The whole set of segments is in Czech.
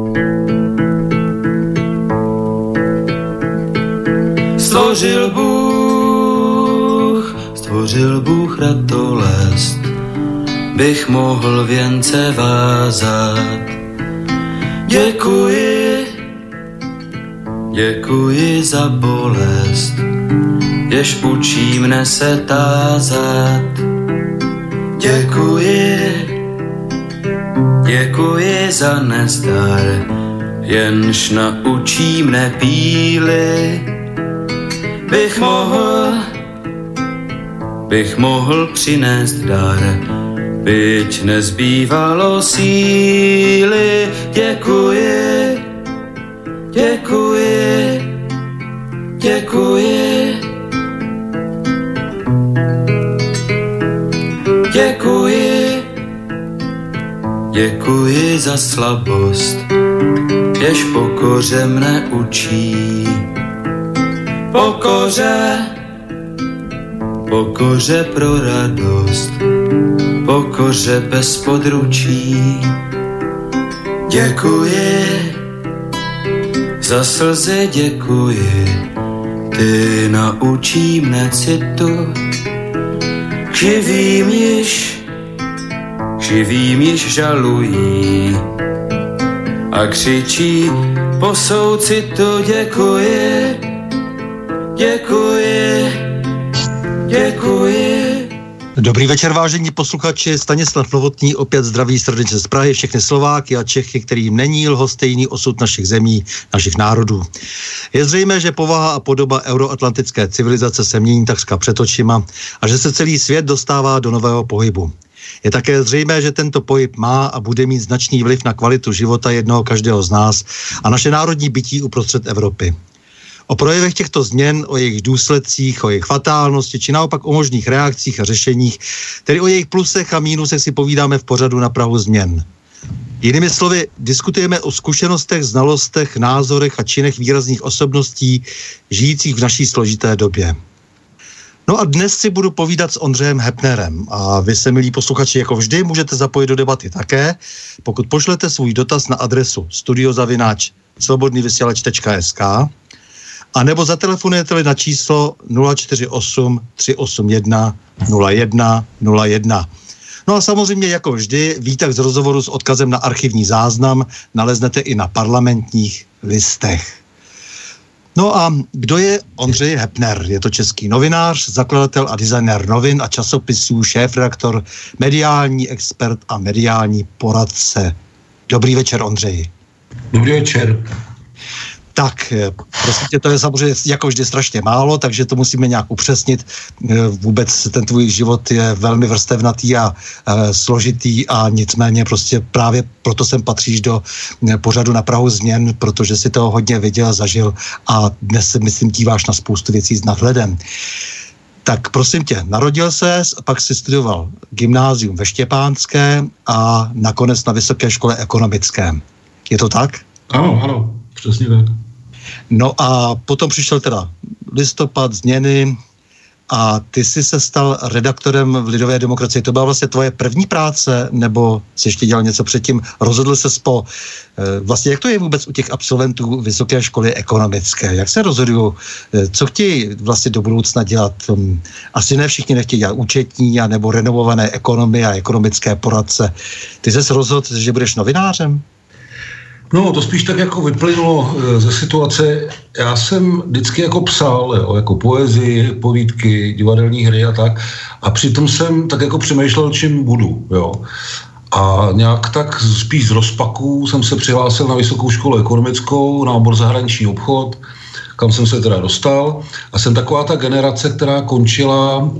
Stvořil Bůh ratolest, bych mohl věnce vázat. Děkuji za bolest, jež učí mne se tázat. Děkuji za nezdar, jenž naučí mne píly. Bych mohl přinést dar, byť nezbývalo síly. Děkuji za slabost, jež pokoře mne učí. Pokoře pro radost, pokoře bez područí. Děkuji za slzy, děkuji, ty naučí mne citu. Živým již žalují a křičí po soucitu. Děkuji. Dobrý večer, vážení posluchači, Stanislav Novotný opět zdraví srdečně z Prahy všechny Slováky a Čechy, kterým není lhostejný osud našich zemí, našich národů. Je zřejmé, že povaha a podoba euroatlantické civilizace se mění takřka před očima a že se celý svět dostává do nového pohybu. Je také zřejmé, že tento pohyb má a bude mít značný vliv na kvalitu života jednoho každého z nás a naše národní bytí uprostřed Evropy. O projevech těchto změn, o jejich důsledcích, o jejich fatálnosti, či naopak o možných reakcích a řešeních, tedy o jejich plusech a mínusech si povídáme v pořadu Na prahu změn. Jinými slovy, diskutujeme o zkušenostech, znalostech, názorech a činech výrazných osobností, žijících v naší složité době. No a dnes si budu povídat s Ondřejem Hepnerem a vy se, milí posluchači, jako vždy můžete zapojit do debaty také, pokud pošlete svůj dotaz na adresu studio@slobodnyvysielac.sk a nebo zatelefonujete na číslo 048 381 0101. No a samozřejmě jako vždy výtah z rozhovoru s odkazem na archivní záznam naleznete i na Parlamentních listech. No a kdo je Ondřej Hepner? Je to český novinář, zakladatel a designér novin a časopisů, šéfredaktor, mediální expert a mediální poradce. Dobrý večer, Ondřeji. Dobrý večer. Tak, prostě to je samozřejmě jako vždy strašně málo, takže to musíme nějak upřesnit. Vůbec ten tvůj život je velmi vrstevnatý a složitý a nicméně prostě právě proto sem patříš do pořadu Na prahu změn, protože si toho hodně viděl, zažil a dnes se, myslím, díváš na spoustu věcí s nadhledem. Tak prosím tě, narodil ses, pak si studoval gymnázium ve Štěpánské a nakonec na Vysoké škole ekonomické. Je to tak? Ano, přesně tak. No a potom přišel teda listopad, změny a ty jsi se stal redaktorem v Lidové demokracii. To byla vlastně tvoje první práce, nebo jsi ještě dělal něco předtím? Rozhodl ses vlastně jak to je vůbec u těch absolventů Vysoké školy ekonomické? Jak se rozhodují? Co chtějí vlastně do budoucna dělat? Asi ne všichni nechtějí dělat účetní nebo renovované ekonomy a ekonomické poradce. Ty jsi se rozhodl, že budeš novinářem? No, to spíš tak jako vyplynulo ze situace. Já jsem vždycky jako psal, jako poezii, povídky, divadelní hry a tak. A přitom jsem tak jako přemýšlel, čím budu, jo. A nějak tak spíš z rozpaků jsem se přihlásil na Vysokou školu ekonomickou, na obor zahraniční obchod, kam jsem se teda dostal. A jsem taková ta generace, která končila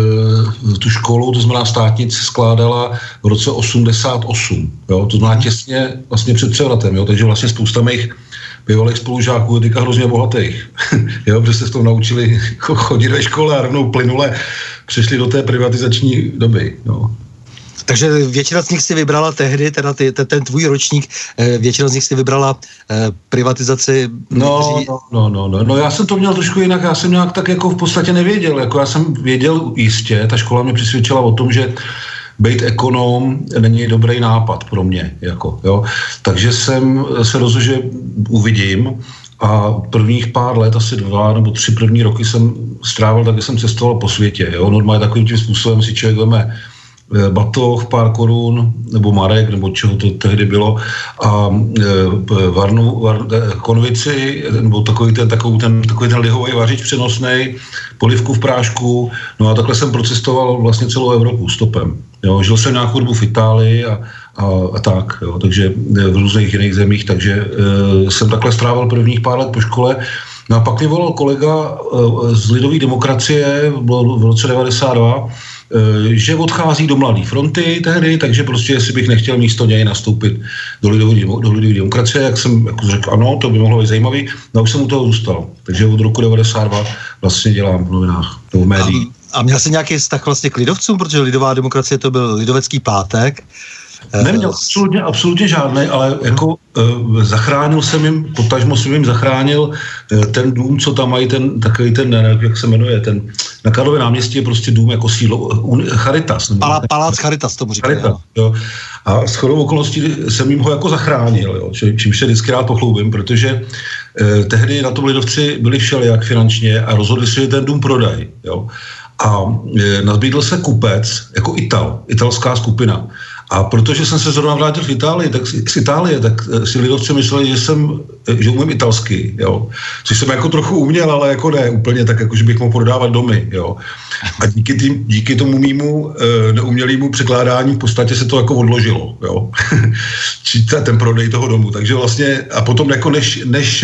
tu školu, to znamená státnici skládala v roce 88. Jo? To znamená těsně vlastně před převratem. Jo? Takže vlastně spousta mých bývalých spolužáků je teďka hrozně bohatých. Jo? Protože se v tom naučili chodit ve škole a rovnou plynule přišli do té privatizační doby. Jo? Takže většina z nich si vybrala tehdy, teda ten tvůj ročník, většina z nich si vybrala privatizaci. No, já jsem to měl trošku jinak, já jsem nějak tak jako v podstatě nevěděl, jako já jsem věděl jistě, ta škola mě přesvědčila o tom, že být ekonom není dobrý nápad pro mě. Jako, jo. Takže jsem se rozhodl, že uvidím. A prvních pár let, asi 2 nebo 3 první roky jsem strávil, tak jsem cestoval po světě. Jo. Normálně takovým tím způsobem si člověk veme batoh, pár korun, nebo marek, nebo čeho to tehdy bylo, a konvici, nebo takový ten lihový vařič přenosnej, polivku v prášku, no a takhle jsem procestoval vlastně celou Evropu stopem. Jo. Žil jsem nějakou dobu v Itálii a tak, jo. Takže v různých jiných zemích, takže jsem takhle strávil prvních pár let po škole. No a pak mě volal kolega z Lidové demokracie, bylo v roce 92, že odchází do Mladé fronty tehdy, takže prostě jestli bych nechtěl místo něj nastoupit do Lidové demokracie, jak jsem jako řekl, ano, to by mohlo být zajímavý, no už jsem u toho zůstal. Takže od roku 92 vlastně dělám v novinách, v médiích. A měl jsi nějaký vztah vlastně k lidovcům, protože Lidová demokracie to byl lidovecký pátek? Neměl absolutně žádný, ale jako zachránil jsem jim, potažmo jsem jim zachránil ten dům, co tam mají, takový ten, jak se jmenuje, ten na Karlově náměstí je prostě dům jako sídlo, Charitas. Palác Charitas, tomu říkají. Charitas, jo. A shodou okolností jsem jim ho jako zachránil, jo, čímž se vždycky rád pochlubím, protože tehdy na tom lidovci byli všelijak finančně a rozhodli se, že ten dům prodají, jo. A nabídl se kupec, jako italská skupina. A protože jsem se zrovna vrátil z Itálie, tak si lidovci mysleli, že umím italsky, jo. Což jsem jako trochu uměl, ale jako ne úplně tak, jako že bych mohl prodávat domy, jo. A díky tomu mýmu neumělému překládání v podstatě se to jako odložilo, jo. Ten prodej toho domu. Takže vlastně, a potom jako než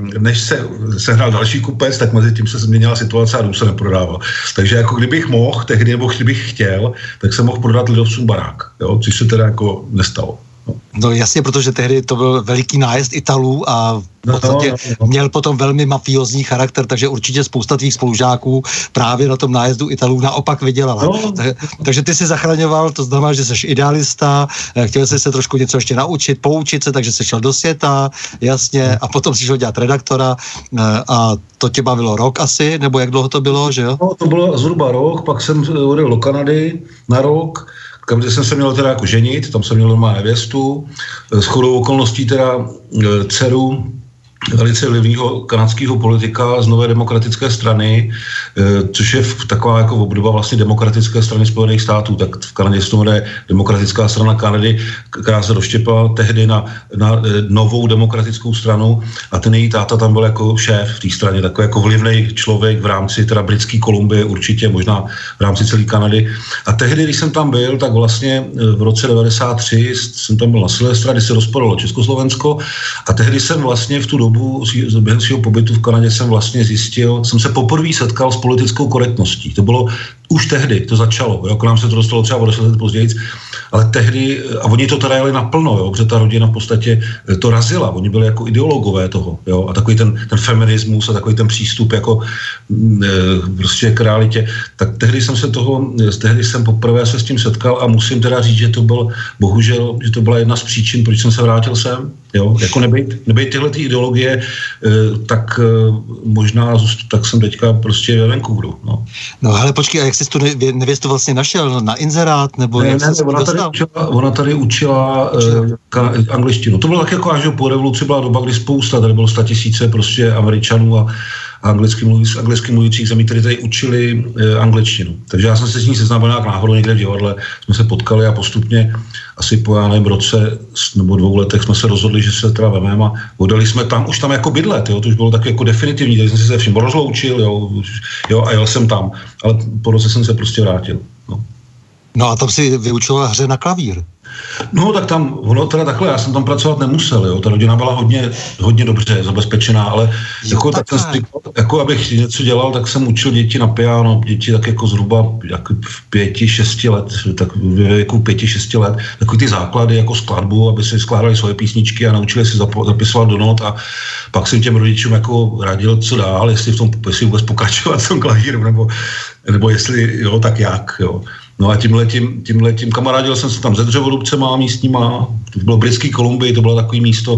se hrál další kupec, tak mezi tím se změnila situace a dům se neprodával. Takže jako kdybych mohl tehdy, nebo kdybych chtěl, tak jsem mohl prodat lidovcům barák, jo. Což se teda jako nestalo. No jasně, protože tehdy to byl veliký nájezd Italů a v podstatě měl potom velmi mafiózní charakter, takže určitě spousta tvých spolužáků právě na tom nájezdu Italů naopak vydělala. No. Takže ty si zachraňoval, to znamená, že jsi idealista, chtěl jsi se trošku něco ještě naučit, poučit se, takže jsi šel do světa, jasně, a potom si šel dělat redaktora a to tě bavilo rok asi, nebo jak dlouho to bylo, že jo? No, to bylo zhruba rok, pak jsem odjel do Kanady na rok, kde jsem se měl teda jako ženit, tam jsem měl normální nevěstu, shodou okolností teda dceru velice vlivného kanadského politika z Nové demokratické strany, což je taková jako obdoba vlastně demokratické strany Spojených států, tak v Kanadě se to jmenuje Demokratická strana Kanady, která se doštěpala tehdy na novou demokratickou stranu a ten její táta tam byl jako šéf v té straně, takový jako vlivný člověk v rámci teda britské Kolumbie určitě, možná v rámci celé Kanady. A tehdy, když jsem tam byl, tak vlastně v roce 93 jsem tam byl na Silvestra, kdy se rozpadlo Československo a tehdy jsem vlastně v tu dobu během svého pobytu v Kanadě jsem vlastně zjistil, jsem se poprvé setkal s politickou korektností. To bylo už tehdy, to začalo, jo, k nám se to dostalo třeba o 10 let později, ale tehdy, a oni to teda jeli naplno, jo, protože ta rodina v podstatě to razila, oni byli jako ideologové toho, jo, a takový ten feminismus a takový ten přístup jako prostě k realitě, tak tehdy jsem poprvé se s tím setkal a musím teda říct, že to byl, bohužel, že to byla jedna z příčin, proč jsem se vrátil sem, jo, jako nebejt tyhle ty ideologie, tak možná, tak jsem teďka prostě ve Vancouveru, no. No hele, počkej, a jak jsi tu nevěstu vlastně našel? Na inzerát? Nebo ne, ona tady učila angličtinu. To bylo tak jako až po revoluci byla doba, kdy spousta, tady bylo 100 000 prostě Američanů a anglicky mluvících zemí, které tady učili angličtinu. Takže já jsem se s ní seznámil nějak náhodou někde v divadle, jsme se potkali a postupně asi po roce nebo 2 letech jsme se rozhodli, že se teda vememe a odjeli jsme tam, už tam jako bydlet, jo, to už bylo tak jako definitivní, tady jsem se vším rozloučil, jo, a jel jsem tam, ale po roce jsem se prostě vrátil. No a tam si vyučoval hře na klavír. No tak tam, ono teda takhle, já jsem tam pracovat nemusel, jo, ta rodina byla hodně dobře zabezpečená, ale jako, tak jako abych něco dělal, tak jsem učil děti na piano, děti tak jako zhruba jako v 5-6 let, tak ve věku 5-6 let, takový ty základy jako skladbu, aby si skládali svoje písničky a naučili si zapisovat do not a pak jsem těm rodičům jako radil, co dál, jestli vůbec pokračovat v tom klavíru, nebo jestli, jo, tak jak, jo. No a tímhletím kamarádil jsem se tam se dřevorubcema místníma, to bylo britský Kolumbii, to bylo takový místo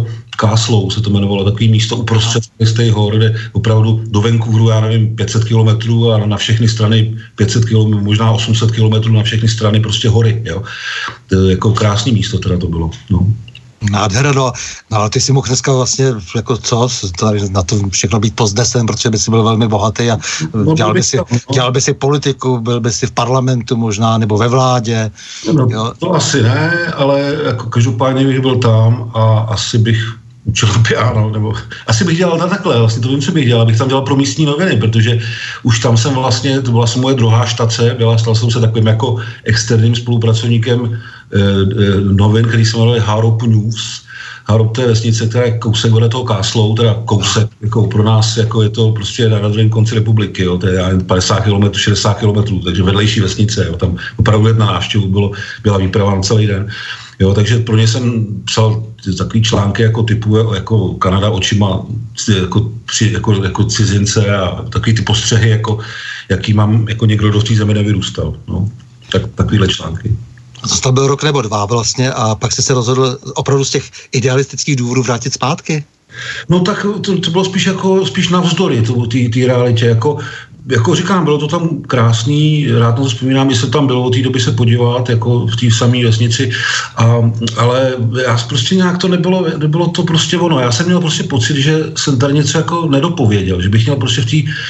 Castle se to jmenovalo, takový místo uprostřed Stay Hor, kde opravdu do Vancouveru, já nevím, 500 kilometrů a na všechny strany 500 kilometrů, možná 800 kilometrů na všechny strany prostě hory, jo. To jako krásný místo teda to bylo, no. Nádhera, no, ale ty si mohl dneska vlastně, jako co, na to všechno být pozdesem, protože by si byl velmi bohatý a dělal by si politiku, byl by si v parlamentu možná, nebo ve vládě. No, to asi ne, ale jako každopádně bych byl tam a asi bych učil piano, nebo asi bych dělal takhle, vlastně to vím, co bych dělal, bych tam dělal pro místní noviny, protože už tam jsem vlastně, to byla moje druhá štace, stal jsem se takovým jako externím spolupracovníkem novin, který se jmenuje Harrop News. Harrop, to je vesnice, která je kousek od toho Castle, teda kousek, jako pro nás, jako je to prostě na druhém konci republiky, jo, to je 50 km, 60 km, takže vedlejší vesnice, jo, tam opravdu jet na návštěvu, byla výprava na celý den. Jo, takže pro ně jsem psal takový články jako typu jako Kanada očima jako cizince a takový ty postřehy, jako, jaký mám jako někdo, kdo v té zemi nevyrůstal. No, takovýhle články. To byl rok nebo dva vlastně a pak jsi se rozhodl opravdu z těch idealistických důvodů vrátit zpátky? No tak to bylo spíš navzdory té realitě, jako říkám, bylo to tam krásný, rád na to vzpomínám, jestli tam bylo od té doby se podívat, jako v té samé vesnici, ale já prostě nějak to nebylo to prostě ono. Já jsem měl prostě pocit, že jsem tady něco jako nedopověděl, že bych měl prostě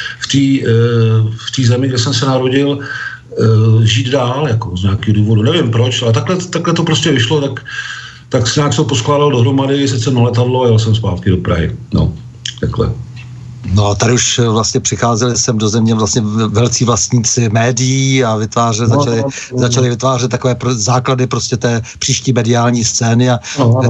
v té zemi, kde jsem se narodil, žít dál, jako z nějakého důvodu. Nevím proč, ale takhle to prostě vyšlo, tak se nějak se poskládal dohromady, sedl na letadlo a jel jsem zpátky do Prahy. No, takhle. No a tady už vlastně přicházeli sem do země vlastně velcí vlastníci médií a začali vytvářet takové základy prostě té příští mediální scény a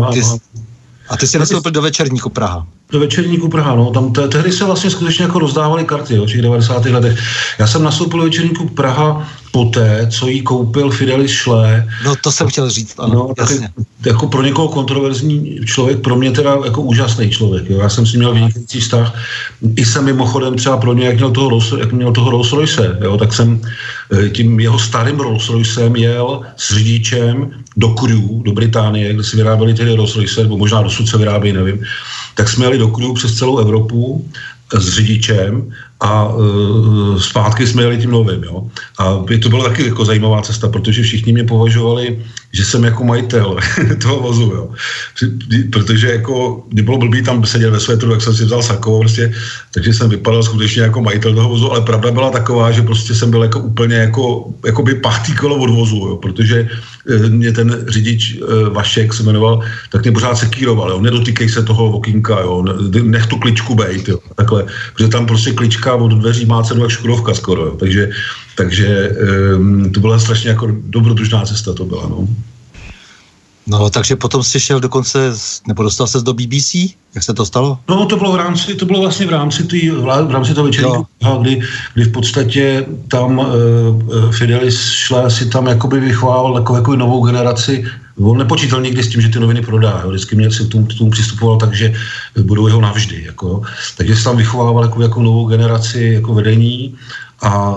ty jsi nastoupil do Večerníku Praha. Do Večerníku Praha, no, tam tehdy se vlastně skutečně jako rozdávaly karty, jo, v těch 90. letech. Já jsem nastoupil do Večerníku Praha poté, co jí koupil Fidelis Šlé. No to jsem chtěl říct, ano, no, jasně. Jako pro někoho kontroverzní člověk, pro mě teda jako úžasný člověk, jo. Já jsem si měl vynikající vztah, i jsem mimochodem třeba pro ně, jak měl toho Rolls Royce, jo, tak jsem tím jeho starým Rolls Roycem jel s řidičem do Crewe, do Británie, kde si vyráběli tedy Rolls Royce, nebo možná dosud se vyrábějí, nevím. Tak jsme jeli do Crewe přes celou Evropu s řidičem a zpátky jsme jeli tím novým, jo. A to byla taky jako zajímavá cesta, protože všichni mě považovali, že jsem jako majitel toho vozu, jo. Protože jako, kdy bylo blbý tam sedět ve svetru, tak jsem si vzal sako, prostě, takže jsem vypadal skutečně jako majitel toho vozu, ale pravda byla taková, že prostě jsem byl jako úplně jako by pátý kolo od vozu, jo, protože mě ten řidič Vašek se jmenoval, tak mě pořád sekíroval, jo, nedotýkej se toho okýnka, jo, nech tu kličku bejt, jo, takhle, protože tam prostě klička od dveří má cenu jak Škodovka skoro, jo, takže to byla strašně jako dobrodružná cesta to byla, no. No, takže potom jsi šel dokonce, nebo dostal ses do BBC? Jak se to stalo? No, to bylo vlastně v rámci toho Večerníku, kdy v podstatě tam Fidelis Šlé si tam jakoby vychovával jako novou generaci. On nepočítal nikdy s tím, že ty noviny prodá. Jo. Vždycky mě si k tomu přistupoval tak, že budou jeho navždy. Jako. Takže se tam vychovával jako novou generaci jako vedení a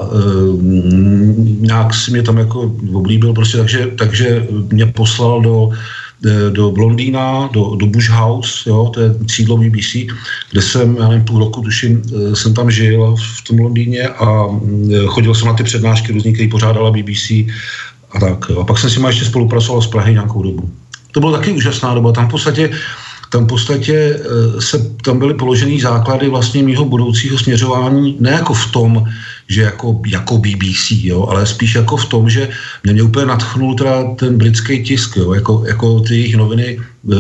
nějak si mě tam jako oblíbil prostě, takže mě poslal do Londýna, do Bush House, jo, to je sídlo BBC, kde jsem, já nevím, půl roku, tuším, jsem tam žil v tom Londýně a chodil jsem na ty přednášky různý, které pořádala BBC a tak. Jo. A pak jsem si ještě spolupracoval s Prahy nějakou dobu. To byla taky úžasná doba, tam v podstatě tam byly položený základy vlastně mýho budoucího směřování, ne jako v tom, že jako BBC, jo, ale spíš jako v tom, že mě úplně nadchnul teda ten britský tisk, jo, jako ty jejich noviny,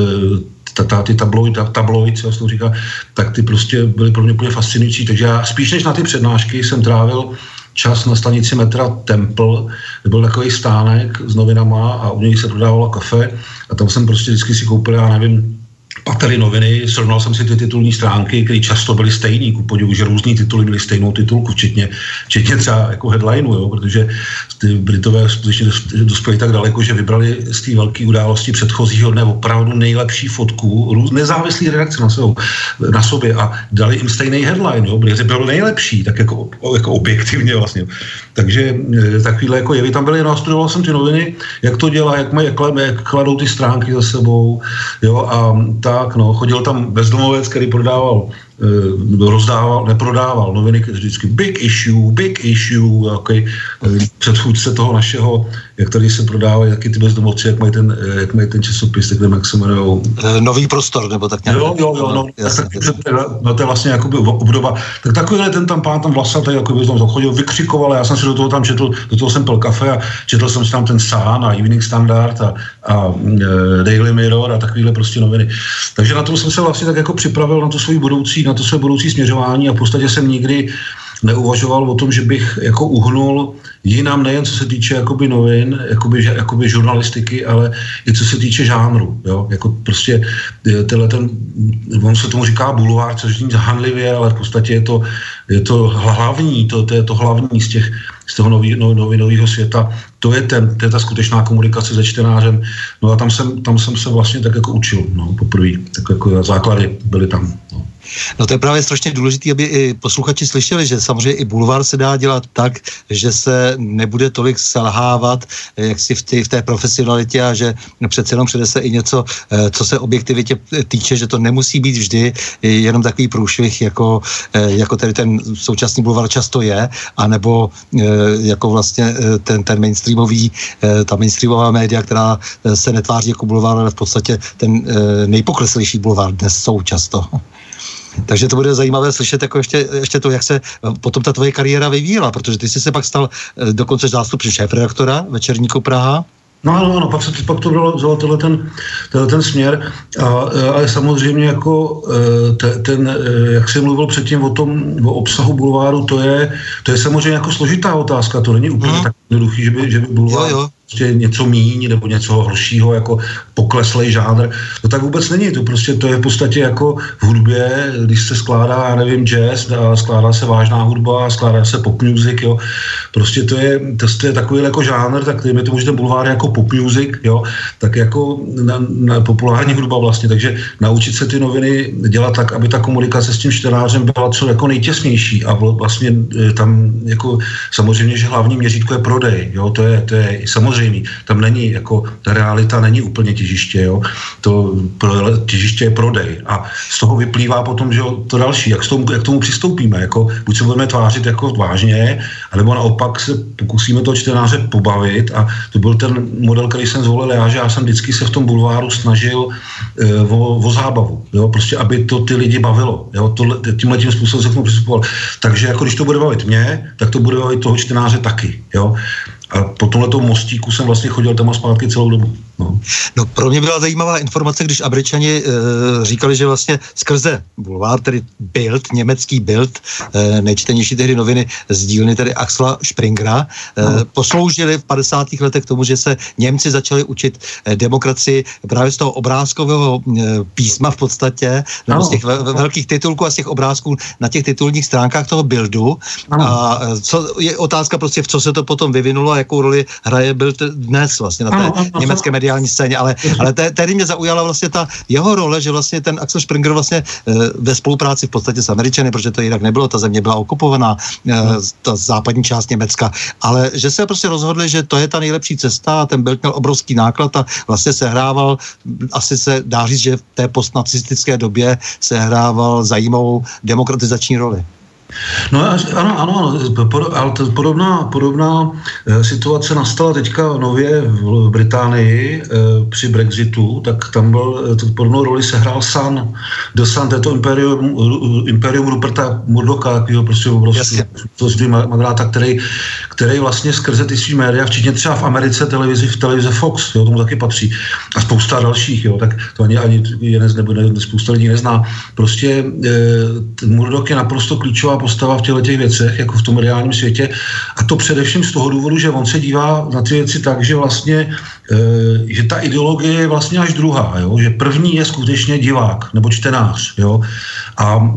ty tabloid, co se to říká, tak ty prostě byly pro mě úplně fascinující, takže já spíš než na ty přednášky jsem trávil čas na stanici metra Temple, kde byl takový stánek s novinama a u něj se prodávalo kafe a tam jsem prostě vždycky si koupil, já nevím, pately noviny, srovnal jsem si ty titulní stránky, které často byly stejný, ku podivu, že různý tituly byly stejnou titulku, včetně třeba jako headlineu, jo, protože ty Britové skutečně dospěli tak daleko, že vybrali z té velké události předchozího dne opravdu nejlepší fotku, nezávislý redakce na sobě a dali jim stejný headline, jo, protože byl nejlepší, tak jako objektivně vlastně. Takže takovýhle jako jevy tam byly, no a studoval jsem ty noviny, jak to dělá, jak kladou ty stránky za sebou, jo, a ta tak, no, chodil tam bezdomovec, který neprodával noviny, vždycky big issue, okay, předchůdce toho našeho, jak tady se prodávají taky ty bezdomovci, jak mají ten časopis, tak jak se jmenujou. Nový prostor, nebo tak nějak. Jo, no, to je vlastně jakoby obdoba. Tak takovýhle ten tam pán tam vlasatý, jakoby tam chodil, vykřikoval, já jsem si do toho tam četl, do toho jsem pil kafe a četl jsem si tam ten Sun a Evening Standard a Daily Mirror a takovýhle prostě noviny. Takže na to jsem se vlastně tak jako připravil na to své budoucí směřování a v podstatě jsem nikdy neuvažoval o tom, že bych jako uhnul jinam nejen co se týče jakoby novin, jakoby žurnalistiky, ale i co se týče žánru, jo, jako prostě on se tomu říká bulvár, což zní hanlivě, ale v podstatě je to hlavní, to je to hlavní z toho novinového světa, to je ta skutečná komunikace se čtenářem, no a tam jsem se vlastně tak jako učil, no, poprvé, tak jako základy byly tam, no. No to je právě strašně důležité, aby i posluchači slyšeli, že samozřejmě i bulvár se dá dělat tak, že se nebude tolik selhávat, jak si v té profesionalitě a že přece jenom přinese i něco, co se objektivitě týče, že to nemusí být vždy jenom takový průšvih, jako tady ten současný bulvár často je, anebo jako vlastně ten mainstreamový, ta mainstreamová média, která se netváří jako bulvár, ale v podstatě ten nejpokleslejší bulvár dnes jsou často. Takže to bude zajímavé slyšet jako ještě to, jak se potom ta tvoje kariéra vyvíjela, protože ty jsi se pak stal dokonce zástupcem šéfredaktora Večerníku Praha. No, pak to bylo ten směr, ale samozřejmě jako jak jsem mluvil předtím o obsahu bulváru, to je samozřejmě jako složitá otázka, to není úplně tak jednoduchý, že by bulvár prostě něco míň nebo něco horšího, jako pokleslej žánr, to tak vůbec není, to je v podstatě jako v hudbě, když se skládá, já nevím, jazz, a skládá se vážná hudba, skládá se pop music, jo, prostě to je takový jako žánr, tak dejme tomu, že ten bulvár je jako pop music, jo, tak jako na populární hudba vlastně, takže naučit se ty noviny dělat tak, aby ta komunikace s tím čtenářem byla co jako nejtěsnější a vlastně tam jako samozřejmě, že hlavní měřítko je prodej, jo, to je samozřejmě, tam není jako, ta realita není úplně těžiště, jo, těžiště je prodej a z toho vyplývá potom, že to další, jak k tomu přistoupíme, jako buď se budeme tvářit jako vážně, anebo naopak se pokusíme toho čtenáře pobavit a to byl ten model, který jsem zvolil já, že já jsem vždycky se v tom bulváru snažil o zábavu, jo, prostě aby to ty lidi bavilo, jo, tímhletím způsobem se k tomu přistupoval. Takže jako když to bude bavit mě, tak to bude bavit toho čtenáře taky, jo. A po tomhletom mostíku jsem vlastně chodil tam a zpátky celou dobu. No pro mě byla zajímavá informace, když Američani říkali, že vlastně skrze bulvár, tedy Bild, německý Bild, nejčtenější tehdy noviny z dílny tedy Axela Springera, posloužili v 50. letech k tomu, že se Němci začali učit demokracii právě z toho obrázkového písma v podstatě, nebo z těch velkých titulků a z těch obrázků na těch titulních stránkách toho Bildu. A co je otázka prostě, v co se to potom vyvinulo a jakou roli hraje Bild dnes vlastně na té německé mediální scéně, ale tehdy mě zaujala vlastně ta jeho role, že vlastně ten Axel Springer vlastně ve spolupráci v podstatě s Američany, protože to jinak nebylo, ta země byla okupovaná, ta západní část Německa, ale že se prostě rozhodli, že to je ta nejlepší cesta a ten Bild měl obrovský náklad a vlastně sehrával, asi se dá říct, že v té postnacistické době sehrával zajímavou demokratizační roli. No ano, ale podobná situace nastala teďka nově v Británii při Brexitu, tak tam byl, podobnou roli sehrál Sun, to je to imperium Ruperta Murdocha, takového prostě obrovského magnáta, který vlastně skrze ty svý média, včetně třeba v Americe televize Fox, jo, tomu taky patří, a spousta dalších, jo, tak to ani spousta lidí nezná. Prostě Murdoch je naprosto klíčová postava v těch věcech, jako v tom reálním světě. A to především z toho důvodu, že on se dívá na ty věci tak, že vlastně, že ta ideologie je vlastně až druhá, jo? Že první je skutečně divák nebo čtenář, jo? A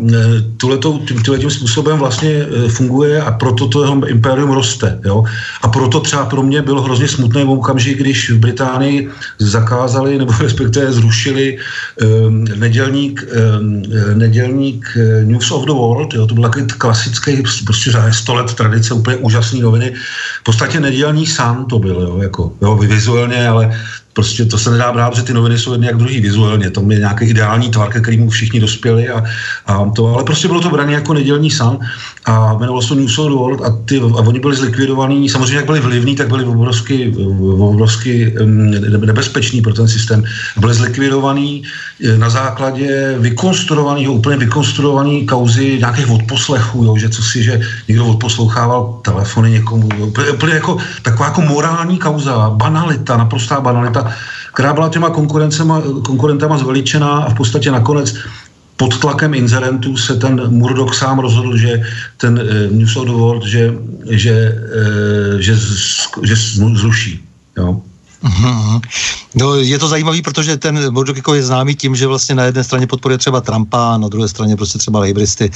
tímhletím způsobem vlastně funguje a proto to jeho impérium roste, jo? A proto třeba pro mě bylo hrozně smutné v okamžik, když v Británii zakázali nebo respektive zrušili nedělník News of the World, jo? To byl takový klasický, prostě 100 let tradice, úplně úžasné noviny. V podstatě nedělní Sun to byl, jo, jako, jo, vizuálně, ale prostě to se nedá brát, že ty noviny jsou jedny jak druhý vizuálně, tam je nějaký ideální tvar, ke kterému všichni dospěli a to, ale prostě bylo to brané jako nedělní san a jmenovalo se News of the World a oni byli zlikvidovaní, samozřejmě jak byli vlivní, tak byli obrovsky nebezpeční pro ten systém. Byli zlikvidovaní na základě úplně vykonstruovaný kauzy nějakých odposlechů, jo, že někdo odposlouchával telefony někomu, jo, úplně jako taková jako morální kauza, banalita, naprostá banalita, která byla těma konkurentama zveličená a v podstatě nakonec pod tlakem inzerentů se ten Murdoch sám rozhodl, že ten News of the World, že zruší. Jo. No, je to zajímavý, protože ten Murdoch jako je známý tím, že vlastně na jedné straně podporuje třeba Trumpa, na druhé straně prostě třeba labouristy,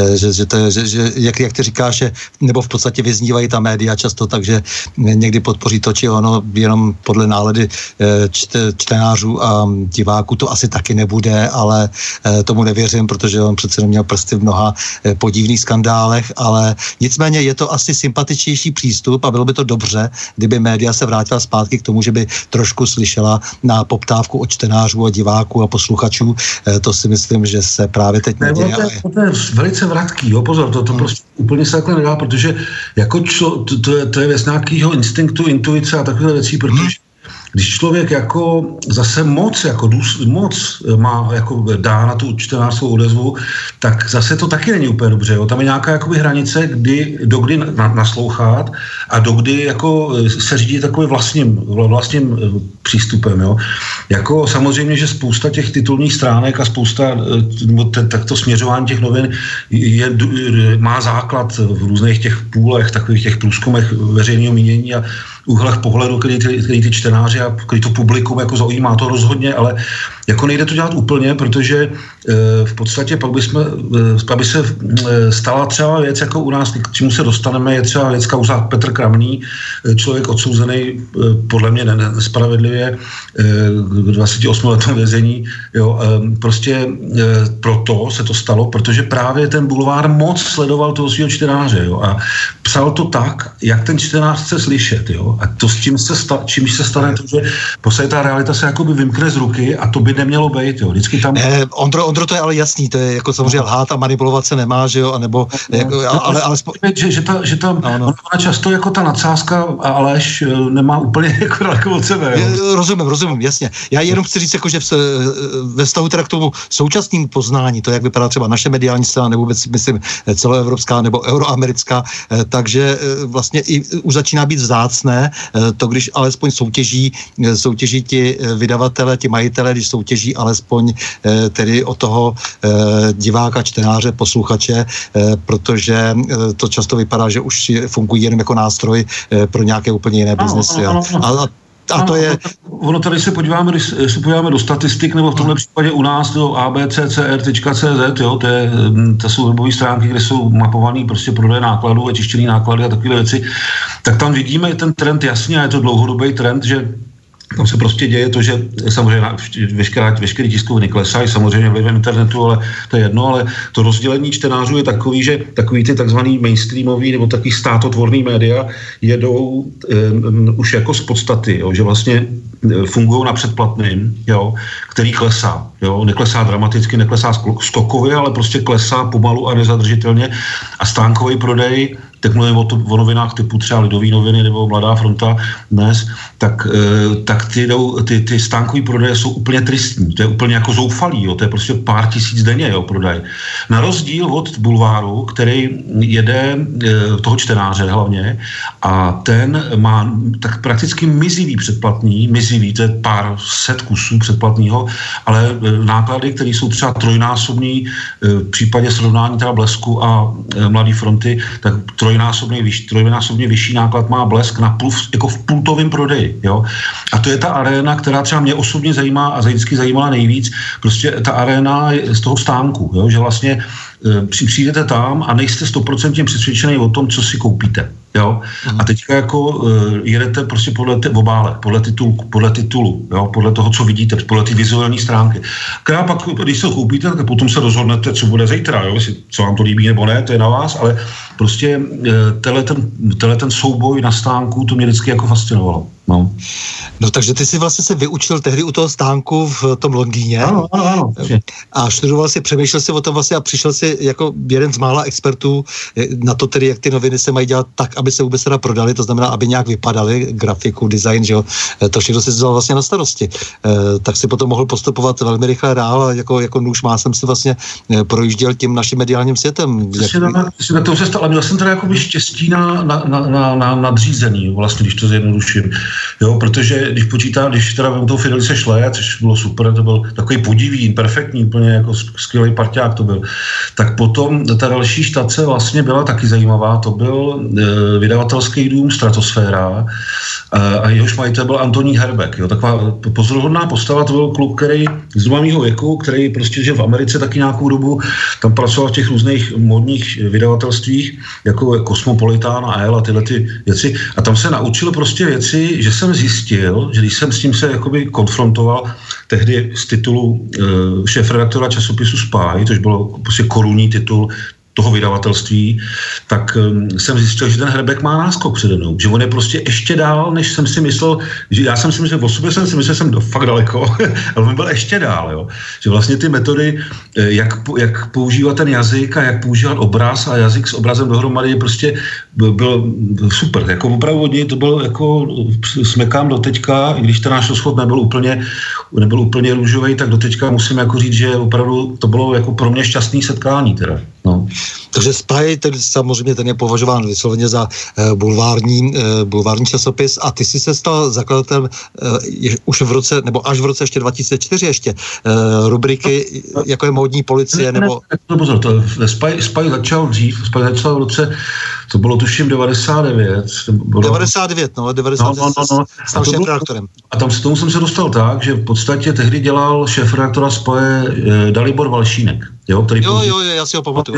že jak ty říkáš, nebo v podstatě vyznívají ta média často, takže někdy podpoří to, či ono, jenom podle nálady čtenářů a diváků to asi taky nebude, ale tomu nevěřím, protože on přece neměl prsty v mnoha podivných skandálech, ale nicméně je to asi sympatičnější přístup a bylo by to dobře, kdyby média se vrátila zpátky k tomu, že by trošku slyšela na poptávku od čtenářů a diváků a posluchačů. To si myslím, že se právě teď neděje. To je velice vratký, jo, pozor, to prostě úplně se takhle nedá, protože jako to je věc nějakého instinktu, intuice a takové věcí, protože když člověk jako zase moc má jako dá na tu čtenářskou odezvu, tak zase to taky není úplně dobře. Jo. Tam je nějaká jakoby hranice, dokdy naslouchat a dokdy jako se řídí takovým vlastním přístupem. Jo. Jako samozřejmě, že spousta těch titulních stránek a spousta takto směřování těch novin má základ v různých těch půlech, takových těch průzkumech veřejného mínění a úhlech pohledu, který ty čtenáři a který to publikum jako zaujímá, to rozhodně, ale jako nejde to dělat úplně, protože v podstatě pak by se stala třeba věc, jako u nás, k čemu se dostaneme, je třeba věc kauza Petr Kramný, člověk odsouzený podle mě nespravedlivě k 28 letům vězení. Jo, prostě proto se to stalo, protože právě ten bulvár moc sledoval toho svého čtenáře, jo, a psal to tak, jak ten čtenář chce slyšet, jo, a to s čím se stane to, že prostě ta realita se jakoby vymkne z ruky a to by nemělo být, jo, vždycky tam... Ondro, to je ale jasný, to je jako samozřejmě lhát a manipulovat se nemá, že jo, anebo... ale že ta ona často jako ta nadsázka a lež nemá úplně jako daleko od sebe, jo. Rozumím, jasně. Já jenom chci říct, jako, že ve vztahu teda k tomu současnému poznání, to, jak vypadá třeba naše mediální scéna, nebo vůbec, myslím, celoevropská nebo euroamerická, takže vlastně i už začíná být vzácné, to když alespoň soutěží ti vydavatele, ti majitele, když soutěží alespoň tedy o toho diváka, čtenáře, posluchače, protože to často vypadá, že už fungují jenom jako nástroj pro nějaké úplně jiné biznesy. A to je... Ono tady se podíváme do statistik, nebo v tomhle případě u nás do abccr.cz, jo, to jsou webové stránky, kde jsou mapovaný prostě prodeje nákladů a tištěný náklady a takové věci, tak tam vidíme ten trend jasně a je to dlouhodobý trend, že tam se prostě děje to, že samozřejmě veškeré tiskoviny klesají, samozřejmě vlivem internetu, ale to je jedno, ale to rozdělení čtenářů je takový, že takový ty takzvaný mainstreamový nebo takový státotvorný média jedou už jako z podstaty, jo, že vlastně fungují na předplatným, jo, který klesá. Jo, neklesá dramaticky, neklesá skokově, ale prostě klesá pomalu a nezadržitelně a stánkový prodej, tak mluvím o novinách typu třeba Lidové noviny nebo Mladá fronta dnes, tak ty stánkový prodeje jsou úplně tristní, to je úplně jako zoufalý, jo, to je prostě pár tisíc denně, jo, prodej. Na rozdíl od bulváru, který jede toho čtenáře hlavně a ten má tak prakticky mizivý předplatný, to je pár set kusů předplatného, ale náklady, které jsou třeba trojnásobný v případě srovnání teda Blesku a Mladé fronty, tak trojnásobně vyšší náklad má Blesk jako v pultovém prodeji. Jo? A to je ta aréna, která třeba mě osobně zajímá a vždycky zajímala nejvíc, prostě ta aréna z toho stánku, jo? Že vlastně přijdete tam a nejste 100% přesvědčený o tom, co si koupíte. Jo? A teďka jako jedete prostě podle obále, podle titulu, jo? Podle toho, co vidíte, podle ty vizuální stránky. A pak, když se koupíte, tak potom se rozhodnete, co bude zítra, jo? Co vám to líbí nebo ne, to je na vás, ale prostě ten souboj na stánku, to mě vždycky jako fascinovalo. No takže ty si vlastně se vyučil tehdy u toho stánku v tom Londýně. Ano. A študoval si, přemýšlel si o tom vlastně a přišel si jako jeden z mála expertů na to tedy, jak ty noviny se mají dělat tak, aby se vůbec teda prodali, to znamená, aby nějak vypadaly, grafiku, design, že jo, to všechno si vzal vlastně na starosti. Tak si potom mohl postupovat velmi rychle dál a jako nůž másem si vlastně projížděl tím naším mediálním světem. Na to se stalo, měl jsem teda jakoby štěstí na nadřízený, vlastně, když to zjednoduším. Jo, protože když teda u toho Fideli se šle, což bylo super, to byl takový podivný, perfektní, úplně jako skvělý parťák to byl. Tak potom ta další štace vlastně byla taky zajímavá, to byl vydavatelský dům Stratosféra a jehož majitel byl Antonín Herbek. Jo, taková pozoruhodná postava, to byl kluk, který z doba mýho věku, který prostě že v Americe taky nějakou dobu tam pracoval v těch různých modních vydavatelstvích, jako Cosmopolitan a Elle a tyhle ty věci. A tam se naučil prostě věci, že jsem zjistil, že když jsem s tím se jakoby konfrontoval tehdy z titulu šéfredaktora časopisu Spy, což bylo prostě korunní titul toho vydavatelství, tak jsem zjistil, že ten Herbek má náskok přede mnou, že on je prostě ještě dál, než jsem si myslel, že já jsem si myslel, o sobě jsem si myslel, že jsem fakt daleko, ale on byl ještě dál, jo. Že vlastně ty metody, jak používat ten jazyk a jak používat obraz a jazyk s obrazem dohromady, prostě byl super, jako opravdu od něj to bylo jako smekám do teďka, i když ten náš rozchod nebyl úplně růžovej, tak do teďka musím jako říct, že opravdu to bylo jako pro mě šťastný setkání teda, no. Takže Spy, tedy samozřejmě ten je považován vysloveně za bulvární časopis a ty jsi se stal zakladatelem už v roce, nebo až v roce ještě 2004 rubriky, jako je módní policie, nebo... Pozor, Spy začal dřív, Spy začal v roce, to bylo tuším 99. 99. Stal šéfredaktorem. A tam s tomu jsem se dostal tak, že v podstatě tehdy dělal šéfredaktora Spy Dalibor Valšínek. Jo, já si ho pamatuju.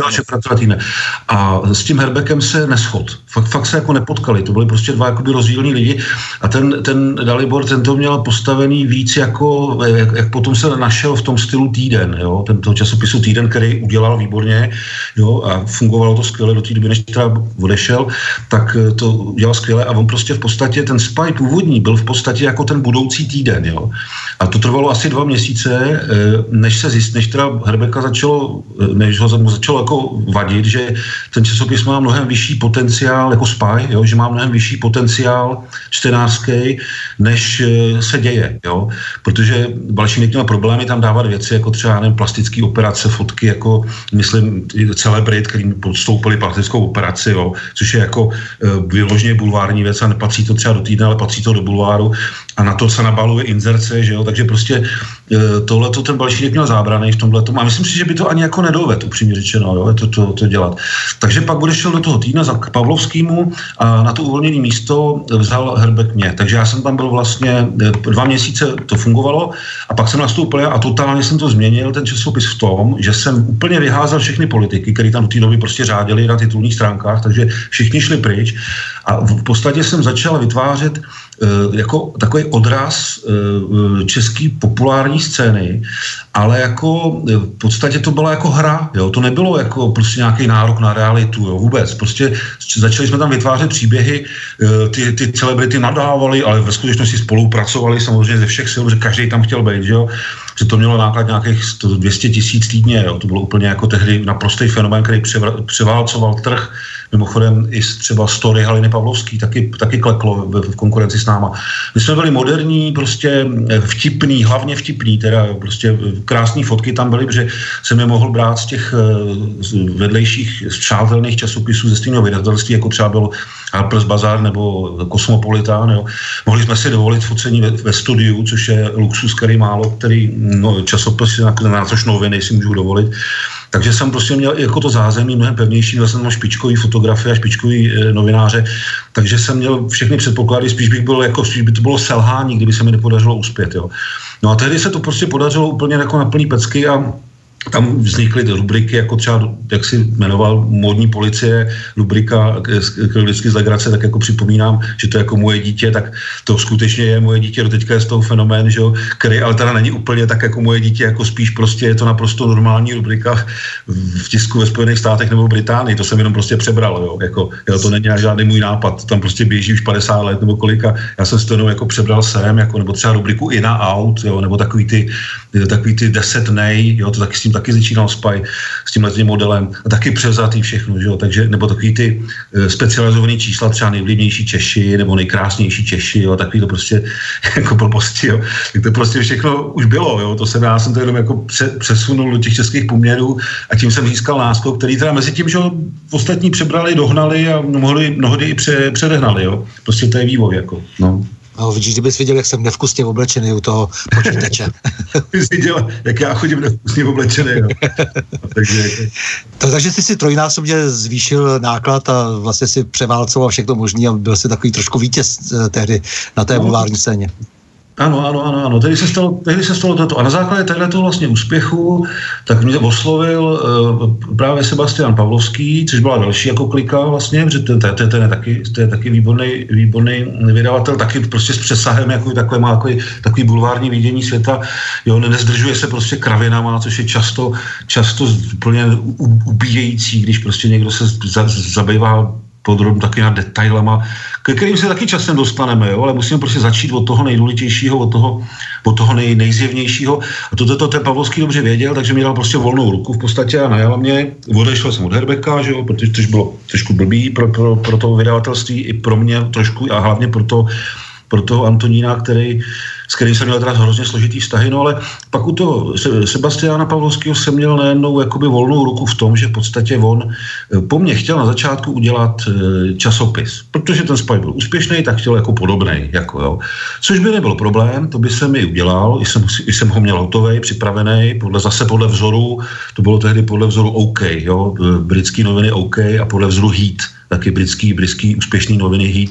A s tím Herbekem se neschod. Fakt se jako nepotkali. To byly prostě dva jakoby rozdílní lidi. A ten Dalibor, ten to měl postavený víc jako, jak potom se našel v tom stylu Týden, jo, toho časopisu Týden, který udělal výborně, jo, a fungovalo to skvěle do té doby, než teda odešel, tak to udělal skvěle a on prostě v podstatě, ten Spy původní byl v podstatě jako ten budoucí Týden, jo. A to trvalo asi 2 měsíce, než teda Herbeka než ho začalo jako vadit, že ten časopis má mnohem vyšší potenciál jako Spy, jo, že má mnohem vyšší potenciál čtenářský, než se děje, jo, protože Balšínek měl problémy tam dávat věci, jako třeba plastické operace, fotky, jako myslím celebrit, který podstoupili plastickou operaci, jo, což je jako vyloženě bulvární věc a nepatří to třeba do Týdne, ale patří to do bulváru a na to se nabaluje inzerce, že jo, takže prostě tohleto ten Balšínek měl zábrany v tomhletom a myslím si, že by to ani jako nedoved, upřímně řečeno, jo, to dělat. Takže pak odešel do toho Týdne za Pavlovskýmu a na to uvolněné místo vzal Herbek mě. Takže já jsem tam byl vlastně 2 měsíce, to fungovalo a pak jsem nastoupil a totálně jsem to změnil, ten časopis v tom, že jsem úplně vyházel všechny politiky, který tam do té doby prostě řádili na titulních stránkách, takže všichni šli pryč a v podstatě jsem začal vytvářet jako takový odraz české populární scény, ale jako v podstatě to byla jako hra, jo, to nebylo jako prostě nějaký nárok na realitu, jo, vůbec, prostě začali jsme tam vytvářet příběhy, ty celebrity nadávali, ale ve skutečnosti spolupracovali samozřejmě ze všech sil, že každý tam chtěl být, jo, že to mělo náklad nějakých 200 000 týdně, jo, to bylo úplně jako tehdy naprostý fenomén, který převálcoval trh. Mimochodem i třeba story Haliny Pavlovský taky kleklo v konkurenci s náma. My jsme byli moderní, prostě vtipný, hlavně vtipný, teda prostě krásné fotky tam byly, protože jsem je mohl brát z těch vedlejších přátelných časopisů ze stejného vydavatelství, jako třeba byl Harper's Bazaar nebo Cosmopolitan, jo. Mohli jsme si dovolit focení ve studiu, což je luxus, který časopisy, na což noviny si můžu dovolit. Takže jsem prostě měl jako to zázemí mnohem pevnější, měl jsem tam špičkový fotografie a špičkový novináře, takže jsem měl všechny předpoklady, spíš by to bylo selhání, kdyby se mi nepodařilo uspět, jo. No a tehdy se to prostě podařilo úplně jako na plný pecky a tam vznikly rubriky, jako třeba, jak si jmenoval, módní policie, rubrika, kterou vždycky z legrace, tak jako připomínám, že to je jako moje dítě, tak to skutečně je moje dítě, doteďka je z toho fenomén, že jo, který ale teda není úplně tak jako moje dítě, jako spíš prostě je to naprosto normální rubrika v tisku ve Spojených státech nebo v Británii, to jsem jenom prostě přebral, jo, jako, jo, to není žádný můj nápad, tam prostě běží už 50 let nebo kolika, já jsem si to jenom jako přebral sem, jako, nebo třeba rubriku In a Out, jo, nebo takový ty 10 nej, jo, to taky s tím taky začínal Spy s tímhletím modelem a taky převzatý všechno, že jo, takže, nebo takový ty specializovaný čísla, třeba nejvlivnější Češi, nebo nejkrásnější Češi, jo, takový to prostě jako blbosti, jo, tak to prostě všechno už bylo, jo, já jsem to jenom jako přesunul do těch českých poměrů a tím jsem získal náskok, který teda mezi tím, že ostatní přebrali, dohnali a mnohdy i předehnali, jo, prostě to je vývoj, jako, no. No, vidíš, kdybys viděl, jak jsem nevkusně oblečený u toho počítače. Bys viděl, jak já chodím nevkusně oblečený. Jo. Takže jsi si trojnásobně zvýšil náklad a vlastně si převálcoval všechno možný a byl jsi takový trošku vítěz tehdy na té bulvární scéně. Ano. Tehdy se stalo toto. A na základě této vlastně úspěchu, tak mě oslovil právě Sebastian Pavlovský, což byla další jako klika vlastně, protože ten je taky výborný vydavatel, taky prostě s přesahem, jako má takový bulvární vidění světa. Jo, nezdržuje se prostě kravinama, což je často úplně ubíjející, když prostě někdo se zabývá podrobně taky nad detailama, ke kterým se taky časem dostaneme, jo? Ale musíme prostě začít od toho nejdůležitějšího, od toho nejzjevnějšího. A toto ten Pavlovský dobře věděl, takže mi dal prostě volnou ruku v podstatě a najal mě. Odešel jsem od Herbeka, že jo? Protože to bylo trošku blbý pro to vydavatelství i pro mě trošku a hlavně pro toho Antonína, s kterým jsem měl teda hrozně složitý vztahy, no ale pak u toho Sebastiana Pavlovského jsem měl najednou jakoby volnou ruku v tom, že v podstatě on po mně chtěl na začátku udělat časopis, protože ten Spy byl úspěšný, tak chtěl jako podobnej, jako jo. Což by nebyl problém, to by se mi udělal, jsem ho měl hotovej, připravený, zase podle vzoru, to bylo tehdy podle vzoru OK, jo, britský noviny OK a podle vzoru Heat, taky britský úspěšný noviny Heat,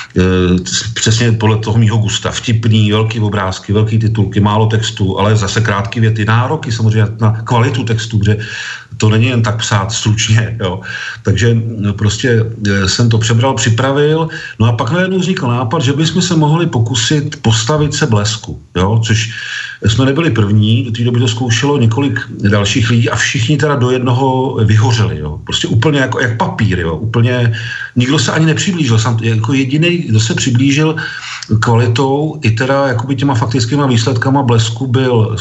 přesně podle toho mýho gusta, vtipný, velký obrázky, velký titulky, málo textu, ale zase krátké věty, nároky samozřejmě na kvalitu textu, kde to není jen tak psát stručně, jo. Takže prostě jsem to přebral, připravil, no a pak najednou vznikl nápad, že bychom se mohli pokusit postavit se Blesku, jo, což jsme nebyli první, do té doby to zkoušelo několik dalších lidí a všichni teda do jednoho vyhořeli, jo. Prostě úplně jako jak papír, jo, úplně nikdo se ani nepřiblížil, jako jediný, kdo se přiblížil kvalitou i teda jakoby těma faktickýma výsledkama Blesku byl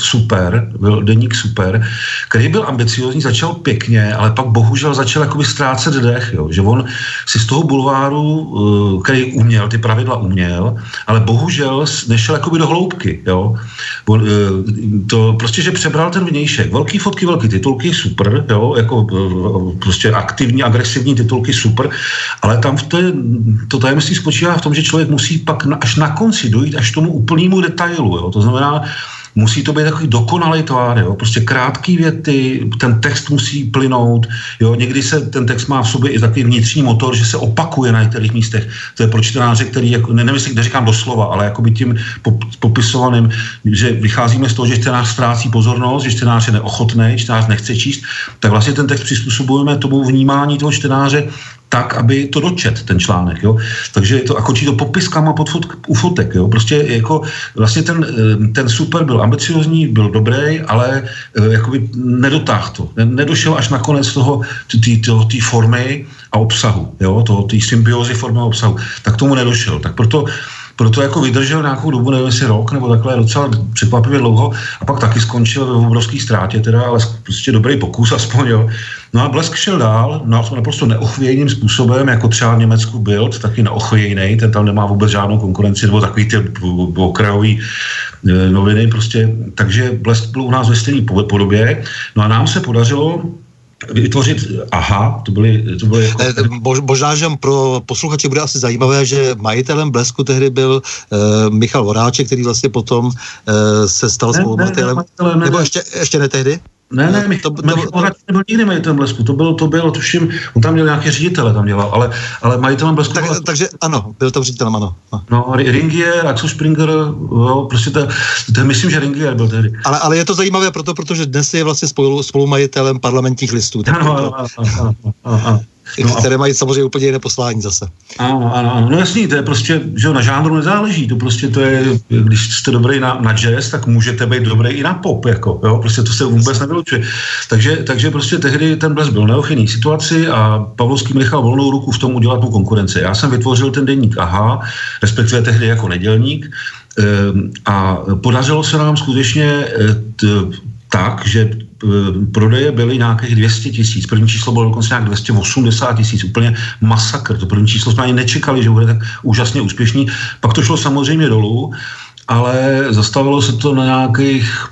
deník Super, který byl ambiciózní, začal pěkně, ale pak bohužel začal jakoby ztrácet dech, jo, že on si z toho bulváru, který uměl, ty pravidla uměl, ale bohužel nešel jakoby do hloubky, jo. To prostě, že přebral ten vnějšek. Velký fotky, velký titulky, super, jo, jako prostě aktivní, agresivní titulky, super, ale tam to tajemství spočívá v tom, že člověk musí pak až na konci dojít až tomu úplnému detailu, jo. To znamená, musí to být takový dokonalý tvár, jo? Prostě krátký věty, ten text musí plynout, jo? Někdy se ten text má v sobě i takový vnitřní motor, že se opakuje na některých místech. To je pro čtenáře, který, jako, neříkám doslova, ale jakoby tím popisovaným, že vycházíme z toho, že čtenář ztrácí pozornost, že čtenář je neochotný, čtenář nechce číst, tak vlastně ten text přizpůsobujeme tomu vnímání toho čtenáře tak, aby to dočet, ten článek, jo. Takže to, a končí to popiskama u fotek, jo. Prostě jako vlastně ten Super byl ambiciozní, byl dobrý, ale jakoby nedotáhl to. Nedošel až nakonec té formy a obsahu, jo, té symbiozy formy a obsahu. Tak tomu nedošel. Tak proto jako vydržel nějakou dobu, nevím jestli rok, nebo takhle docela překvapivě dlouho a pak taky skončil ve obrovský ztrátě teda, ale prostě dobrý pokus aspoň, jo. No a Blesk šel dál, naprosto neochvějným způsobem, jako třeba v Německu Bild, taky neochvějnej, ten tam nemá vůbec žádnou konkurenci, nebo takový ty okrajový noviny prostě, takže Blesk byl u nás ve stejné podobě, no a nám se podařilo vytvořit to byly jako... Možná, že pro posluchače bude asi zajímavé, že majitelem Blesku tehdy byl Michal Voráček, který vlastně potom se stal spolumajitelem. Nebo ještě ne tehdy? Ne, Michal Horáček nebyl nikdy majitelem Blesku, to bylo, tuším, on tam měl nějaké ředitele, tam dělal, ale majitelem Blesku... Takže ano, byl to ředitelem, ano. No, Ringier, Axel Springer, jo, prostě to myslím, že Ringier byl tehdy. Ale je to zajímavé protože dnes je vlastně spolumajitelem Parlamentních listů. Ano. Které mají samozřejmě úplně jiné poslání zase. Ano, no jasný, to je prostě, že na žánru nezáleží, to je, když jste dobrý na jazz, tak můžete být dobrý i na pop, jako, jo, prostě to se vůbec nevylučuje. Takže prostě tehdy ten Blesk byl neochynný situaci a Pavlovský nechal volnou ruku v tom udělat mu konkurenci. Já jsem vytvořil ten deník Aha, respektive tehdy jako nedělník, a podařilo se nám skutečně tak, že prodeje byly nějakých 200 000. První číslo bylo dokonce nějak 280 000. Úplně masakr. To první číslo jsme ani nečekali, že bude tak úžasně úspěšný. Pak to šlo samozřejmě dolů, ale zastavilo se to na nějakých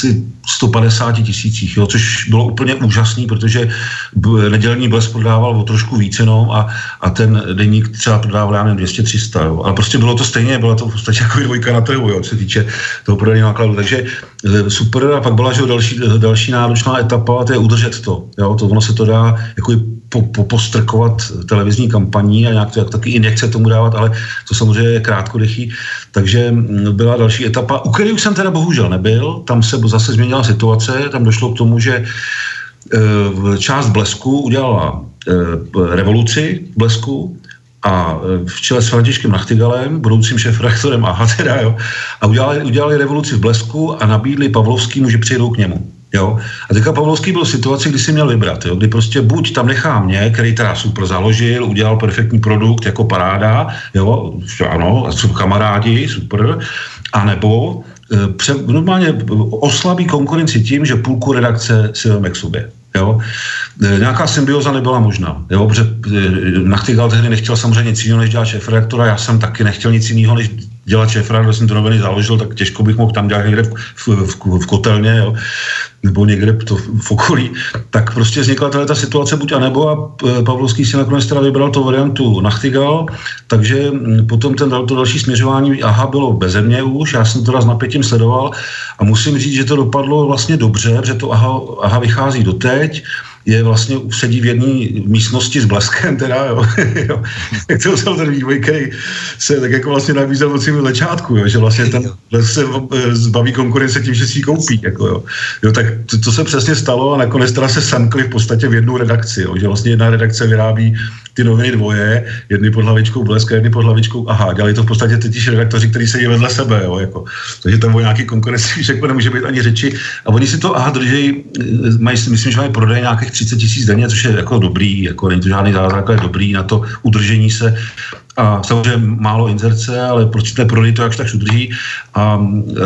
150 000, což bylo úplně úžasný, protože nedělní Blesk prodával o trošku víc jenom a ten deník třeba prodával já nevím 200-300, jo. Ale prostě bylo to stejně, byla to v podstatě jako dvojka na trhu, jo, co se týče toho prodejního nákladu. Takže super, a pak byla že další náročná etapa, to je udržet to. Jo. Ono se to dá jako postrkovat televizní kampaní a nějak to taky injekce tomu dávat, ale to samozřejmě je krátkodechý. Takže byla další etapa, u které už jsem teda bohužel nebyl, tam se zase změnila situace, tam došlo k tomu, že část Blesku udělala revoluci v Blesku a v čele s Františkem Nachtigalem, budoucím šéfredaktorem Aha teda, jo, a udělali revoluci v Blesku a nabídli Pavlovskýmu, že přijedou k němu. Jo? A teďka Pavlovský byl v situaci, kdy si měl vybrat, jo? Kdy prostě buď tam nechá mě, který teda super založil, udělal perfektní produkt jako paráda, jo? Ano, a jsou kamarádi, super, anebo normálně oslabí konkurenci tím, že půlku redakce si veme k sobě. Jo? Nějaká symbioza nebyla možná, jo? Protože Nachtigal tehdy nechtěl samozřejmě nic jiného, než dělat šéfredaktora, já jsem taky nechtěl nic jiného, než dělat šéfredaktora, jsem to noviny založil, tak těžko bych mohl tam dělat někde v kotelně, jo? Nebo někde v okolí, tak prostě vznikla ta situace buď a nebo a Pavlovský si nakonec teda vybral tu variantu Nachtigal, takže potom to další směřování Aha bylo beze mě už, já jsem to s napětím sledoval a musím říct, že to dopadlo vlastně dobře, protože to Aha vychází doteď, je vlastně sedí v jedné místnosti s Bleskem, teda, jo. Jak to byl ten vývoj, který se tak jako vlastně nabízel od svého začátku, jo, že vlastně ten Blesk se zbaví konkurence tím, že si ji koupí, jako jo, tak to se přesně stalo a nakonec teda se semkli v podstatě v jednu redakci, jo, že vlastně jedna redakce vyrábí ty noviny dvoje, jedny pod hlavičkou Blesk a jedny pod hlavičkou Aha. Dělali to v podstatě tytiž redaktoři, kteří sedí vedle sebe, jo, jako. Takže tam o nějaký konkurenci už jako nemůže být ani řeči. A oni si to Aha drží, myslím, že mají prodej nějakých 30 000 denně, což je jako dobrý, jako není to žádný zázrak, ale je dobrý na to udržení se. A samozřejmě málo inzerce, ale proč té prodej to jakž tak udrží a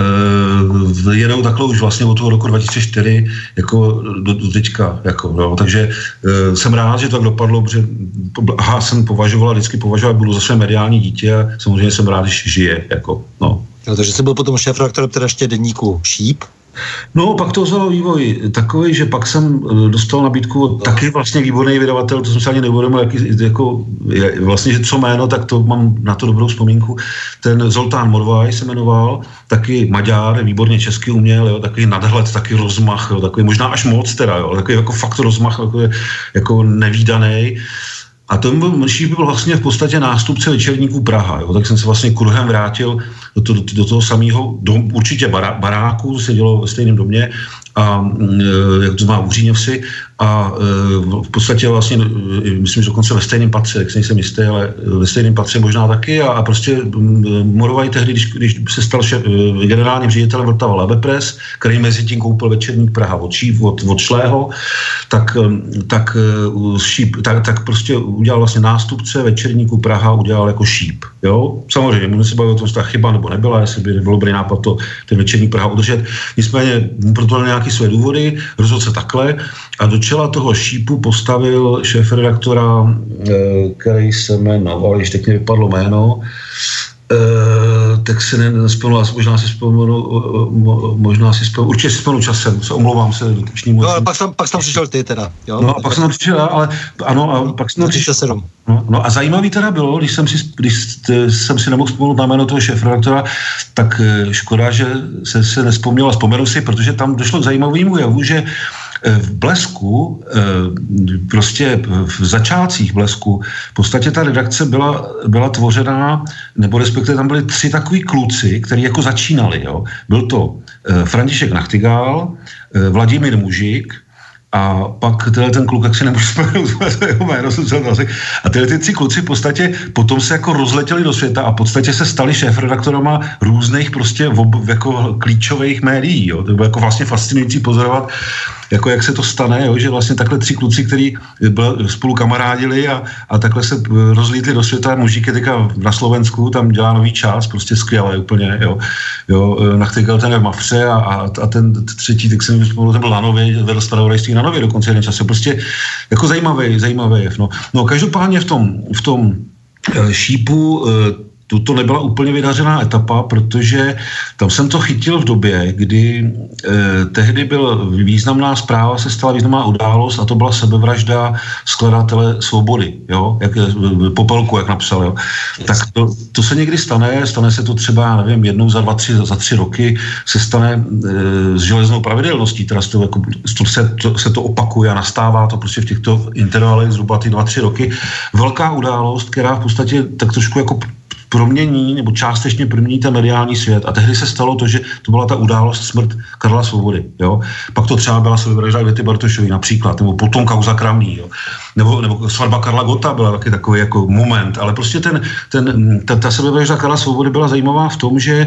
jedou takhle už vlastně od toho roku 2004 jako do teďka. Jako, no. Takže jsem rád, že to tak dopadlo, protože Aha jsem vždycky považoval, budu za své mediální dítě a samozřejmě jsem rád, když žije. Jako, no. Takže jsi byl potom šéfredaktorem teda ještě deníku Šíp? No, pak to vzalo vývoj takový, že pak jsem dostal nabídku taky vlastně výborný vydavatel, to jsem se ani neuvědomil, jako vlastně, že co jméno, tak to mám na to dobrou vzpomínku. Ten Zoltán Morvaj se jmenoval, taky Maďar, výborně česky uměl, jo, takový nadhled, taky rozmach, jo, takový možná až moc teda, jo, takový jako fakt rozmach, jako nevídanej. A ten Šíp byl vlastně v podstatě nástupce Večerníků Praha, jo? Tak jsem se vlastně kruhem vrátil do toho samého určitě baráku, se dělo ve stejném domě, a jak to má u Hříněvsi, a v podstatě vlastně, myslím, že dokonce ve stejném patře, tak si nejsem jistý, ale ve stejném patře možná taky a prostě Morvaj tehdy, když se stal generálním ředitelem Vltava Labepress, který mezi tím koupil Večerník Praha od Šlého, tak prostě udělal vlastně nástupce Večerníku Praha, udělal jako Šíp, jo? Samozřejmě, můžeme se bavit o tom, jestli ta chyba nebo nebyla, jestli by nebylo dobrý nápad ten Večerník Praha udržet, nicméně proto nějaké své důvody, rozhodl se takhle a do čela toho Šípu postavil šéfredaktora, který se jmenoval, když teď mě vypadlo jméno, tak se nespomněl, určitě si vzpomenu časem, se omlouvám se dotyčnému. No, ale pak jsem přišel ty teda, jo? No, a pak jsem přišel, ale ano, a pak jsem přišel. No a zajímavý teda bylo, když jsem si nemohl vzpomenout na jméno toho šéfredaktora, tak škoda, že se nespomněl a vzpomenu si, protože tam došlo k zajímavému jevu, že v Blesku, prostě v začátcích Blesku, v podstatě ta redakce byla tvořená, nebo respektive tam byli 3 takový kluci, kteří jako začínali. Jo. Byl to František Nachtigál, Vladimír Mužík a pak ten kluk, jak si nemůžu vzpomenout jeho jméno, a ty 3 kluci v podstatě potom se jako rozletěli do světa a v podstatě se stali šéfredaktorama různých prostě jako klíčových médií. Jo. To bylo jako vlastně fascinující pozorovat, jako jak se to stane, jo, že vlastně takhle 3 kluci, kteří spolu kamarádili a takhle se rozlítli do světa. Mužík je teďka na Slovensku, tam dělá Nový čas, prostě skvěle úplně, jo. Nachtigál ten je v Mafře a ten třetí, tak jsem spolu, ten byl na Nově, vedl zpravodajství na Nově dokonce jeden čas. Prostě jako zajímavý jev, no. No každopádně v tom šípu to nebyla úplně vydařená etapa, protože tam jsem to chytil v době, kdy tehdy byl významná zpráva, se stala významná událost a to byla sebevražda skladatele Svobody, jo, Popelku, jak napsal, jo. Tak to se někdy stane se to třeba, nevím, jednou za 3 roky se stane s železnou pravidelností, teda se to opakuje a nastává to prostě v těchto intervalech zhruba ty 2-3 roky. Velká událost, která v podstatě tak trošku jako promění, nebo částečně promění ten mediální svět. A tehdy se stalo to, že to byla ta událost smrt Karla Svobody. Jo? Pak to třeba byla sebevražda Ivety Bartošový například, nebo potom kauza Kramný. Jo? Nebo svatba Karla Gotta byla taky takový jako moment, ale prostě ta sebevražda Karla Svobody byla zajímavá v tom, že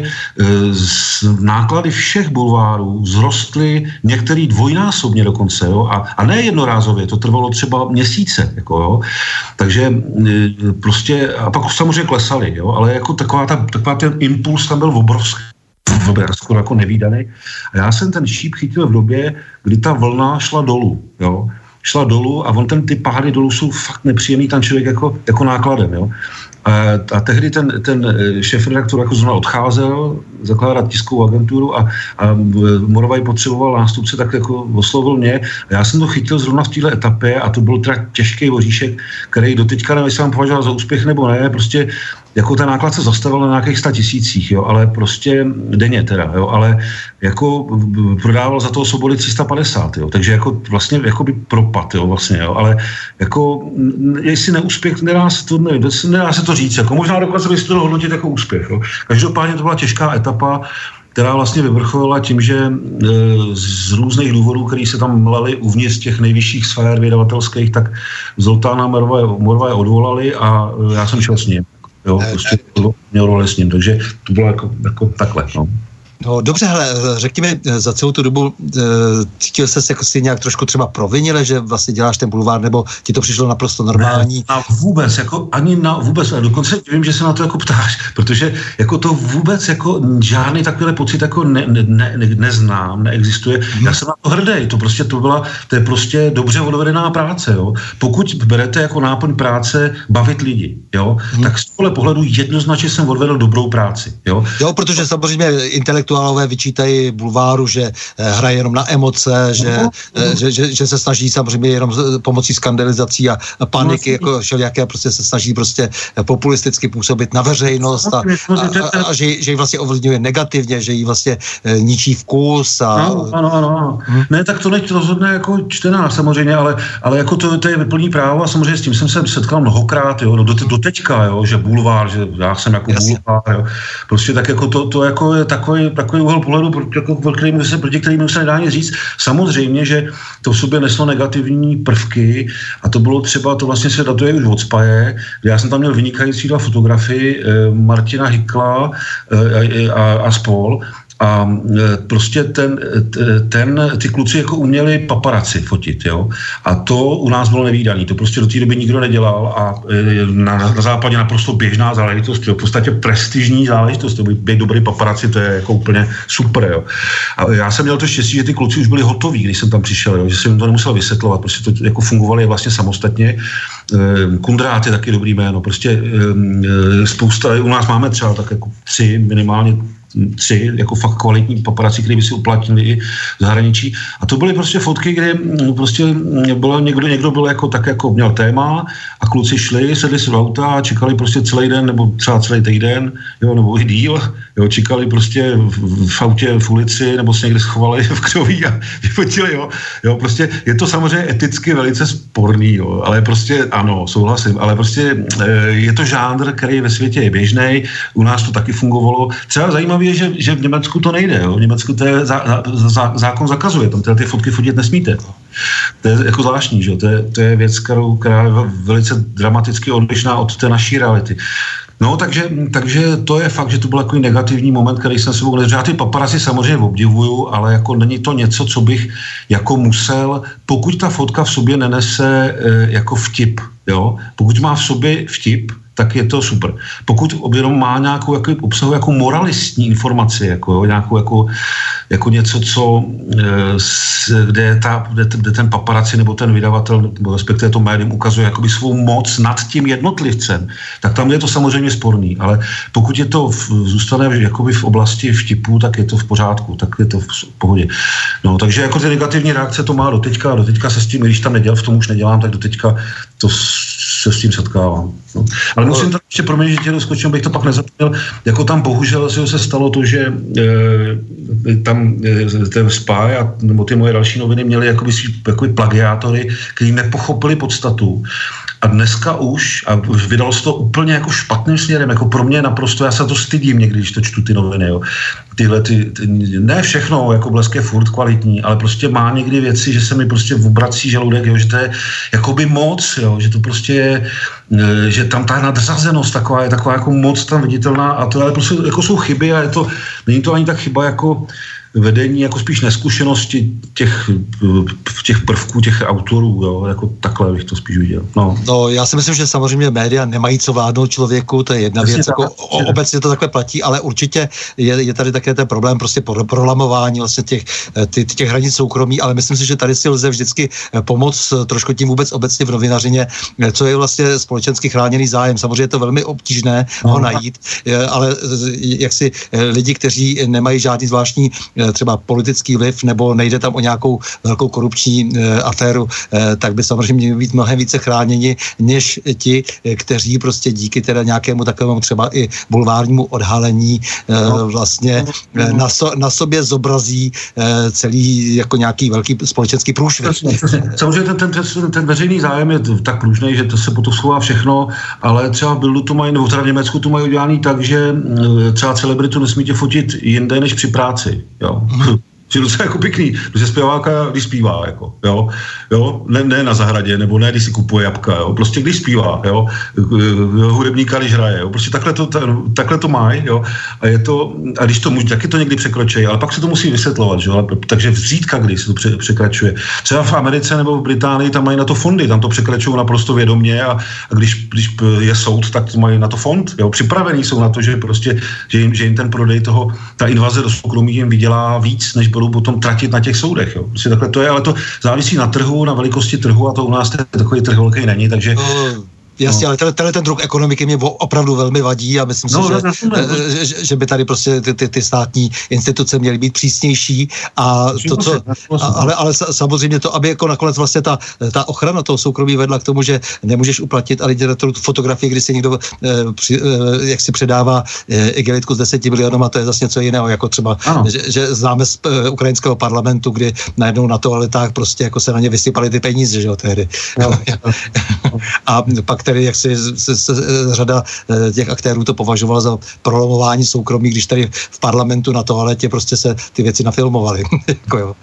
náklady všech bulvárů vzrostly některý dvojnásobně dokonce, jo? A ne jednorázově, to trvalo třeba měsíce, jako, jo? Takže prostě, a pak samozřejmě klesaly, jo? Ale jako taková ten impuls tam byl obrovský, skoro jako nevídaný. A já jsem ten šíp chytil v době, kdy ta vlna šla dolů, jo? Šla dolů a ty pády dolů jsou fakt nepříjemný, tam člověk jako nákladem, jo. A tehdy ten šéfredaktor jako zrovna odcházel zakládat tiskovou agenturu a Moravaj potřeboval nástupce, tak jako oslovil mě. A já jsem to chytil zrovna v této etapě a to byl teda těžký oříšek, který doteďka nevím, jestli vám považoval za úspěch nebo ne, prostě jako ten náklad se zastavil na nějakých 100 000, jo, ale prostě denně teda, jo, ale jako prodával za toho Svobody 350, jo, takže jako vlastně jako by propad, jo, vlastně, jo, ale jako jestli neúspěch, nedá se to říct, jako možná dokonce by se to hodnotit jako úspěch, jo. Každopádně to byla těžká etapa, která vlastně vyvrcholila tím, že z různých důvodů, které se tam mlely uvnitř těch nejvyšších sfér vydavatelských, tak Zoltána Moravaj odvolali a já jsem šel s ním. Jo, prostě to měl roli s ním, takže to bylo jako takhle, no. No dobře, hele, řekni mi, za celou tu dobu cítil ses jako si nějak trošku třeba provinile, že vlastně děláš ten bulvár, nebo ti to přišlo naprosto normální? Ne, vůbec, jako vůbec, a dokonce vím, že se na to jako ptáš, protože jako to vůbec jako žádný takovýhle pocit jako neznám, neexistuje. Já jsem na to hrdý, to je prostě dobře odvedená práce, jo. Pokud berete jako náplň práce bavit lidi, jo, tak z tohle pohledu jednoznačně jsem odvedl dobrou práci, jo. Jo, protože samozřejmě intelektuálové vyčítají bulváru, že hraje jenom na emoce, že se snaží samozřejmě jenom pomocí skandalizací a paniky, jako všelijaké, prostě se snaží prostě populisticky působit na veřejnost a že ji vlastně ovlivňuje negativně, že jí vlastně ničí vkus. Ano. Ne, tak to neď rozhodne jako čtenář samozřejmě, ale jako to je plný právo a samozřejmě s tím jsem se setkal mnohokrát, jo, do teďka, jo, že bulvár, že já jsem jako bulvár, jo. Prostě tak jako to jako je takový úhel pohledu, jako, proti kterým se nedá nic říct. Samozřejmě, že to v sobě neslo negativní prvky a to bylo třeba, to vlastně se datuje už od Spaje, kde já jsem tam měl vynikající 2 fotografii Martina Hykla a spol. A prostě ty kluci jako uměli paparaci fotit, jo. A to u nás bylo nevídaný, to prostě do té doby nikdo nedělal a na západě naprosto běžná záležitost, jo. V podstatě prestižní záležitost, to být dobrý paparaci, to je jako úplně super, jo. A já jsem měl to štěstí, že ty kluci už byli hotoví, když jsem tam přišel, jo, že jsem jim to nemusel vysvětlovat, prostě to jako fungovali vlastně samostatně. Kundrát je taky dobrý jméno, prostě spousta, u nás máme třeba tak jako 3 minimálně 3 jako fakt kvalitní paparazzi, který by si uplatnili i v zahraničí. A to byly prostě fotky, kde prostě bylo někdo byl jako tak jako měl téma a kluci šli, sedli si v auta a čekali prostě celý den nebo třeba celý týden, jo, nebo i díl, jo, čekali prostě v autě v ulici nebo se někde schovali v křoví a vyfotili, jo, prostě je to samozřejmě eticky velice sporný, jo, ale prostě ano, souhlasím, ale prostě je to žánr, který ve světě je běžnej, u nás to taky fungovalo. Třeba zajímavé je, že v Německu to nejde, jo, v Německu to je zákon zakazuje, tam ty fotky fotit nesmíte. To je jako zvláštní, že? To je věc, která je velice dramaticky odlišná od té naší reality. No, takže to je fakt, že to byl takový negativní moment, který jsem sebou neřekl. Já ty paparazzi samozřejmě obdivuju, ale jako není to něco, co bych jako musel, pokud ta fotka v sobě nenese jako vtip, jo? Pokud má v sobě vtip, tak je to super. Pokud jenom má nějakou obsahu jako moralistní informaci, jako nějakou jako něco, co kde ten paparazzi nebo ten vydavatel, nebo respektive to médium ukazuje jakoby svou moc nad tím jednotlivcem, tak tam je to samozřejmě sporný, ale pokud je to zůstane jakoby v oblasti vtipů, tak je to v pořádku, tak je to v pohodě. No, takže jako ty negativní reakce to má doteďka se s tím, když tam v tom už nedělám, tak doteďka to se s tím setkávám. No. Ale musím to ještě proměnit, že tě doskočím, bych to pak nezapomněl. Jako tam bohužel se stalo to, že tam ten Spy nebo ty moje další noviny měly jakoby plagiátory, kteří nepochopili podstatu. A dneska už vydalo se to úplně jako špatným směrem, jako pro mě naprosto, já se to stydím někdy, když to čtu ty noviny, jo. Tyhle ne všechno, jako Blesk je furt kvalitní, ale prostě má někdy věci, že se mi prostě obrací žaludek, jo, že to je jakoby moc, jo, že to prostě je, že tam ta nadřazenost taková je taková jako moc tam viditelná a to ale prostě jako jsou chyby a není to ani tak chyba jako vedení, jako spíš neskušenosti těch prvků, těch autorů, jo, jako takhle bych to spíš viděl. No, já si myslím, že samozřejmě média nemají co vládnout člověku, to je jedna věc, jako obecně to takhle platí, ale určitě je tady také ten problém prostě prolamování vlastně těch hranic soukromí, ale myslím si, že tady si lze vždycky pomoct trošku tím vůbec obecně v novinařině, co je vlastně společensky chráněný zájem. Samozřejmě je to velmi obtížné ho najít, ale jak si lidi, kteří nemají žádný zvláštní třeba politický vliv, nebo nejde tam o nějakou velkou korupční aféru, tak by samozřejmě měli být mnohem více chráněni, než ti, kteří prostě díky teda nějakému takovému třeba i bulvárnímu odhalení vlastně na sobě zobrazí celý jako nějaký velký společenský průšvih. Samozřejmě ten veřejný zájem je tak pružný, že to se potom schová všechno, ale třeba v Bildu to mají, nebo třeba v Německu to mají udělaný tak, že třeba celebritu nesmíte fotit jinde než při práci. Jo. Je docela jako pěkný, protože zpěváka, když zpívá, jako, jo, ne na zahradě, nebo ne, když si kupuje jabka, jo, prostě když zpívá, jo, hudebníka, když hraje, jo, prostě takhle to mají, jo, a když to může, taky to někdy překročí, ale pak se to musí vysvětlovat, jo, takže zřídka, když se to překračuje. Třeba v Americe nebo v Británii tam mají na to fondy, tam to překračují naprosto vědomě a když je soud, tak mají na to fond, jo, připravení jsou na to, že prostě, že jim ten prodej toho, ta invaze do soukromí jim vydělá víc, než budou potom tratit na těch soudech. Jo. Prostě takhle to je, ale to závisí na trhu, na velikosti trhu a to u nás takový trh velký není, takže... Jasně, ale ten druh ekonomiky mě opravdu velmi vadí a myslím si, že by tady prostě ty státní instituce měly být přísnější a to, co, ale samozřejmě to, aby jako nakonec vlastně ta ochrana toho soukromí vedla k tomu, že nemůžeš uplatnit ale tu fotografii, kdy si někdo jak si předává igelitku s 10 milionů a to je zase něco jiného, jako třeba, že známe z ukrajinského parlamentu, kdy najednou na toaletách prostě jako se na ně vysypaly ty peníze, že jo, tehdy. A pak tedy, jak si řada těch aktérů to považovala za prolomování soukromí, když tady v parlamentu na toaletě prostě se ty věci nafilmovaly. Jako jo.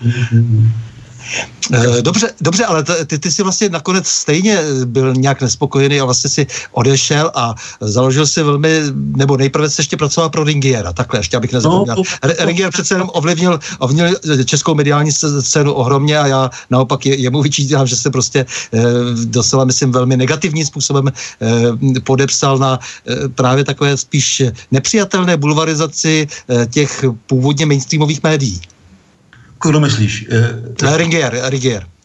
Dobře, ale ty si vlastně nakonec stejně byl nějak nespokojený a vlastně si odešel a založil si velmi, nebo nejprve se ještě pracoval pro Ringiera, takhle ještě, abych nezapomněl. Ringier přece jenom ovlivnil českou mediální scénu ohromně a já naopak jemu vyčítám, že se prostě docela, myslím, velmi negativním způsobem podepsal na právě takové spíš nepřijatelné bulvarizaci těch původně mainstreamových médií. Kdo myslíš? Ringier.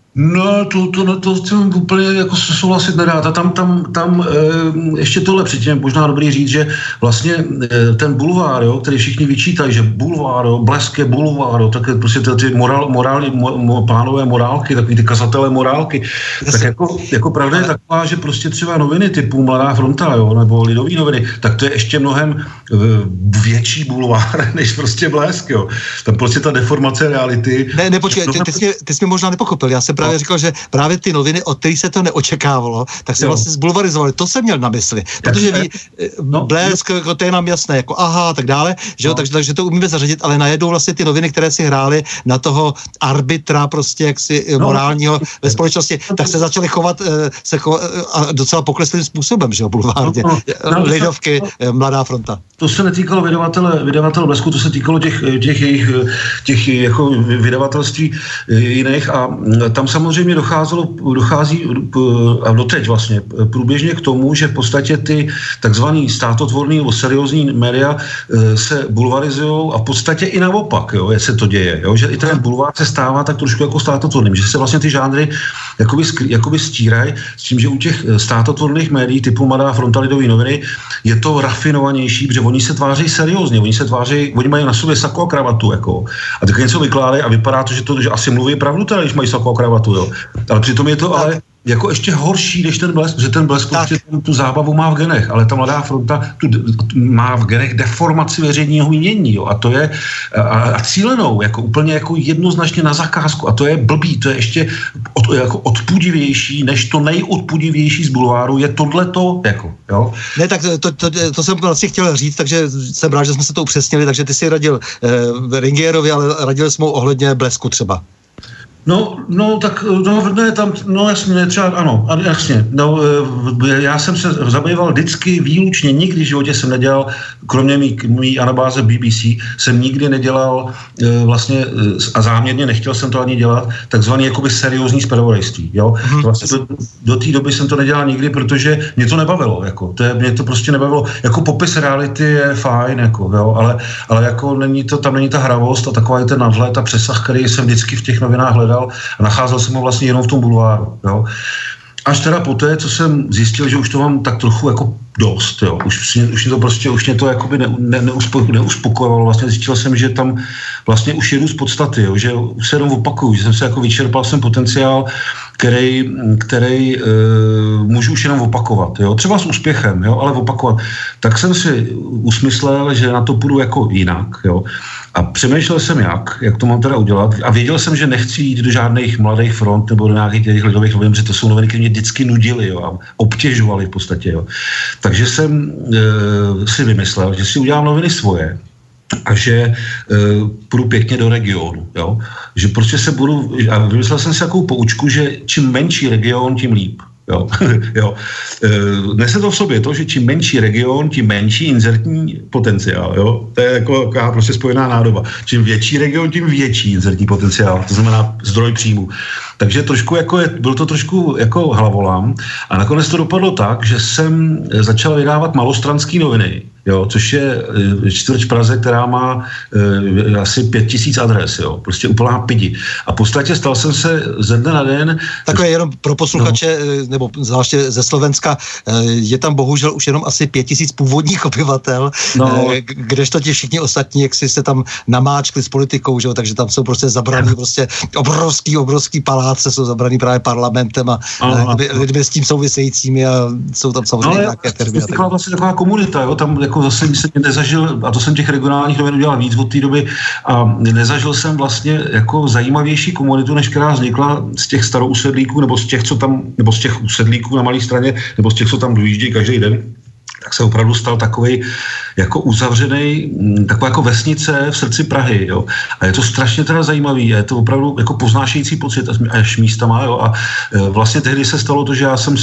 No, to jsem úplně jako souhlasit nedá. A tam ještě tohle předtím možná dobrý říct, že vlastně ten bulvár, jo, který všichni vyčítají, že bulvár, jo, Blesk je bulvár, jo, tak prostě ty pánové morálky, takový ty kazatelé morálky, tak jako pravda je taková, že prostě třeba noviny typu Mladá fronta, jo, nebo Lidové noviny, tak to je ještě mnohem větší bulvár, než prostě Blesk, jo. Tam prostě ta deformace reality. Ne, počkej, ty jsi mě možná nepochopil. Já jsem právě říkal, že právě ty noviny, od kterých se to neočekávalo, tak se vlastně zbulvarizovali. To jsem měl na mysli. Protože Blesk, to je nám jasné, jako aha, tak dále, že jo, takže to umíme zařadit, ale najednou vlastně ty noviny, které si hrály na toho arbitra prostě jaksi morálního ve společnosti, tak se začaly chovat a docela pokleslým způsobem, že jo, bulvárně. Lidovky, Mladá fronta. To se netýkalo vydavatele Blesku, to se týkalo těch jako vydavatelství jiných a tam samozřejmě dochází a doteď vlastně průběžně k tomu, že v podstatě ty takzvaný státotvorný nebo seriózní média se bulvarizujou a v podstatě i naopak, jo, se to děje, jo, že i ten bulvár se stává tak trošku jako státotvorným, že se vlastně ty žánry jakoby stírají s tím, že u těch státotvorných médií typu Mladá fronta, Lidové noviny je to rafinovanější, protože oni se tváří seriózně, oni mají na sobě sako a kravatu, jako, a tak něco vykládají a vypadá to, že asi mluví pravdu teda, když mají sako a kravatu, jo. Ale přitom je to ale jako ještě horší, než ten Blesk, protože ten Blesk prostě tu zábavu má v genech, ale ta Mladá fronta má v genech deformaci veřejného mínění, jo, a to je a cílenou, jako úplně jako jednoznačně na zakázku, a to je blbý, to je ještě jako odpudivější, než to nejodpudivější z bulváru je tohleto, jako, jo. Ne, tak to jsem vlastně chtěl říct, takže jsem rád, že jsme se to upřesnili, takže ty si radil Ringierovi, ale radil jsme mu ohledně Blesku třeba. Jasně, třeba ano, jasně. Já jsem se zabýval vždycky výlučně, nikdy v životě jsem nedělal, kromě mý anabáze BBC, jsem nikdy nedělal vlastně, a záměrně nechtěl jsem to ani dělat, takzvaný jakoby seriózní zpravodajství, jo. Vlastně do té doby jsem to nedělal nikdy, protože mě to nebavilo, jako, mě to prostě nebavilo, jako popis reality je fajn, jako, jo, ale jako tam není ta hravost a taková je ten nadhled a přesah, který jsem vždycky v těch novinách hledal a nacházel jsem ho vlastně jenom v tom bulváru, jo. Až teda poté, co jsem zjistil, že už to mám tak trochu jako dost, jo. Už mě to jakoby neuspokojovalo. Vlastně zjistil jsem, že tam vlastně už jedu z podstaty, jo, že už se jenom opakuju, že jsem se jako vyčerpal jsem potenciál, který můžu už jenom opakovat, jo. Třeba s úspěchem, jo, ale opakovat. Tak jsem si usmyslel, že na to půjdu jako jinak, jo. A přemýšlel jsem, jak to mám teda udělat. A věděl jsem, že nechci jít do žádných Mladých front nebo do nějakých těch Lidových novin, protože to jsou noviny, které mě vždycky nudily, jo, a obtěžovaly v podstatě, jo. Takže jsem si vymyslel, že si udělám noviny svoje a že půjdu pěkně do regionu, jo. Že prostě a vymyslel jsem si takovou poučku, že čím menší region, tím líp. Jo, jo. Nese to v sobě to, že čím menší region, tím menší inzertní potenciál, jo. To je jako prostě spojená nádoba. Čím větší region, tím větší inzertní potenciál, to znamená zdroj příjmu. Takže trošku byl to trošku jako hlavolám a nakonec to dopadlo tak, že jsem začal vydávat malostranský noviny, jo, což je čtvrť v Praze, která má asi 5000 adres, jo, prostě úplná pidi. A v podstatě stal jsem se ze dne na den... Takové jenom pro posluchače, nebo zvláště ze Slovenska, je tam bohužel už jenom asi 5000 původních obyvatel, kdežto ti všichni ostatní, jak si se tam namáčkli s politikou, že jo, takže tam jsou prostě zabraný prostě obrovský paláce, jsou zabraný právě parlamentem a lidmi s tím souvisejícími a jsou tam samozřejmě nějaké firmy. To je vlastně taková komunita, jo, tam jako zase jsem nezažil, a to jsem těch regionálních novin udělal víc od té doby a nezažil jsem vlastně jako zajímavější komunitu, než která vznikla z těch starousedlíků, nebo z těch úsedlíků na malé straně, nebo z těch, co tam dojíždějí každý den. Tak se opravdu stal takovej jako uzavřený, taková jako vesnice v srdci Prahy, jo. A je to strašně teda zajímavý, je to opravdu jako poznášející pocit až místama, jo. A vlastně tehdy se stalo to, že já jsem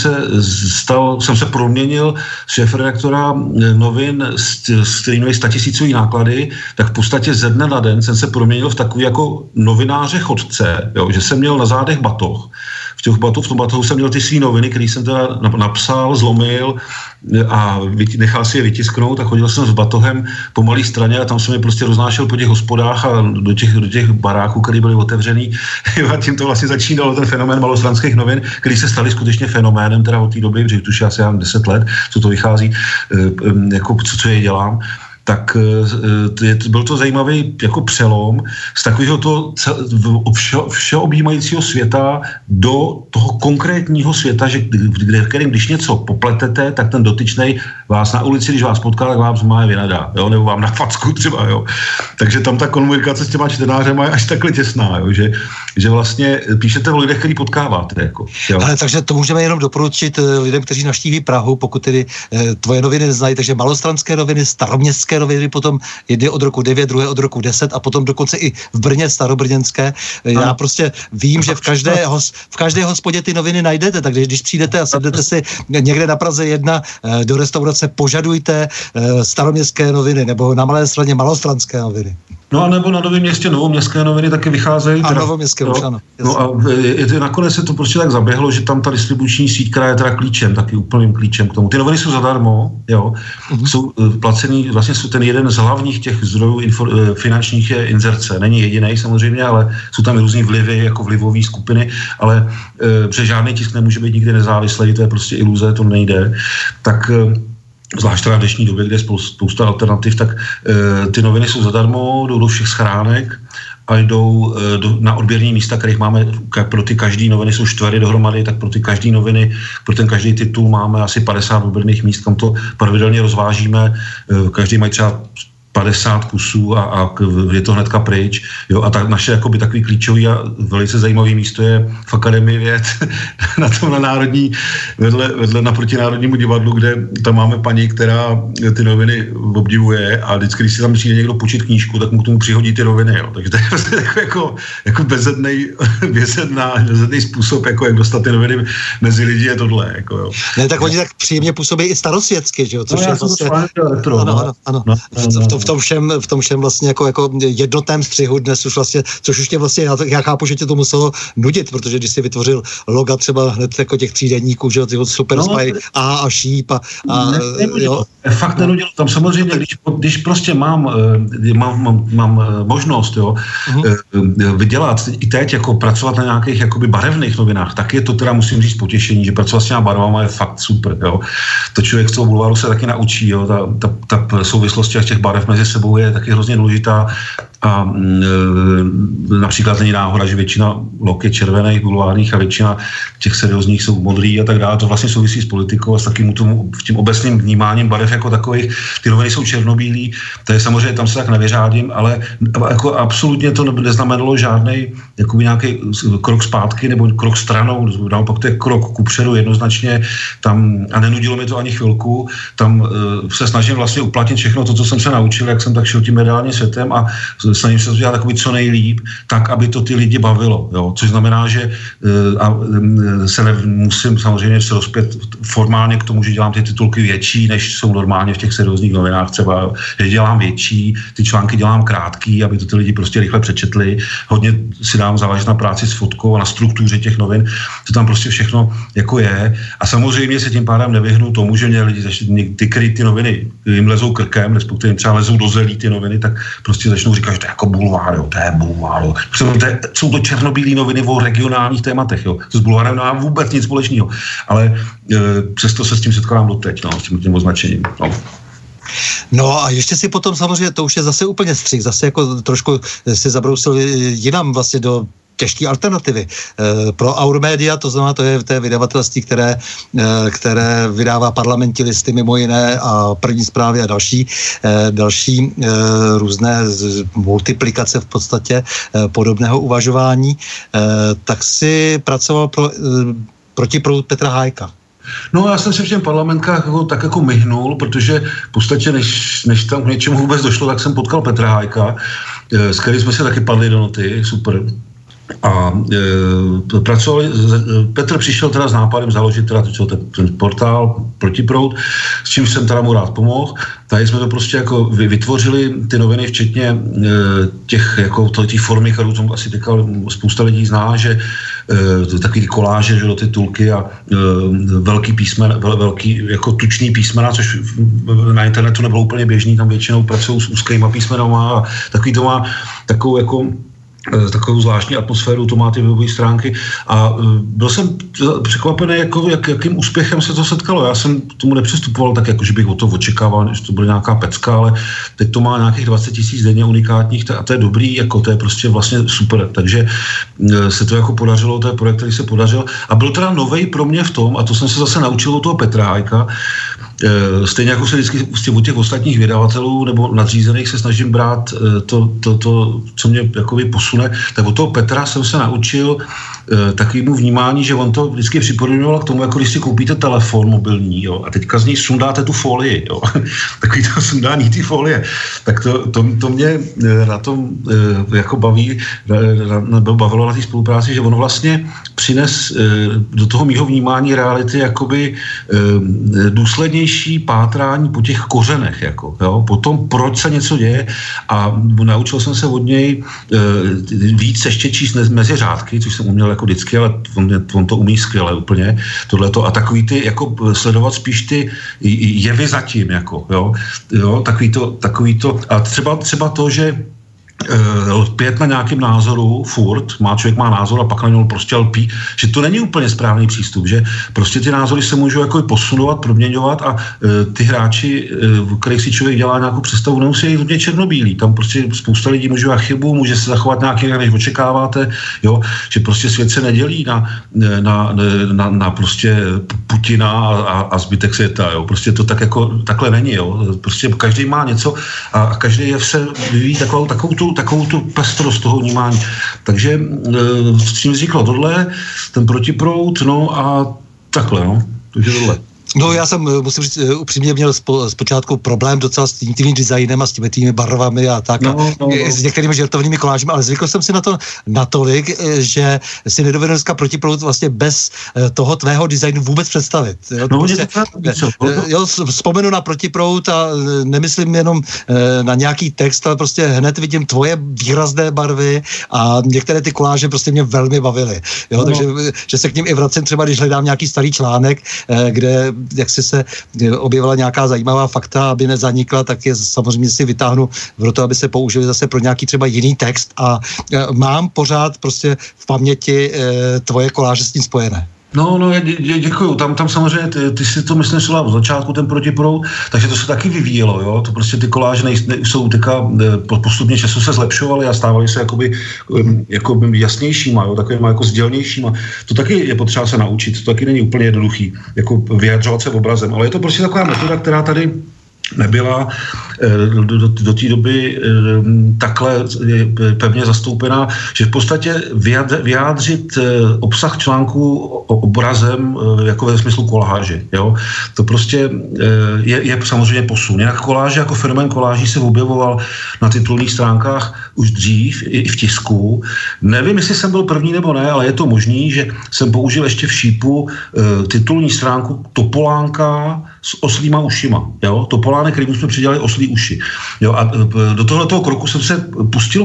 se proměnil z šéfredaktora novin, s kterými měli 100 000 náklady, tak v podstatě ze dne na den jsem se proměnil v takový jako novináře chodce, jo, že jsem měl na zádech batoh, v tom batohu jsem měl ty svý noviny, které jsem teda napsal, zlomil a nechal si je vytisknout a chodil jsem s batohem po malé straně a tam jsem je prostě roznášel po těch hospodách a do těch baráků, které byly otevřený. A tím to vlastně začínalo ten fenomén malostranských novin, který se staly skutečně fenoménem teda od té doby, protože už asi 10 let, co to vychází, jako co je dělám. Tak byl to zajímavý jako přelom z takového toho všeobjímajícího světa do toho konkrétního světa, že kterým když něco popletete, tak ten dotyčnej vás na ulici, když vás potká, tak vám má vynadá, jo, nebo vám na facku třeba, jo. Takže tam ta komunikace s těma čtenářema je až takhle těsná, jo, že vlastně píšete o lidech, který potkáváte, jako. Jo. Ale takže to můžeme jenom doporučit lidem, kteří navštíví Prahu, pokud tedy tvoje noviny neznají, takže malostranské noviny, staroměstské noviny, potom jedny od roku 9, druhé od roku 10 a potom dokonce i v Brně starobrněnské. Já prostě vím, že v každé hospodě ty noviny najdete, takže když přijdete a sednete si někde na Praze 1 do restaurace, požadujte staroměstské noviny nebo na Malé Straně malostranské noviny. No a nebo na Novém Městě novoměstské noviny taky vycházejí. A novoměstské už ano. No a nakonec se to prostě tak zaběhlo, že tam ta distribuční síť, která je teda klíčem, taky úplným klíčem k tomu. Ty noviny jsou zadarmo, jo, jsou placený, vlastně jsou ten jeden z hlavních těch zdrojů finančních je Inzerce. Není jediný samozřejmě, ale jsou tam různý vlivy, jako vlivové skupiny, ale protože žádný tisk nemůže být nikdy nezávislý, to je prostě iluze, to nejde. Tak zvlášť teda v dnešní době, kde je spousta alternativ, tak ty noviny jsou zadarmo, jdou do všech schránek a jdou na odběrní místa, kterých máme, pro ty každý noviny jsou 4 dohromady, tak pro ty každý noviny, pro ten každý titul máme asi 50 odběrných míst, kam to pravidelně rozvážíme, každý mají třeba 50 kusů a je to hnedka pryč. Jo, a naše jakoby takový klíčový a velice zajímavý místo je v Akademii věd na národní, vedle naproti Národnímu divadlu, kde tam máme paní, která ty noviny obdivuje a vždycky, když si tam přijde někdo počít knížku, tak mu k tomu přihodí ty noviny. Jo. Takže to je prostě jako bezedný způsob, jako jak dostat ty noviny mezi lidi je tohle. Jako, jo. Ne, tak oni tak příjemně působí i starosvětsky, že jo? Což no, je vlastně... Ano. V tom všem vlastně jako jednotném střihu dnes už vlastně, což už tě vlastně, já chápu, že tě to muselo nudit, protože když jsi vytvořil loga třeba hned jako těch 3 denníků, že jo, Super Spy a Šíp jo. Fakt nenudilo. Tam samozřejmě, když prostě mám možnost, jo, vydělat i teď, jako pracovat na nějakých jakoby barevných novinách, tak je to teda, musím říct, potěšení, že pracovat s těma barvama je fakt super, jo. To člověk z toho bulváru se taky naučí, jo, ta souvislost těch barev mezi sebou je taky hrozně důležitá a například není náhoda, že většina lok je červených, bulvárních a většina těch seriózních jsou modrý a tak dále. To vlastně souvisí s politikou a s takým tím obecným vnímáním barev jako takových. Ty noviny jsou černobílý, to je samozřejmě, tam se tak nevyřádím, ale jako absolutně to neznamenalo žádnej jakoby nějaký krok zpátky nebo krok stranou, naopak to je krok kupředu jednoznačně tam a nenudilo mi to ani chvilku. Tam se snažím vlastně uplatnit všechno to, co jsem se naučil, jak jsem tak šel tím mediálním světem a snažím se to dělat takový co nejlíp, tak, aby to ty lidi bavilo, jo? Což znamená, že se musím samozřejmě se rozpět formálně k tomu, že dělám ty titulky větší, než jsou normálně v těch seriózních novinách, třeba, že dělám větší, ty články dělám krátký, aby to ty lidi prostě rychle přečetli, hodně si dám záležet na práci s fotkou a na struktuře těch novin, to tam prostě všechno jako je a samozřejmě se tím pádem nevyhnu tomu, že mě lidi ty noviny jim lezou krkem, respektive třeba lezou do zelí ty noviny, tak prostě začnou říkat, že to je jako bulvár, jo, to je bulvár. Jsou to černobílé noviny o regionálních tématech, jo. To s bulvárem nemá vůbec nic společného, ale přesto se s tím setkávám doteď, no, s tím označením. No. No a ještě si potom samozřejmě, to už je zase úplně střih, zase jako trošku si zabrousil jinam vlastně do těžké alternativy. Pro Aurmedia, to znamená, to je vydavatelství, které vydává Parlamentní listy mimo jiné a První zprávy a další různé multiplikace v podstatě podobného uvažování, tak si pracoval proti proudu Petra Hájka. No já jsem se v těm parlamentkách tak jako myhnul, protože v podstatě než tam k něčemu vůbec došlo, tak jsem potkal Petra Hájka, s kterým jsme se taky padli do noty, super. A Petr přišel teda s nápadem založit teda ten portál Protiproud, s čím jsem teda mu rád pomohl. Tady jsme to prostě jako vytvořili ty noviny, včetně těch jako té formy, kterou tomu asi teďka spousta lidí zná, že takový ty koláže, že do ty tulky a velký jako tučný písmena, což na internetu nebylo úplně běžný, tam většinou pracují s úzkýma písmenama a takový to má takovou jako takovou zvláštní atmosféru, to má ty webové stránky a byl jsem překvapený, jakým úspěchem se to setkalo. Já jsem tomu nepřistupoval tak, jako že bych o to očekával, že to byla nějaká pecka, ale teď to má nějakých 20 000 denně unikátních a to je dobrý, jako to je prostě vlastně super. Takže se to jako podařilo, to je projekt, který se podařil a byl teda novej pro mě v tom, a to jsem se zase naučil od toho Petra Hájka, stejně jako se vždycky od těch ostatních vydavatelů nebo nadřízených se snažím brát to co mě jakoby posune, tak od toho Petra jsem se naučil takovému vnímání, že on to vždycky připodobňoval k tomu, jako když si koupíte telefon mobilní, jo, a teďka z něj sundáte tu folii, jo, takový to sundání ty folie, tak to mě na tom jako bavilo na té spolupráci, že on vlastně přines do toho mýho vnímání reality jakoby důslednější pátrání po těch kořenech, jako, jo, po tom, proč se něco děje a naučil jsem se od něj víc ještě číst mezi řádky, což jsem uměl jako vždycky, ale on to umí skvěle úplně, tohleto a takový ty, jako sledovat spíš ty jevy zatím, jako, jo, takový to a třeba to, že lpět na nějakém názoru furt, člověk má názor a pak na něj prostě lpí, že to není úplně správný přístup, že prostě ty názory se můžou jako posunovat, proměňovat a ty hráči, kterých si člověk dělá nějakou představu, nemusí jít hodně černobílý, tam prostě spousta lidí může dělat chybu, může se zachovat nějaký jinak, než očekáváte, jo, že prostě svět se nedělí na prostě Putina a zbytek světa, jo, prostě to tak jako takhle není, jo, prostě každý má něco a každý se vyvíjí takovou tu pestrost toho vnímání. Takže s čím vzniklo tohle, ten protiproud, no a takhle, no. Takže tohle. No já jsem, musím říct, upřímně měl zpočátku problém docela s tím designem a s těmi barvami a tak. No. S některými žertovnými kolážemi, ale zvykl jsem si na to natolik, že si nedovedu dneska protiproud vlastně bez toho tvého designu vůbec představit. Jo, no, prostě, vzpomenu na protiproud a nemyslím jenom na nějaký text, ale prostě hned vidím tvoje výrazné barvy a některé ty koláže prostě mě velmi bavily. Jo, takže že se k ním i vracím třeba, když hledám nějaký starý článek, kde jak se objevila nějaká zajímavá fakta, aby nezanikla, tak je samozřejmě si vytáhnu v to, aby se použili zase pro nějaký třeba jiný text a mám pořád prostě v paměti tvoje koláže s tím spojené. No, děkuju. Tam samozřejmě, ty si to myslím šla od začátku, ten protiproud, takže to se taky vyvíjelo, jo. To prostě ty koláže jsou teďka postupně času se zlepšovaly a stávaly se jakoby jasnějšíma, jo, takovýma jako sdělnějšíma. To taky je potřeba se naučit, to taky není úplně jednoduchý, jako vyjadřovat se obrazem, ale je to prostě taková metoda, která tady nebyla do té doby takhle pevně zastoupená, že v podstatě vyjádřit obsah článku obrazem jako ve smyslu koláže. Jo? To prostě je samozřejmě posun. Jinak koláže jako fenomén koláží se objevoval na titulních stránkách už dřív, i v tisku. Nevím, jestli jsem byl první nebo ne, ale je to možný, že jsem použil ještě v šípu titulní stránku Topolánka s oslýma ušima. Jo? Topolánek, kterým jsme přidělali oslí uši. Jo? A do tohletoho kroku jsem se pustil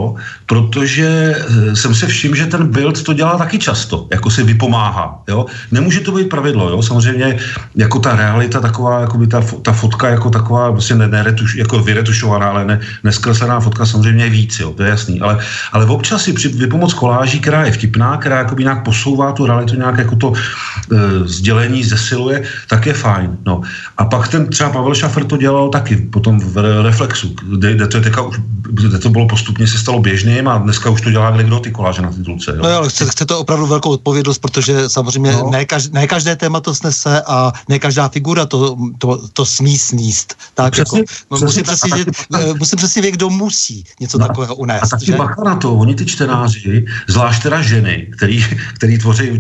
protože jsem se všiml, že ten build to dělá taky často, jako se vypomáhá. Jo? Nemůže to být pravidlo, jo? Samozřejmě jako ta realita taková, jako by ta fotka jako taková vlastně jako vyretušovaná, ale neskreslená fotka samozřejmě je víc, jo? To je jasný. Ale občas si vypomoc koláží, která je vtipná, která jakoby nějak posouvá tu realitu, nějak jako to sdělení zesiluje, tak je fajn. No. A pak ten třeba Pavel Šafr to dělal taky potom v Reflexu, kde to bylo postupně se stalo běžným a dneska už to dělá kdo ty koláže na titulce. Jo. No ale chce to opravdu velkou odpovědnost, protože samozřejmě ne každé téma to snese a ne každá figura to smí sníst. Tak přesně, jako, musím přesně vědět, kdo musí něco takového unést. A taky bacha na to, oni ty čtenáři, zvlášť teda ženy, který tvoří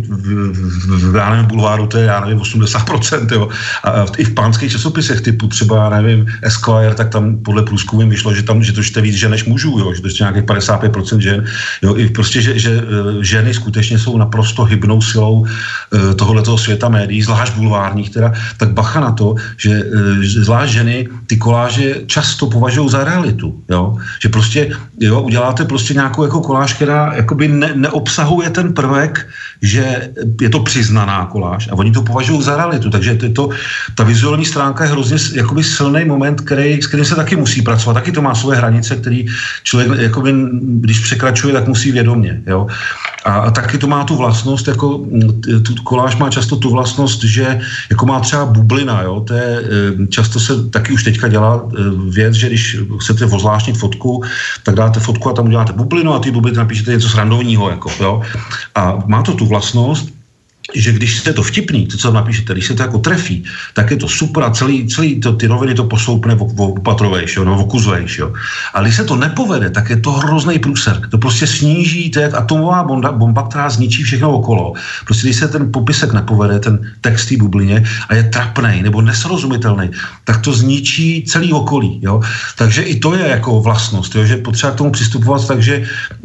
v bulváru, to je 80%, jo. A i v pánských časopisech typu třeba, nevím, Esquire, tak tam podle průzkumu vyšlo, že to čte víc žen než mužů, jo, že to je nějakých 55% žen, jo, i prostě, že ženy skutečně jsou naprosto hybnou silou tohohletoho světa médií, zvlášť bulvárních teda, tak bacha na to, že zvlášť ženy ty koláže často považují za realitu, jo, že prostě jo, uděláte prostě nějakou jako koláž, která jakoby neobsahuje ten prvek, že je to přiznaná koláž a oni to považují za realitu, takže ta vizuální stránka je hrozně jakoby silný moment, s kterým se taky musí pracovat, taky to má své hranice, který člověk jakoby, když překračuje, tak musí vědomě, jo. A taky to má tu vlastnost, jako koláž má často tu vlastnost, že jako má třeba bublina, jo, to je, často se taky už teďka dělá věc, že když chcete ozvláštnit fotku, tak dáte fotku a tam uděláte bublinu a ty bubliny napíšete něco srandovního, jako, jo. A má to tu vlastnost, že když se to vtipný, to, co tam napíšete, když se to jako trefí, tak je to super a celý ty roviny to postoupne opatrovejš, no, okuzuješ, jo. A když se to nepovede, tak je to hrozný průser. To prostě sníží, to je atomová bomba, která zničí všechno okolo. Prostě když se ten popisek nepovede, ten text té bublině a je trapnej nebo nesrozumitelný, tak to zničí celý okolí, jo. Takže i to je jako vlastnost, jo, že potřeba k tomu přistupovat, takže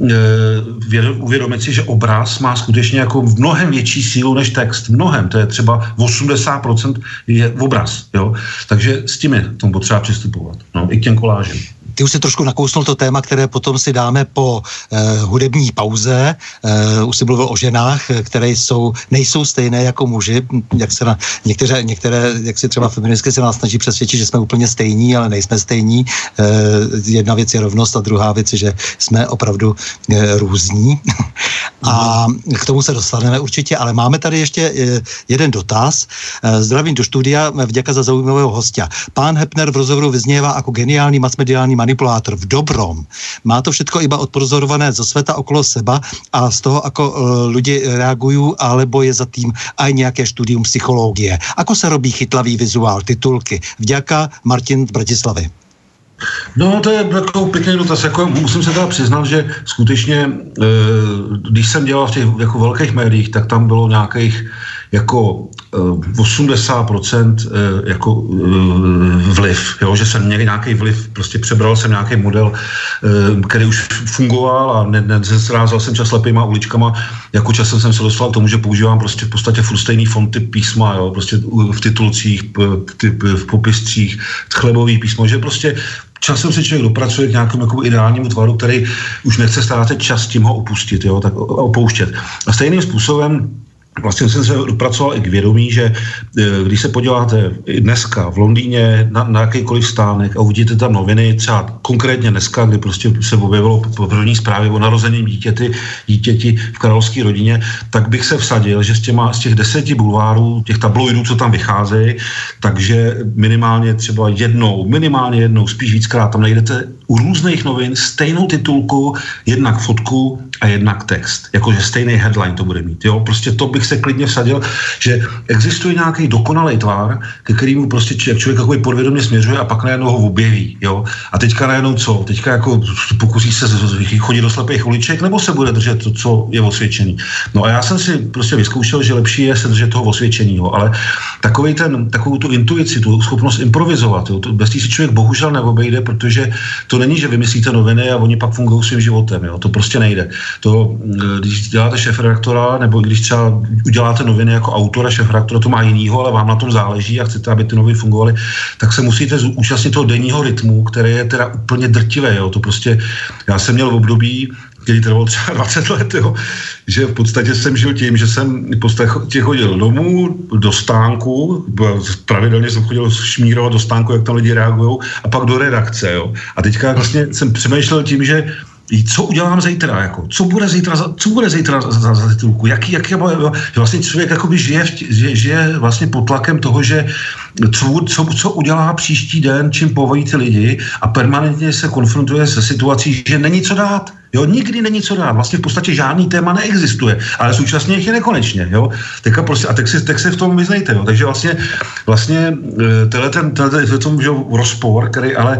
uvědomit si, že obraz má skutečně jako mnohem větší sílu než text. Mnohem, to je třeba 80% je obraz, jo. Takže s tím je k tomu potřeba přistupovat. No, i k těm kolážem. Ty už si trošku nakousnul to téma, které potom si dáme po hudební pauze. Už si mluvil o ženách, které nejsou stejné jako muži, jak se některé, jak si třeba feministky se nás snaží přesvědčit, že jsme úplně stejní, ale nejsme stejní. Jedna věc je rovnost a druhá věc je, že jsme opravdu různí. A k tomu se dostaneme určitě, ale máme tady ještě jeden dotaz. Zdravím do studia, vďaka za zaujímavého hostia. Pán Hepner v rozhovoru vyznieva ako geniálny masmediálny manipulátor v dobrom. Má to všetko iba odpozorované zo sveta okolo seba a z toho, ako ľudia reagujú, alebo je za tým aj nejaké štúdium psychológie. Ako sa robí chytlavý vizuál, titulky? Vďaka, Martin z Bratislavy. No, to je takový pěkný dotaz. Jako, musím se teda přiznat, že skutečně, když jsem dělal v těch jako velkých médiích, tak tam bylo nějakých jako 80% jako vliv, jo? Že jsem měl nějaký vliv, prostě přebral jsem nějaký model, který už fungoval a nezrázal jsem čas lepýma uličkama, jako časem jsem se dostal k tomu, že používám prostě v podstatě furt stejný fonty písma, jo? Prostě v titulcích, v popistřích, chlebový písmo, že prostě časem se člověk dopracuje k nějakému jako ideálnímu tvaru, který už nechce ztrácet čas tím ho opustit, jo? Tak opouštět. A stejným způsobem vlastně jsem se dopracoval i k vědomí, že když se podíváte dneska v Londýně na jakýkoliv stánek a uvidíte tam noviny, třeba konkrétně dneska, kdy prostě se objevilo po první zprávě o narozeném dítěti v královské rodině, tak bych se vsadil, že z těch 10 bulvárů, těch tabloidů, co tam vycházejí, takže minimálně jednou, spíš víckrát tam najdete u různých novin stejnou titulku, jednak fotku a jednak text. Jakože stejný headline to bude mít. Jo? Prostě to bych se klidně vsadil, že existuje nějaký dokonalý tvar, ke kterému prostě člověk takový podvědomě směřuje a pak najednou ho objeví. Jo? A teďka najednou co? Teďka jako pokusí se chodit do slepých uliček, nebo se bude držet to, co je osvědčený. No a já jsem si prostě vyzkoušel, že lepší je se držet toho osvědčeného, ale takovou tu intuici, tu schopnost improvizovat, jo? Bez té si člověk bohužel neobejde, protože to není, že vymyslíte noviny a oni pak fungují svým životem. Jo? To prostě nejde. To, když děláte šéfredaktora, nebo když třeba uděláte noviny jako autora, šéfredaktora, to má jinýho, ale vám na tom záleží a chcete, aby ty noviny fungovaly, tak se musíte účastnit toho denního rytmu, který je teda úplně drtivé. Jo? To prostě, já jsem měl v období, který trval třeba 20 let, jo, že v podstatě jsem žil tím, že jsem v podstatě chodil domů, do stánku, pravidelně jsem chodil šmírovat do stánku, jak tam lidi reagujou, a pak do redakce. Jo. A teďka vlastně jsem přemýšlel tím, že co udělám zítra, jako, co bude zítra za titulku, jaký vlastně člověk jakoby žije vlastně pod tlakem toho, že co udělá příští den, čím povolí ty lidi a permanentně se konfrontuje se situací, že není co dát. Jo, nikdy není co dát. Vlastně v podstatě žádný téma neexistuje, ale současně jich je nekonečně. Jo. Teďka prostě, a tak se v tom vyznejte. Jo. Takže vlastně tenhle tom rozpor, který ale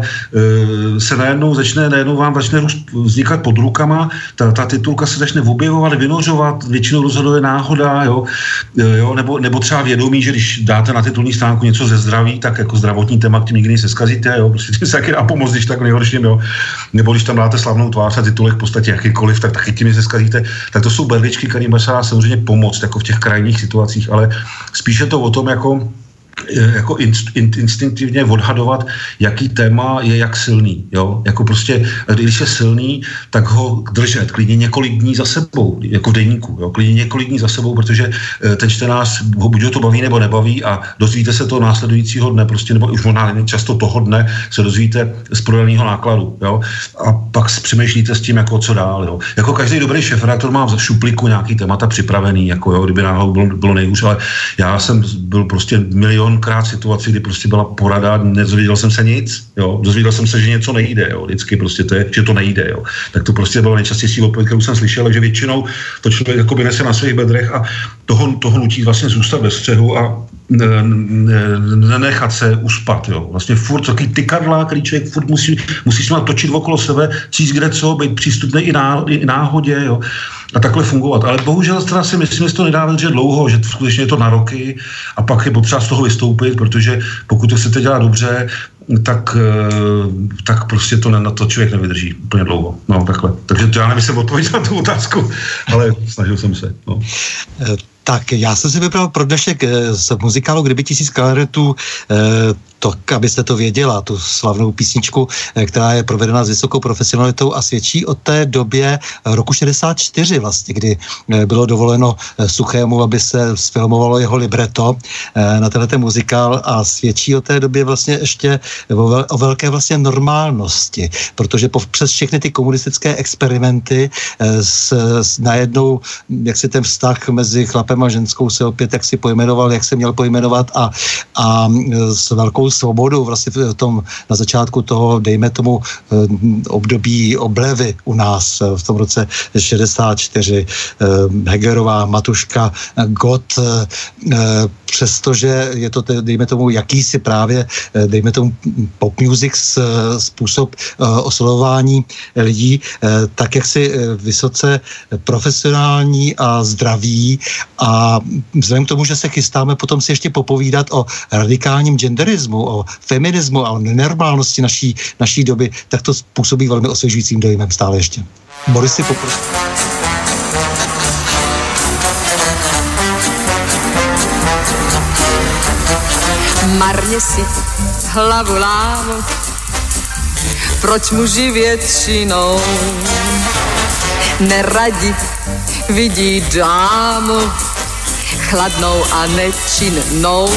se najednou vám začne vznikat pod rukama, ta titulka se začne objevovat, vynořovat, většinou rozhoduje náhoda, jo, nebo třeba vědomí, že když dáte na titulní stránku něco ze zdraví, tak jako zdravotní téma, tím nikdy se zkazíte, jo, prostě tím se taky dá pomoct, když tak nejhorším, jo. Nebo když tam dáte slavnou tvář a titulek v podstatě jakýkoliv, tak taky tím se zkazíte. Tak to jsou berličky, kterým se dá samozřejmě pomoct jako v těch krajních situacích, ale spíše to o tom, jako jako instinktivně odhadovat, jaký téma je jak silný, jo, jako prostě, když je silný, tak ho držet klidně několik dní za sebou, jako v deníku, jo, klidně několik dní za sebou, protože ten čtenář ho buď ho to baví nebo nebaví a dozvíte se to následujícího dne, prostě, nebo už možná často toho dne se dozvíte z prodaného nákladu, jo, a pak přemýšlíte s tím, jako co dál, jo. Jako každý dobrý šéfredaktor má v šuplíku nějaký témata připravený, jako jo, kdyby náhodou bylo nejhůř, ale já jsem byl prostě milionkrát situaci, kdy prostě byla porada, nedozvěděl jsem se nic, jo, dozvěděl jsem se, že něco nejde, jo, vždycky prostě to je, že to nejde, jo. Tak to prostě bylo nejčastější odpověď, kterou jsem slyšel, že většinou to člověk jakoby nese na svých bedrech a toho nutí vlastně zůstat ve střehu a nenechat se uspat, jo. Vlastně furt takový tykadla, který člověk furt musí se točit okolo sebe, císt kde co, být přístupný i náhodě, jo. A takhle fungovat. Ale bohužel teda si myslím, že to nedá vydržet dlouho, že skutečně je to na roky a pak je potřeba z toho vystoupit, protože pokud to chcete dělat dobře, tak prostě to na to člověk nevydrží úplně dlouho. No, takhle. Takže já nevím, jsem odpověděl na tu otázku, ale snažil jsem se. No. Tak já jsem si vybral pro dnešek z muzikálu Kdyby 1000 klarinetů to, abyste to věděla, tu slavnou písničku, která je provedena s vysokou profesionalitou a svědčí o té době roku 64 vlastně, kdy bylo dovoleno Suchému, aby se sfilmovalo jeho libreto na tenhle muzikál a svědčí o té době vlastně ještě o velké vlastně normálnosti, protože přes všechny ty komunistické experimenty najednou, jak si ten vztah mezi chlapem a ženskou se opět jak si pojmenoval, jak se měl pojmenovat a s velkou svobodou vlastně v tom, na začátku toho, dejme tomu, období oblevy u nás v tom roce 64, Hegerová, Matuška, Gott, přestože je to, dejme tomu, jakýsi právě, dejme tomu, pop music způsob oslovování lidí, tak jak si vysoce profesionální a zdraví a vzhledem k tomu, že se chystáme potom si ještě popovídat o radikálním genderismu, o feminismu a o nenormálnosti naší doby, tak to působí velmi osvěžujícím dojmem stále ještě. Boris, si poprosím. Marně si hlavu lámu, proč muži většinou neradi vidí dámu chladnou a nečinnou.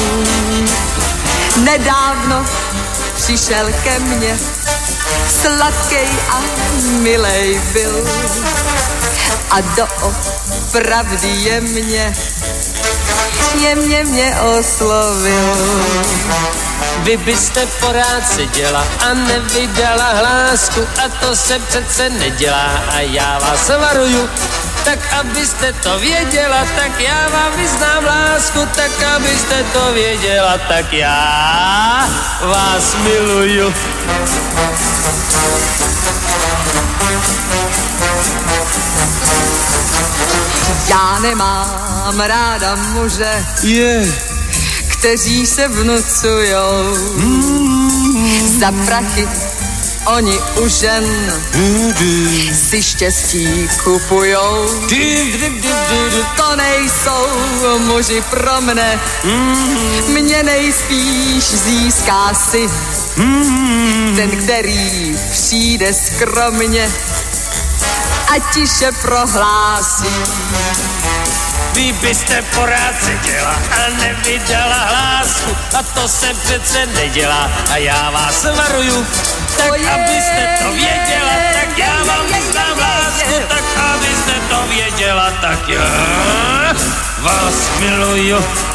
Nedávno přišel ke mně, sladkej a milej byl a doopravdy jemně mě oslovil. Vy byste porád seděla a nevydala hlásku a to se přece nedělá a já vás varuju. Tak abyste to věděla, tak já vám vyznám lásku, tak abyste to věděla, tak já vás miluju. Já nemám ráda muže, kteří se vnucujou za prachy. Oni u žen si štěstí kupujou. To nejsou muži pro mne, mě nejspíš získá si ten, který přijde skromně a tiše prohlásí. Vy byste porád seděla a nevydala hlásku a to se přece nedělá a já vás varuju. Tak abyste to věděla, tak já vám vyznám lásku, tak abyste to věděla, tak já vás miluju.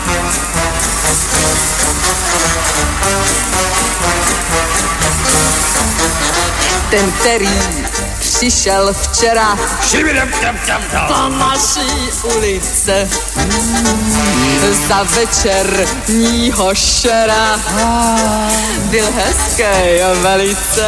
Ten, který přišel včera do naší ulice za večerního šera, byl hezký velice,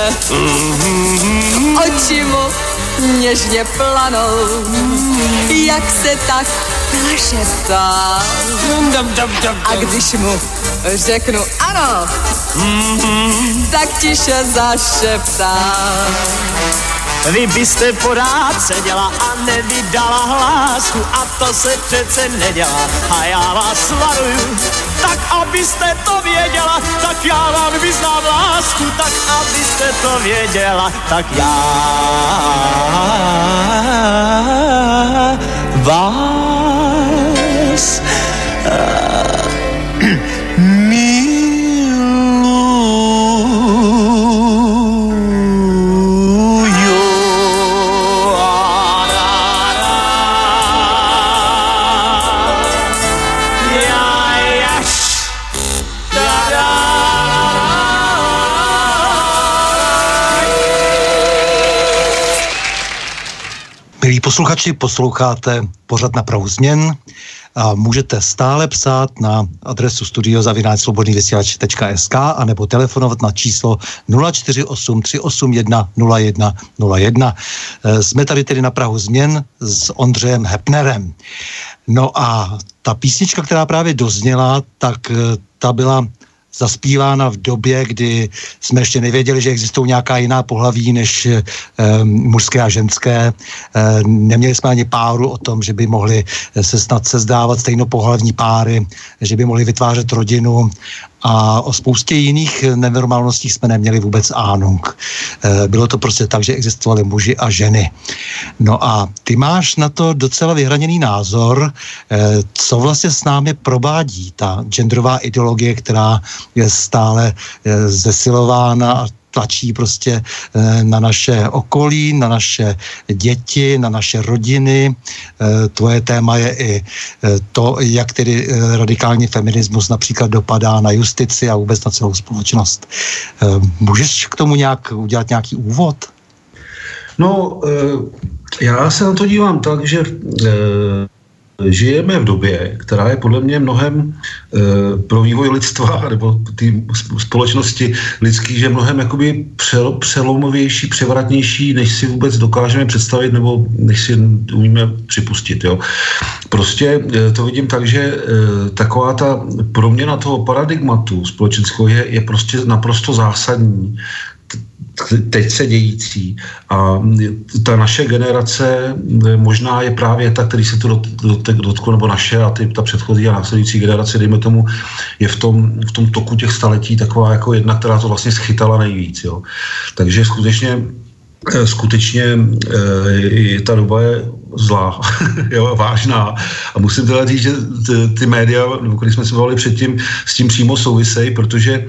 oči mu něžně planou, jak se tak šeptá. A když mu řeknu ano, tak tiše zašeptá. Vy byste porád seděla a nevydala hlásku a to se přece nedělá a já vás varuju. Tak tak abyste to věděla, tak já vám vyznám lásku, tak abyste to věděla, tak já vás Milí posluchači, posloucháte pořad Na prahu změn a můžete stále psát na adresu studio@slobodnývysílač.sk a nebo telefonovat na číslo 048 381 0101. Jsme tady tedy na prahu změn s Ondřejem Hepnerem. No a ta písnička, která právě dozněla, tak ta byla zaspívána v době, kdy jsme ještě nevěděli, že existují nějaká jiná pohlaví než mužské a ženské. Neměli jsme ani páru o tom, že by mohli se snad sezdávat stejnopohlavní páry, že by mohli vytvářet rodinu a o spoustě jiných nenormálností jsme neměli vůbec ánung. Bylo to prostě tak, že existovali muži a ženy. No a ty máš na to docela vyhraněný názor, co vlastně s námi provádí ta genderová ideologie, která je stále zesilována a tlačí prostě na naše okolí, na naše děti, na naše rodiny. Tvoje téma je i to, jak tedy radikální feminismus například dopadá na justici a vůbec na celou společnost. Můžeš k tomu nějak udělat nějaký úvod? No, já se na to dívám tak, že žijeme v době, která je podle mě mnohem pro vývoj lidstva nebo ty společnosti lidský, že mnohem jakoby přelomovější, převratnější, než si vůbec dokážeme představit nebo než si umíme připustit. Jo. Prostě to vidím tak, že taková ta proměna toho paradigmatu společenského je prostě naprosto zásadní, teď se dějící. A ta naše generace možná je právě ta, který se to dotklo, nebo naše a ta předchozí a následující generace, dejme tomu, je v tom toku těch staletí taková jako jedna, která to vlastně schytala nejvíc. Jo. Takže skutečně ta doba je zlá, jo, vážná. A musím teda říct, že ty média, když jsme se bavili předtím, s tím přímo souvisejí, protože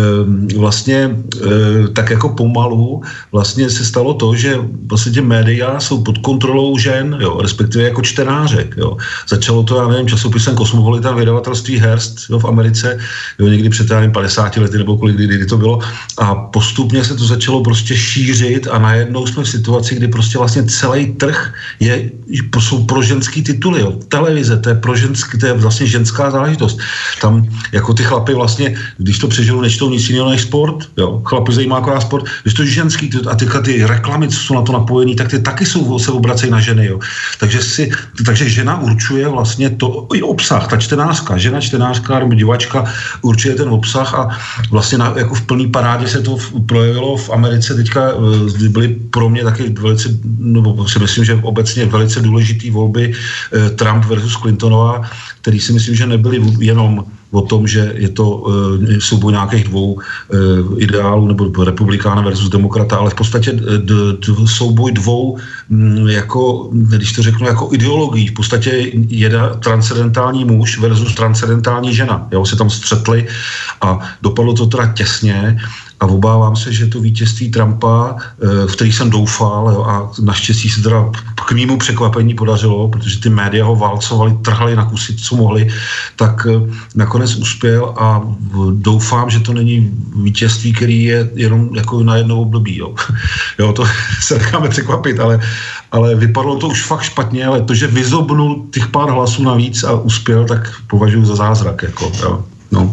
vlastně tak jako pomalu vlastně se stalo to, že vlastně média jsou pod kontrolou žen, jo, respektive jako čtenářek. Jo. Začalo to, já nevím, časopisem Cosmopolitan, vydavatelství Hearst, jo, v Americe, jo, někdy před 50 lety nebo kolik kdy to bylo. A postupně se to začalo prostě šířit a najednou jsme v situaci, kdy prostě vlastně celý trh jsou pro ženský tituly, jo. Televize, to je pro ženský, to je vlastně ženská záležitost. Tam jako ty chlapy vlastně, když to přežijou, nečtou nic jiného než sport, jo. Chlapy zajímá akorát sport, když to je ženský, a ty reklamy, co jsou na to napojený, tak ty taky se obracejí na ženy, jo. Takže žena určuje vlastně to i obsah, ta čtenářka, žena čtenářka nebo diváčka určuje ten obsah a vlastně jako v plný parádě se to projevilo v Americe teďka, byly pro mě taky velice, nebo si myslím, že obecně velice důležitý volby Trump versus Clintonová, který si myslím, že nebyly jenom o tom, že je to souboj nějakých dvou ideálů, nebo republikána versus demokrata, ale v podstatě souboj dvou, jako, když to řeknu, jako ideologií. V podstatě jeden transcendentální muž versus transcendentální žena. Jo, se tam střetli a dopadlo to teda těsně. A obávám se, že to vítězství Trumpa, v který jsem doufal, jo, a naštěstí se teda k mému překvapení podařilo, protože ty média ho válcovali, trhali na kusy, co mohli, tak nakonec uspěl a doufám, že to není vítězství, který je jenom jako na jedno období. Jo. Jo, to se necháme překvapit, ale vypadlo to už fakt špatně, ale to, že vyzobnul těch pár hlasů navíc a uspěl, tak považuji za zázrak. Jako, jo. No.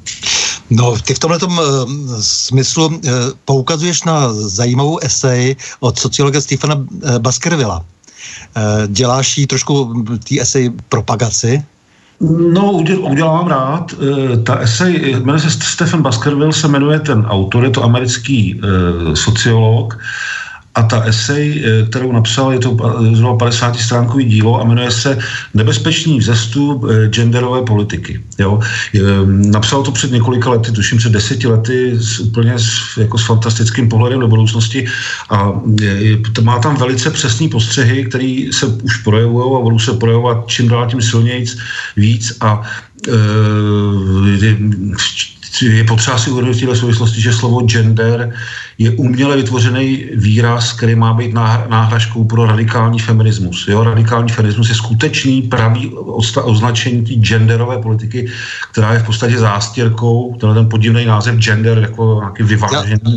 No, ty v tomhletom smyslu poukazuješ na zajímavou esej od sociologa Stephena Baskervilla. Děláš jí trošku tý esej propagaci? No, udělám rád. Ta esej, jmenuje se Stephen Baskerville, se jmenuje ten autor, je to americký sociolog a ta esej, kterou napsal, je to zhruba 50stránkový dílo a jmenuje se Nebezpečný vzestup genderové politiky. Jo? Napsal to před několika lety, tuším před 10 lety, úplně jako s fantastickým pohledem do budoucnosti a má tam velice přesný postřehy, které se už projevují a budou se projevovat čím dál tím silnějc víc a je potřeba si uvědomit v této souvislosti, že slovo gender je uměle vytvořený výraz, který má být náhražkou pro radikální feminismus. Jo? Radikální feminismus je skutečný pravý označení té genderové politiky, která je v podstatě zástěrkou, ten podivný název gender, jako nějaký vyvážený.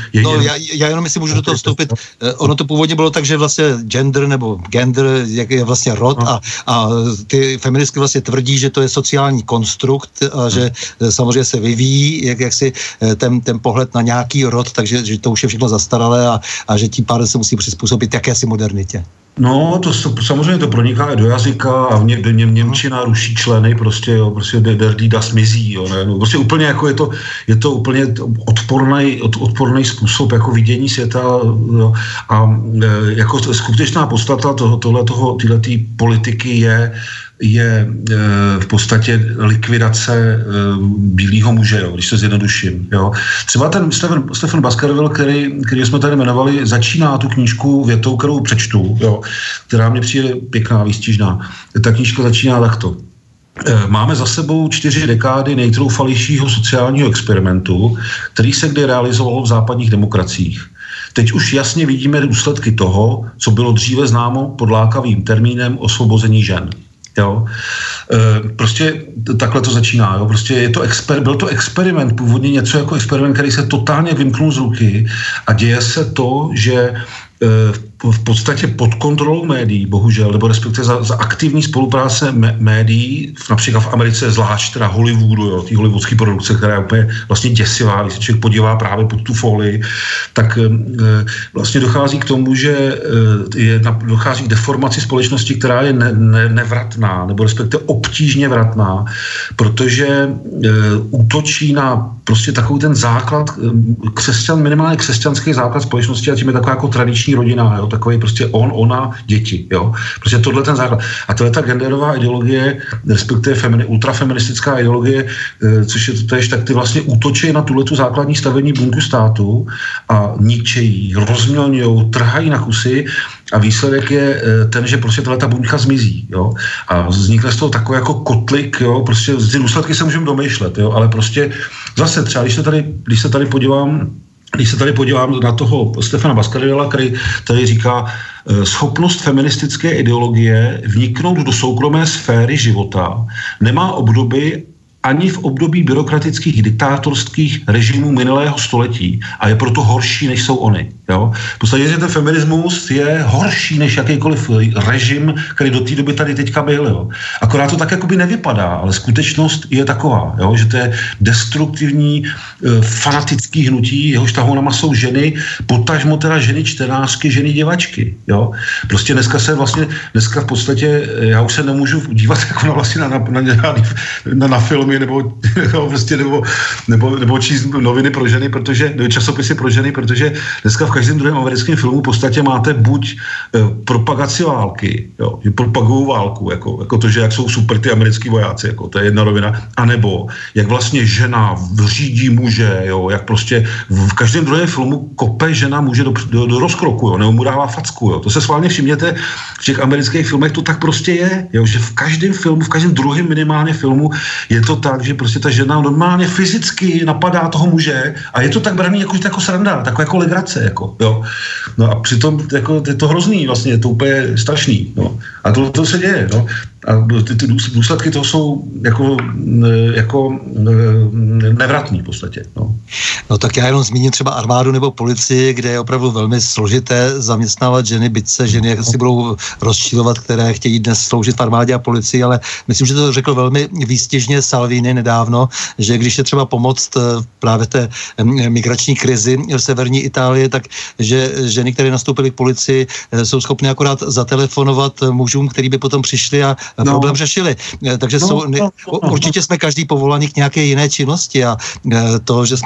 Já jenom si můžu do toho vstoupit. Ono to původně bylo tak, že vlastně gender nebo gender je vlastně rod a ty feministky vlastně tvrdí, že to je sociální konstrukt a že samozřejmě se vyvíjí jak si ten pohled na nějaký rod, takže že to už je všechno zastaralé a že tím pádem se musí přizpůsobit jakési modernitě. No, to samozřejmě to proniká i do jazyka a v němčina ruší členy, prostě der die das mizí, jo, ne? No, prostě úplně jako je to úplně odporný způsob jako vidění světa, jo, a jako skutečná podstata této politiky je v podstatě likvidace bílého muže, jo, když se zjednoduším. Jo. Třeba ten Stefan Baskerville, který jsme tady jmenovali, začíná tu knížku větou, kterou přečtu, jo, která mě přijde pěkná, výstižná. Ta knížka začíná takto. Máme za sebou 4 dekády nejtroufalejšího sociálního experimentu, který se kdy realizoval v západních demokraciích. Teď už jasně vidíme důsledky toho, co bylo dříve známo pod lákavým termínem osvobození žen. Jo. Prostě takhle to začíná. Jo. Prostě byl to experiment, původně něco jako experiment, který se totálně vymknul z ruky a děje se to, že v podstatě pod kontrolou médií, bohužel, nebo respektive za aktivní spolupráce médií, například v Americe zvlášť teda Hollywoodu, jo, té hollywoodské produkce, která je úplně vlastně děsivá, když se člověk podívá právě pod tu folii, tak vlastně dochází k tomu, že dochází k deformaci společnosti, která je nevratná, nebo respektive obtížně vratná, protože útočí na prostě takový ten základ minimálně křesťanský základ společnosti a tím je taková jako tradiční rodina, jo, takový prostě ona, děti, jo. Prostě tohle ten základ. A tohle ta genderová ideologie, respektive ultrafeministická ideologie, což je to tež, tak ty vlastně útočí na tuhletu základní stavební buňku státu a ničejí, rozmělňují, trhají na kusy a výsledek je ten, že prostě ta buňka zmizí, jo. A vznikne z toho takový jako kotlik, jo, prostě ty důsledky se můžeme domýšlet, jo, ale prostě zase třeba, když se tady podívám na toho Stefana Baskervilla, který tady říká schopnost feministické ideologie vniknout do soukromé sféry života nemá obdoby ani v období byrokratických diktátorských režimů minulého století a je proto horší, než jsou oni. Jo? V podstatě, že ten feminismus je horší než jakýkoliv režim, který do té doby tady teďka byl. Jo? Akorát to tak jakoby nevypadá, ale skutečnost je taková, jo? Že to je destruktivní, fanatický hnutí, jehož tahonama jsou ženy, potažmo teda ženy čtenářky, ženy děvačky. Jo? Prostě dneska v podstatě, já už se nemůžu dívat jako na filmy, nebo číst noviny pro ženy, časopisy pro ženy, protože dneska v každém druhém americkém filmu v podstatě máte buď propagaci války, jo, že propagují válku, jako to, že jak jsou super ty americký vojáci, jako to je jedna rovina, anebo jak vlastně žena řídí muže, jo, jak prostě v každém druhém filmu kope žena muže do rozkroku, jo, nebo mu dává facku, jo. To se schválně všimněte, v těch amerických filmech to tak prostě je, jo, že v každém filmu, v každém druhém minimálně filmu je to tak, že prostě ta žena normálně fyzicky napadá toho muže a je to tak braný jako sranda, jako legrace, jako, jo. No a přitom jako, je to hrozný vlastně, je to úplně strašný, no. A to se děje, no. A ty důsledky toho jsou jako nevratný v podstatě. No tak já jenom zmíním třeba armádu nebo policii, kde je opravdu velmi složité zaměstnávat ženy, byť se ženy jak si budou rozčilovat, které chtějí dnes sloužit v armádě a policii, ale myslím, že to řekl velmi výstižně Salvini nedávno, že když je třeba pomoct právě té migrační krizi v severní Itálii, tak že ženy, které nastoupily k policii, jsou schopny akorát zatelefonovat mužům, kteří by potom přišli a problém řešili. Takže určitě jsme každý povolaný k nějaké jiné činnosti a to, že jsme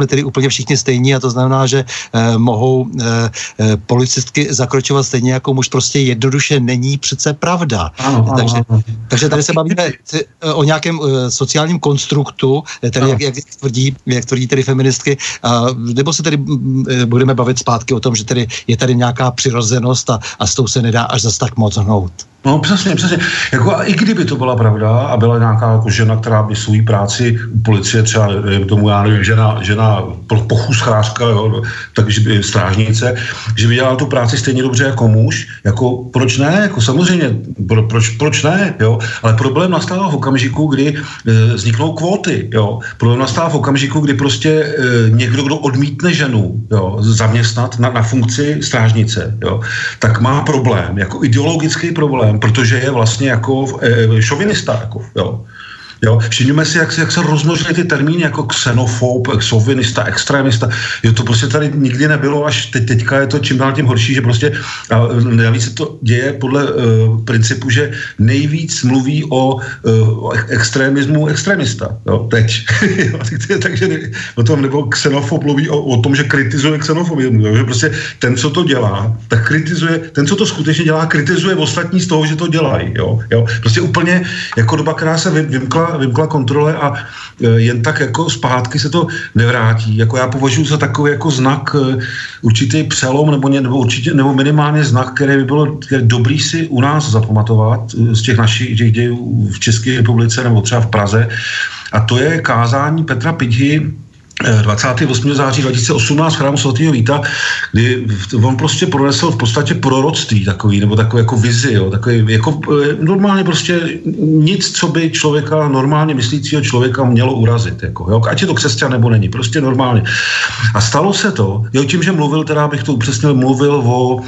jsme tedy úplně všichni stejní a to znamená, že mohou policistky zakročovat stejně jako muž, prostě jednoduše není přece pravda. Ano. Takže tady se bavíme o nějakém sociálním konstruktu, tedy jak tvrdí tedy feministky, nebo se tedy budeme bavit zpátky o tom, že tedy je tady nějaká přirozenost a s tou se nedá až zas tak moc hnout. No přesně. Jako, a i kdyby to byla pravda a byla nějaká jako žena, která by svou práci u policie třeba, tomu já nevím, žena pochůzkářka, takže by strážnice, že by dělala tu práci stejně dobře jako muž, jako proč ne, jako samozřejmě, proč ne, jo, ale problém nastává v okamžiku, kdy vzniknou kvóty, jo, problém nastává v okamžiku, kdy prostě někdo, kdo odmítne ženu, jo, zaměstnat na funkci strážnice, jo, tak má problém, jako ideologický problém, protože je vlastně jako šovinista, jako, jo. Jo, všimněme si, jak se rozmnožily ty termíny jako xenofob, šovinista, extremista. Jo, to prostě tady nikdy nebylo, až teďka je to čím dál tím horší, že prostě navíc se to děje podle principu, že nejvíc mluví o extremismu extremista. Jo, teď. Takže o tom, nebo xenofob mluví o tom, že kritizuje xenofobismus. Že prostě ten, co to dělá, tak kritizuje, ten, co to skutečně dělá, kritizuje ostatní z toho, že to dělají. Jo. Prostě úplně jako doba, která se vymkla kontrole a jen tak jako zpátky se to nevrátí. Jako já považuji za takový jako znak určitý přelom nebo minimálně znak, který by bylo dobrý si u nás zapamatovat z těch našich dějů v České republice nebo třeba v Praze. A to je kázání Petra Pidhy 28. září 2018 v chrámu svatého Víta, kdy on prostě pronesl v podstatě proroctví takový, nebo takový jako vizi, jo, takový jako normálně prostě nic, co by člověka, normálně myslícího člověka mělo urazit, jako, jo, ať je to křesťan nebo není, prostě normálně. A stalo se to, jo, tím, že mluvil, teda bych to upřesnil, mluvil o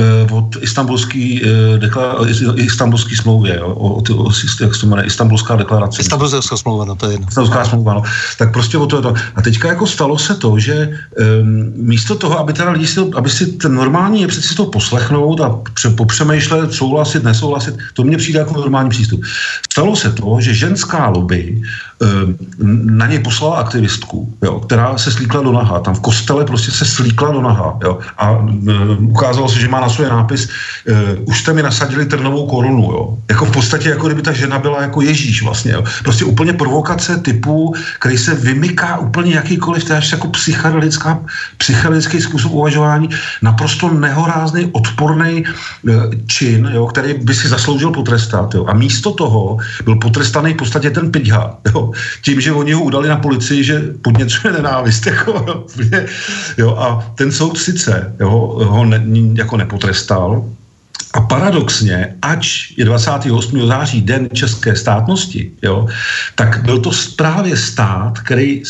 istanbulský smlouvě, jo, jak se to jmenuje, istanbulská deklarace. Istanbulská smlouva, no to je jedno. Istanbulská smlouva, no. Tak prostě o to je to. A teďka jako stalo se to, že místo toho, aby teda lidi aby si ten normální je přeci to poslechnout a popřemýšlet, souhlasit, nesouhlasit, to mně přijde jako normální přístup. Stalo se to, že ženská lobby na něj poslala aktivistku, jo, která se slíkla do naha. Tam v kostele prostě se slíkla do naha. Jo, a ukázalo se, že má na svůj nápis už jste mi nasadili trnovou korunu. Jo. Jako v podstatě, jako kdyby ta žena byla jako Ježíš vlastně. Jo. Prostě úplně provokace typu, který se vymyká úplně jakýkoliv, to je až jako psychedelický způsob uvažování, naprosto nehorázný, odporný čin, jo, který by si zasloužil potrestat. Jo. A místo toho byl potrestaný v podstatě ten Pidha, jo, tím, že oni ho udali na policii, že podněcuje nenávist. Jo, a ten soud sice ho jako nepotrestal, a paradoxně, ač je 28. září den české státnosti, jo, tak byl to právě stát, který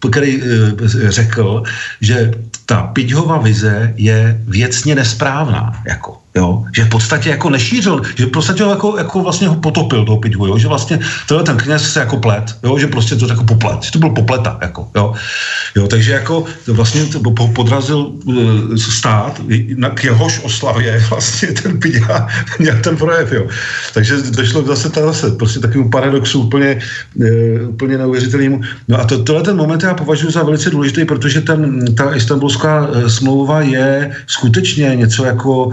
řekl, že ta Pidhova vize je věcně nesprávná, jako. Jo, že v podstatě jako nešířil, že v podstatě jako vlastně ho potopil toho Pidhu, jo, že vlastně tohle ten kněz se jako plet, jo, že prostě to jako poplet, že to byl popleta, jako, jo, takže jako vlastně podrazil stát, k jehož oslavě vlastně ten Pidha měl ten projev, jo. Takže došlo zase prostě takovému paradoxu úplně neuvěřitelnému. No a tohle ten moment já považuji za velice důležitý, protože ta istanbulská smlouva je skutečně něco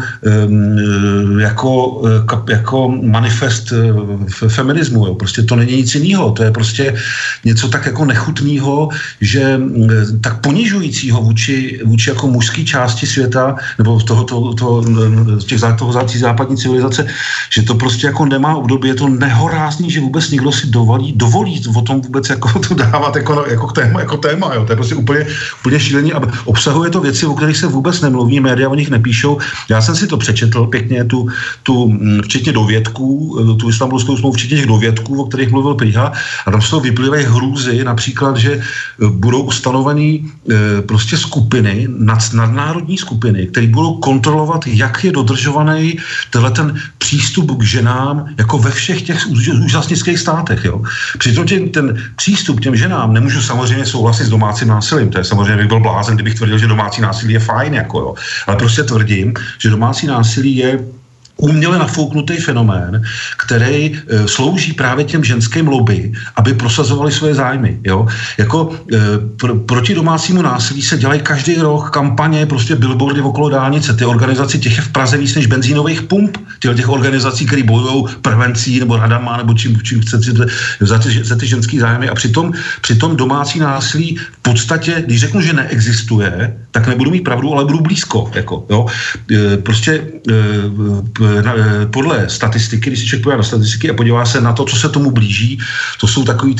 jako manifest feminismu. Jo. Prostě to není nic jiného. To je prostě něco tak jako nechutného, že tak ponižujícího vůči jako mužské části světa, nebo toho západní civilizace, že to prostě jako nemá období. Je to nehorázný, že vůbec někdo si dovolí o tom vůbec jako to dávat jako téma. Jo. To je prostě úplně šílený. A obsahuje to věci, o kterých se vůbec nemluví, média o nich nepíšou. Já jsem si to přečetl pěkně, včetně dovědků, tu istanbulskou smlouvu, včetně těch dovědků, o kterých mluvil Pidha, a tam z toho vyplývají hrůzy, například, že budou ustanoveny prostě skupiny, nadnárodní skupiny, které budou kontrolovat, jak je dodržovaný tenhle ten přístup k ženám, jako ve všech těch úžasnických státech. Jo. Přitom ten přístup k těm ženám nemůžu samozřejmě souhlasit s domácím násilím. To je samozřejmě, bych byl blázen, kdybych tvrdil, že domácí násilí je fajn, jako jo. Ale prostě tvrdím, že domácí násilí je uměle nafouknutý fenomén, který slouží právě těm ženským lobby, aby prosazovali své zájmy. Jo? Jako proti domácímu násilí se dělají každý rok kampaně, prostě billboardy okolo dálnice. Ty organizace, těch je v Praze víc než benzínových pump. Těch organizací, které bojují prevencí nebo radama, nebo čím chcete za ty ženský zájmy. A přitom domácí násilí v podstatě, když řeknu, že neexistuje, tak nebudu mít pravdu, ale budu blízko. Jako, jo? Prostě podle statistiky, když si člověk podívá na statistiky a podívá se na to, co se tomu blíží, to jsou takový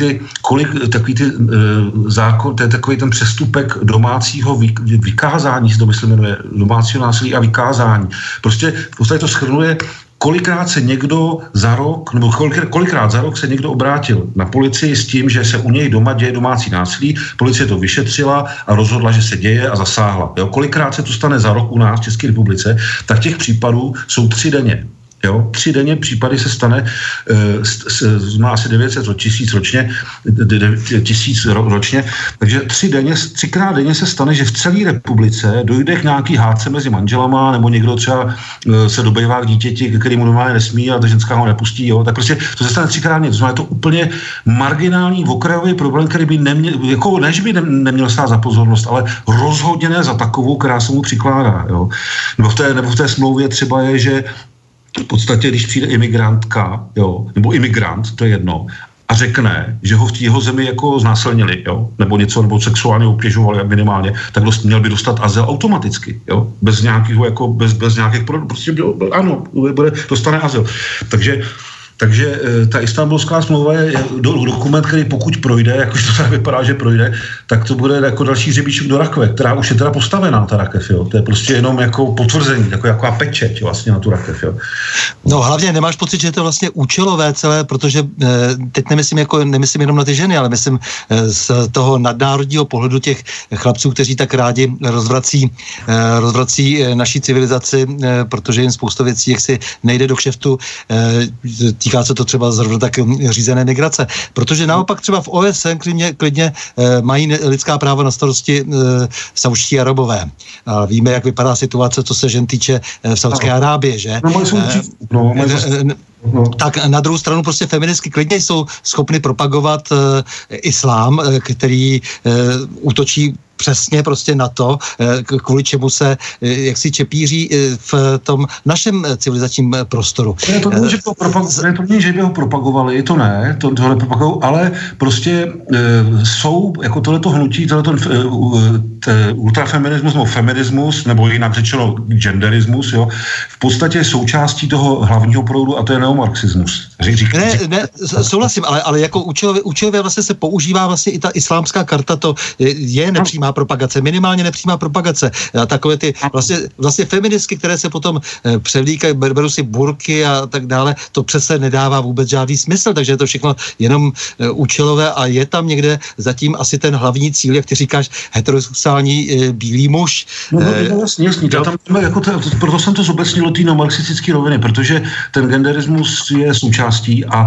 ten přestupek domácího vykázání, se to myslím jmenuje, domácího násilí a vykázání. Prostě v podstatě to shrnuje, kolikrát se někdo za rok, nebo kolikrát za rok se někdo obrátil na policii s tím, že se u něj doma děje domácí násilí, policie to vyšetřila a rozhodla, že se děje a zasáhla. Jo? Kolikrát se to stane za rok u nás v České republice, tak těch případů jsou 3 denně. Jo? 3 denně případy se stane, má asi 900 tisíc ročně, takže 3krát denně se stane, že v celé republice dojde k nějaký hádce mezi manželama, nebo někdo třeba se dobejvá k dítěti, kterému normálně nesmí a ta ženská ho nepustí, jo? Tak prostě to se stane 3krát denně. To znamená, je to úplně marginální, okrajový problém, který by neměl, jako ne, že by neměl stát za pozornost, ale rozhodně ne za takovou, která se mu přikládá. Jo? Nebo v té smlouvě třeba je, že v podstatě, když přijde imigrantka, jo, nebo imigrant, to je jedno, a řekne, že ho v jeho zemi jako znásilnili, jo, nebo něco, nebo sexuálně obtěžovali minimálně, tak měl by dostat azyl automaticky, jo, bez nějakého, jako, bez nějakých, prostě ano, dostane azyl. Takže ta Istanbulská smlouva je dokument, který pokud projde, jakož to tak vypadá, že projde, tak to bude jako další hřebíček do rakve, která už je teda postavená, ta rakev, jo. To je prostě jenom jako potvrzení, jako pečeť vlastně na tu rakev, jo. No hlavně nemáš pocit, že je to vlastně účelové celé, protože teď nemyslím jenom na ty ženy, ale myslím z toho nadnárodního pohledu těch chlapců, kteří tak rádi rozvrací naší civilizaci, protože jim spousta věcí, jak si nejde do kšeftu, týká se to třeba zrovna tak řízené migrace. Protože naopak třeba v OSN klidně mají lidská práva na starosti saúdští Arabové. A víme, jak vypadá situace, co se žen týče v Saúdské Arábii, že? Tak na druhou stranu prostě feministky klidně jsou schopny propagovat islám, který útočí přesně prostě na to, kvůli čemu se jaksi čepíří v tom našem civilizačním prostoru. To není, že by ho propagovali, to ne, to nepropagují, ale prostě jsou, jako tohleto hnutí, ultrafeminismus nebo feminismus, nebo jinak řečeno genderismus, jo, v podstatě součástí toho hlavního proudu a to je neomarxismus. Ne, souhlasím, ale jako účelově vlastně se používá vlastně i ta islámská karta, to je nepřímá propagace, minimálně nepřímá propagace. A takové ty vlastně feministky, které se potom převlíkají, berou si burky a tak dále, to přece nedává vůbec žádný smysl, takže je to všechno jenom účelové a je tam někde zatím asi ten hlavní cíl, jak ty říkáš, heterosexuální bílý muž. Jasný. Proto jsem to zobecnil do té neomarxistické roviny, protože ten genderismus je součástí a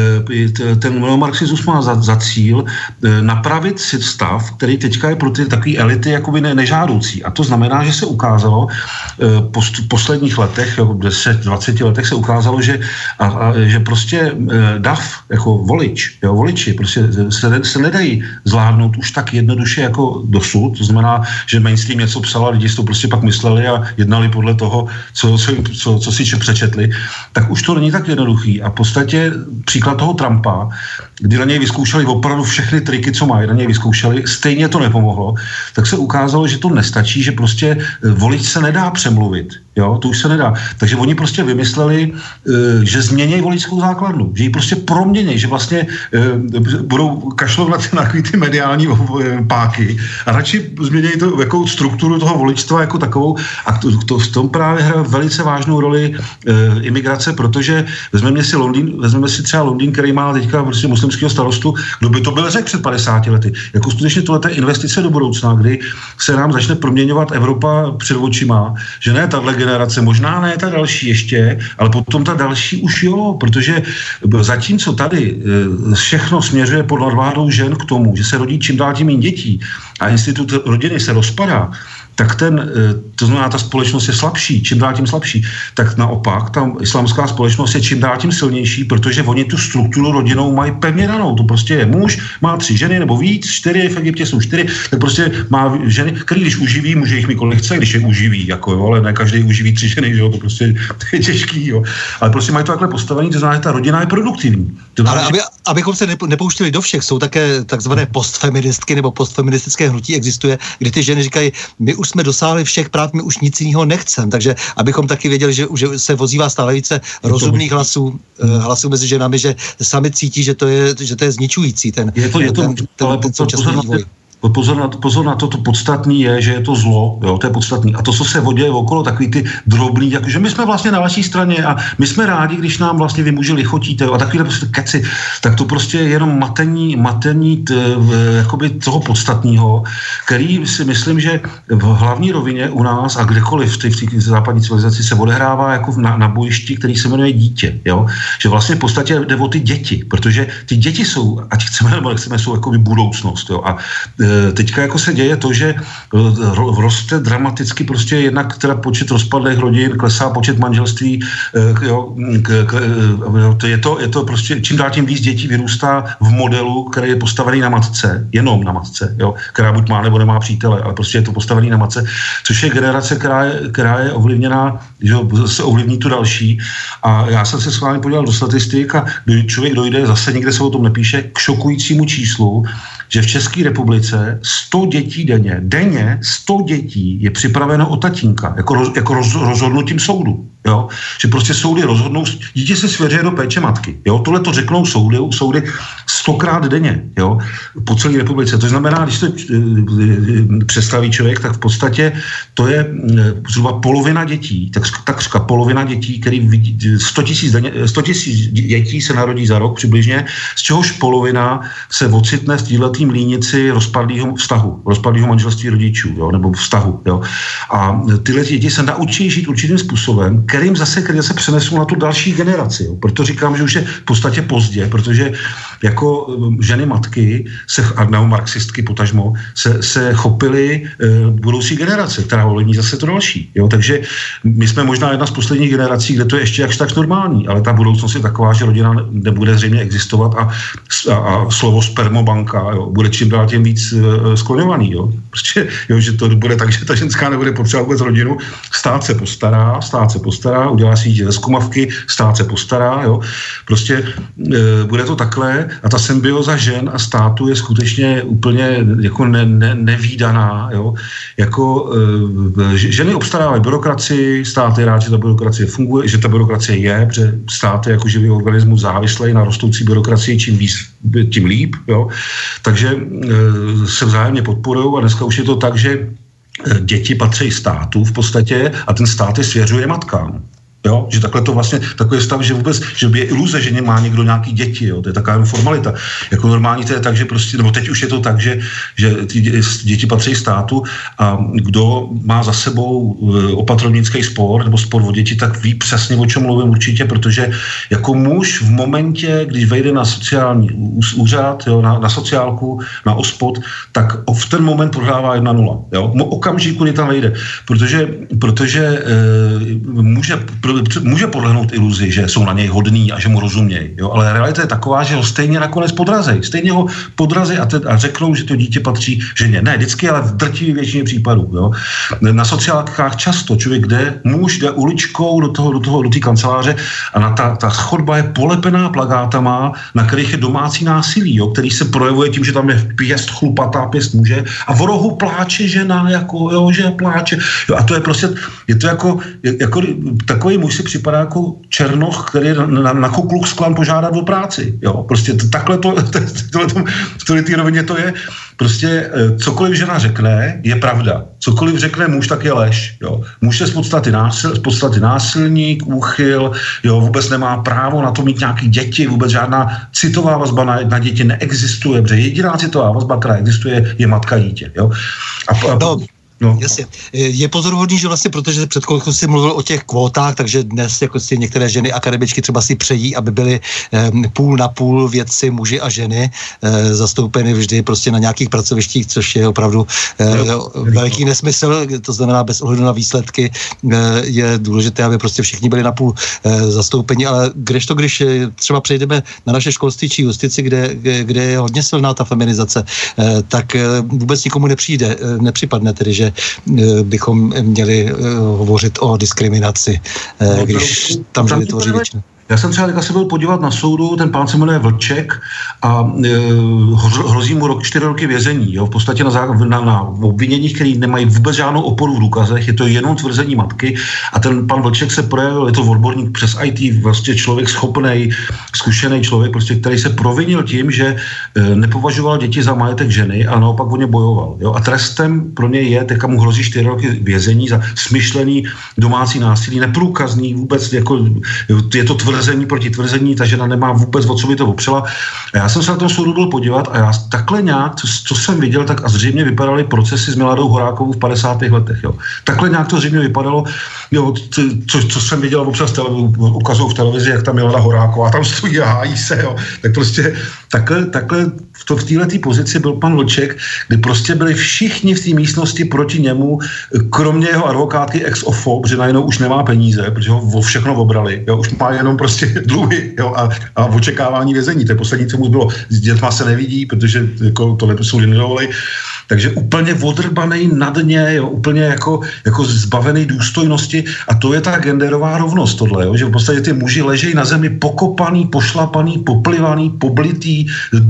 ten neomarxismus má za cíl napravit si stav, který teďka je pro ty takové elity jakoby nežádoucí. A to znamená, že se ukázalo v posledních letech, 10-20 letech se ukázalo, že prostě dav, jako voliči, prostě se nedají zvládnout už tak jednoduše jako dosud. To znamená, že mainstream něco psal a lidi si to prostě pak mysleli a jednali podle toho, co si přečetli. Tak už to není tak jednoduchý. A v podstatě příklad toho Trumpa, kdy na něj vyzkoušeli opravdu všechny triky, co mají, na něj vyzkoušeli, stejně to nepomohlo, tak se ukázalo, že to nestačí, že prostě volič se nedá přemluvit. Jo, to už se nedá. Takže oni prostě vymysleli, že změní voličskou základnu, že ji prostě promění, že vlastně budou kašlovat na ty mediální páky a radši změní to jako strukturu toho voličstva jako takovou a to v tom právě hraje velice vážnou roli imigrace, protože vezmeme si třeba Londýn, který má teďka prostě muslimského starostu, kdo by to byl řekl před 50 lety. Jako skutečně tohle investice do budoucna, kdy se nám začne proměňovat Evropa před očima, že ne tahle generace, možná ne ta další ještě, ale potom ta další už jo, protože zatímco tady všechno směřuje pod nadvládou žen k tomu, že se rodí čím dál tím méně dětí a institut rodiny se rozpadá, tak to znamená, ta společnost je slabší, čím dál tím slabší. Tak naopak, ta islámská společnost je čím dál tím silnější, protože oni tu strukturu rodinou mají pevně danou. To prostě je muž, má 3 ženy nebo víc, 4, v Egyptě jsou 4, tak prostě má ženy, který když uživí, může jich mít kolik chce, když je uživí, jako jo, ale ne každý uživí 3 ženy, že jo, to prostě je těžký, jo. Ale prostě mají to takhle postavený, to znamená, že ta rodina je produktivní. Ale abychom se nepouštili do všech, jsou také takzvané postfeministky nebo postfeministické hnutí existuje, kdy ty ženy říkají, my už jsme dosáhli všech práv, my už nic jiného nechcem, takže abychom taky věděli, že se vozívá stále více rozumných hlasů mezi ženami, že sami cítí, že to je zničující ten současný vývoj. Pozor na to podstatný je, že je to zlo, jo, to je podstatný. A to, co se děje okolo, takový ty drobný, jakože my jsme vlastně na vaší straně a my jsme rádi, když nám vlastně vy muži lichotíte a takovýhle prostě keci, tak to prostě je jenom matení jakoby toho podstatného, který si myslím, že v hlavní rovině u nás a kdekoliv v té západní civilizaci se odehrává jako na bojišti, který se jmenuje dítě, jo. Že vlastně v podstatě jde o ty děti, protože ty děti jsou, ať chceme nebo nechceme, jsou jakoby budoucnost, jo. A teďka jako se děje to, že roste dramaticky prostě jednak teda počet rozpadlých rodin, klesá počet manželství, je to prostě čím dál tím víc dětí vyrůstá v modelu, který je postavený na matce, jenom na matce, jo, která buď má nebo nemá přítele, ale prostě je to postavený na matce, což je generace, která je ovlivněná, že se ovlivní tu další. A já jsem se schválně podíval do statistik a člověk dojde, zase nikde se o tom nepíše, k šokujícímu číslu, že v České republice 100 dětí denně 100 dětí je připraveno o tatínka, jako rozhodnutím soudu. Jo? Že prostě soudy rozhodnou, dítě se svěřuje do péče matky. Jo? Tohle to řeknou soudy 100krát denně, jo? Po celé republice. To znamená, když to představí člověk, tak v podstatě to je zhruba polovina dětí, takřka polovina dětí, který vidí, 100 000 dětí se narodí za rok přibližně, z čehož polovina se ocitne v této línici rozpadlého manželství rodičů, jo? Nebo vztahu. Jo? A tyhle děti se naučí žít určitým způsobem, který zase přenesou na tu další generaci. Jo? Proto říkám, že už je v podstatě pozdě, protože jako ženy matky nebo marxistky potažmo se chopily budoucí generace, která ovlivní zase to další. Jo? Takže my jsme možná jedna z posledních generací, kde to je ještě jakž tak normální, ale ta budoucnost je taková, že rodina nebude zřejmě existovat a slovo spermobanka, jo, bude čím dál tím víc skloňovaný. Jo? Prostě, jo, že to bude tak, že ta ženská nebude potřebovat vůbec rodinu, stát se postará, udělá si dítě ze zkumavky, stát se postará, jo. Prostě bude to takhle a ta symbioza žen a státu je skutečně úplně jako nevídaná, jo. Jako ženy obstarávají byrokracii, stát je rád, že ta byrokracie funguje, že ta byrokracie je, protože stát je jako živý organismus závislý na rostoucí byrokracii, čím víc, tím líp, jo. Takže se vzájemně podporujou a dneska už je to tak, že děti patří státu v podstatě a ten stát je svěřuje matkám. Jo? Že takhle to vlastně, takový stav, že vůbec, že je iluze, že má někdo nějaký děti, jo? To je taková formalita. Jako normální to je tak, že prostě, nebo teď už je to tak, že ty děti patří státu a kdo má za sebou opatrovnický spor nebo spor o děti, tak ví přesně, o čem mluvím určitě, protože jako muž v momentě, když vejde na sociální úřad, jo? Na sociálku, na ospod, tak v ten moment prohrává 1-0. Jo? Okamžiku, kdy tam vejde, protože může podlehnout iluzi, že jsou na něj hodný a že mu rozumějí. Jo? Ale realita je taková, že ho stejně nakonec podrazej. Stejně ho podrazej a řeknou, že to dítě patří ženě. Ne vždycky, ale v drtivé většině případů. Jo? Na sociálkách často muž jde uličkou do té kanceláře a ta chodba je polepená plakátama, na kterých je domácí násilí, jo? Který se projevuje tím, že tam je pěst chlupatá, pěst muže a v rohu pláče žena, jako, jo, že pláče. Jo? A to je prostě, je to jako takový muž si připadá jako černoch, který na Ku Klux Klan požádat o práci. Jo? Prostě takhle v té rovině to je. Prostě cokoliv žena řekne, je pravda. Cokoliv řekne muž, tak je lež. Jo? Muž je z podstaty násilník, úchyl, jo? Vůbec nemá právo na to mít nějaký děti, vůbec žádná citová vazba na děti neexistuje, protože jediná citová vazba, která existuje, je matka dítě. Jo? No. Jasně. Je pozoruhodný, že vlastně, protože před chvilkou si mluvil o těch kvótách, takže dnes jako si některé ženy akademičky třeba si přejí, aby byly půl na půl vědci, muži a ženy zastoupeny vždy prostě na nějakých pracovištích, což je opravdu veliký nesmysl, to znamená bez ohledu na výsledky je důležité, aby prostě všichni byli na půl zastoupeni, ale když třeba přejdeme na naše školství či justici, kde je hodně silná ta feminizace, tak vůbec nikomu nepřipadne tedy, že bychom měli hovořit o diskriminaci, když tam žili tvoří většinu. Já jsem třeba se byl podívat na soudu, ten pán se jmenuje Vlček a hrozí mu 4 roky vězení. Jo? V podstatě na obviněních, který nemají vůbec žádnou oporu v důkazech, je to jenom tvrzení matky a ten pan Vlček se projevil, je to odborník přes IT, vlastně člověk schopnej, zkušený člověk, prostě, který se provinil tím, že nepovažoval děti za majetek ženy a naopak o ně bojoval. Jo? A trestem pro něj je, teďka mu hrozí 4 roky vězení za smyšlený domácí násilí, neprůkazný vůbec, jako, je to tvrzení proti tvrzení, ta žena nemá vůbec o co by to opřela. A já jsem se na tom soudu byl podívat a já takhle nějak, co jsem viděl, tak a zřejmě vypadaly procesy s Miladou Horákovou v 50. letech. Jo. Takhle nějak to zřejmě vypadalo, jo, co jsem viděl občas ukazují v televizi, jak ta Milada Horáková tam stojí a hájí se. Jo. Tak prostě takhle v této pozici byl pan Vlček, kdy prostě byli všichni v té místnosti proti němu, kromě jeho advokátky ex ofo, protože najednou už nemá peníze, protože ho všechno obrali. Jo. Už má jenom prostě dluhy, jo, a očekávání vězení. To je poslední, co mu bylo. S dětma se nevidí, protože jako, tohle jsou nedovolej. Takže úplně odrbanej na dně, jo, úplně jako zbavený důstojnosti a to je ta genderová rovnost tohle, jo, že v podstatě ty muži ležejí na zemi pokopaný, pošlapaný, poplivaný, poblitý,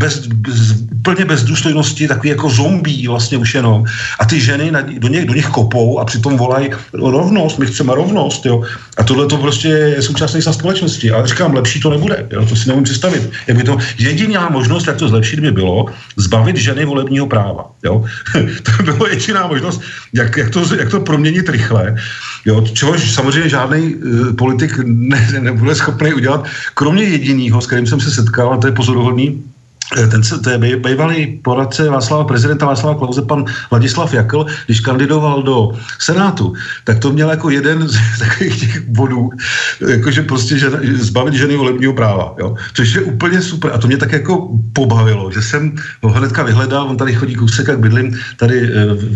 úplně bez důstojnosti, takový jako zombí vlastně už jenom. A ty ženy do nich kopou a přitom volají rovnost, my chceme rovnost, jo. A tohle to prostě je současný stav společnosti. Ale říkám, lepší to nebude, jo, to si nemůžu představit. Jak by to jediná možnost, jak to zlepšit, by bylo zbavit ženy volebního práva, jo. To byla jediná možnost, jak to proměnit rychle, jo, čehož samozřejmě žádný politik nebude schopný udělat, kromě jedinýho, s kterým jsem se setkal, a to je pozoruhodný, to je bývalý poradce prezidenta Václava Klause, pan Ladislav Jakl, když kandidoval do Senátu, tak to měl jako jeden z takových těch bodů, jakože prostě zbavit ženy volebního práva, jo? Což je úplně super a to mě tak jako pobavilo, že jsem ho hnedka vyhledal, on tady chodí kousek, jak bydlím, tady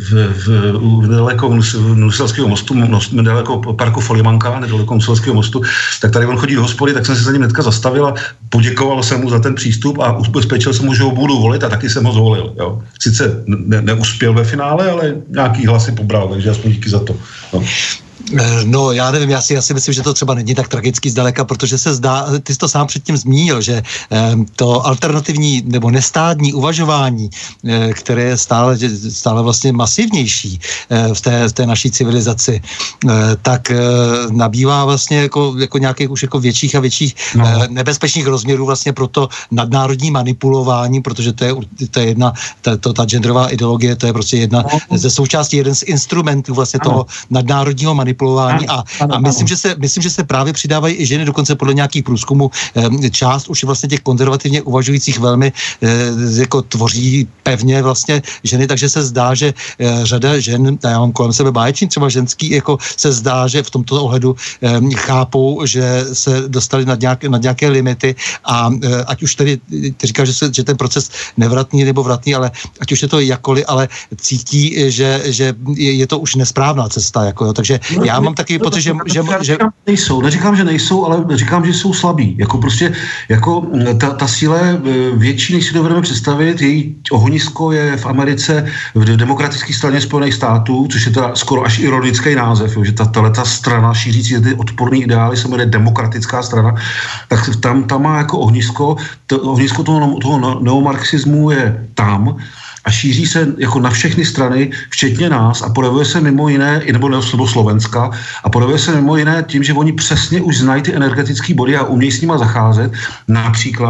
nedaleko Nuselského mostu, nedaleko parku Folimanka, nedaleko Nuselského mostu, tak tady on chodí do hospody, tak jsem se za ním hnedka zastavil a poděkoval jsem mu za ten přístup a ubezpečil jsem mu, že ho budu volit a taky jsem ho zvolil. Jo. Sice neuspěl ve finále, ale nějaký hlasy pobral, takže aspoň díky za to. No. No, já nevím, já si myslím, že to třeba není tak tragický zdaleka, protože se zdá, ty jsi to sám předtím zmínil, že to alternativní nebo nestádní uvažování, které je stále vlastně masivnější v té naší civilizaci, tak nabývá vlastně jako nějakých už jako větších a větších nebezpečných rozměrů vlastně pro to nadnárodní manipulování, protože to je jedna, ta genderová ideologie, to je prostě jedna ze součástí, jeden z instrumentů vlastně toho nadnárodního manipulování a myslím, že se právě přidávají i ženy, dokonce podle nějakých průzkumů část už vlastně těch konzervativně uvažujících velmi jako tvoří pevně vlastně ženy, takže se zdá, že řada žen, já mám kolem sebe báječný, třeba ženský, jako se zdá, že v tomto ohledu chápou, že se dostali nad nějaké limity a ať už tedy, ty říkáš, že ten proces nevratný nebo vratný, ale ať už je to jakkoliv, ale cítí, že je to už nesprávná cesta, jako jo, takže já mám taky pocit, že neříkám, že nejsou, ale říkám, že jsou slabí. Jako prostě, jako ta síla je větší, než si dovedeme představit. Její ohnisko je v Americe v Demokratické straně Spojených států, což je teda skoro až ironický název, jo, že ta strana šířící ty odporný ideály se jmenuje Demokratická strana, tak tam má jako ohnisko toho neomarxismu je tam, a šíří se jako na všechny strany, včetně nás a projevuje se mimo jiné, nebo Slovenska, a projevuje se mimo jiné tím, že oni přesně už znají ty energetické body a umějí s nima zacházet. Například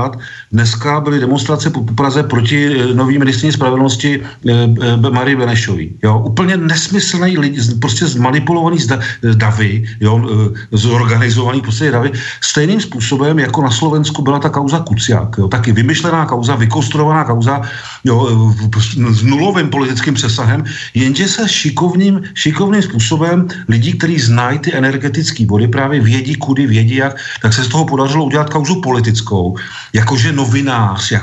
dneska byly demonstrace po Praze proti nový ministryni spravedlnosti Marii Benešové. Jo? Úplně nesmyslný lidi, prostě zmanipulovaný davy, jo? Zorganizovaný prostě davy, stejným způsobem, jako na Slovensku byla ta kauza Kuciak. Jo? Taky vymyšlená kauza, vykonstruovaná kauza, jo? S nulovým politickým přesahem, jenže se šikovným způsobem lidí, kteří znají ty energetické body, právě vědí kudy, vědí jak, tak se z toho podařilo udělat kauzu politickou, jakože novinář,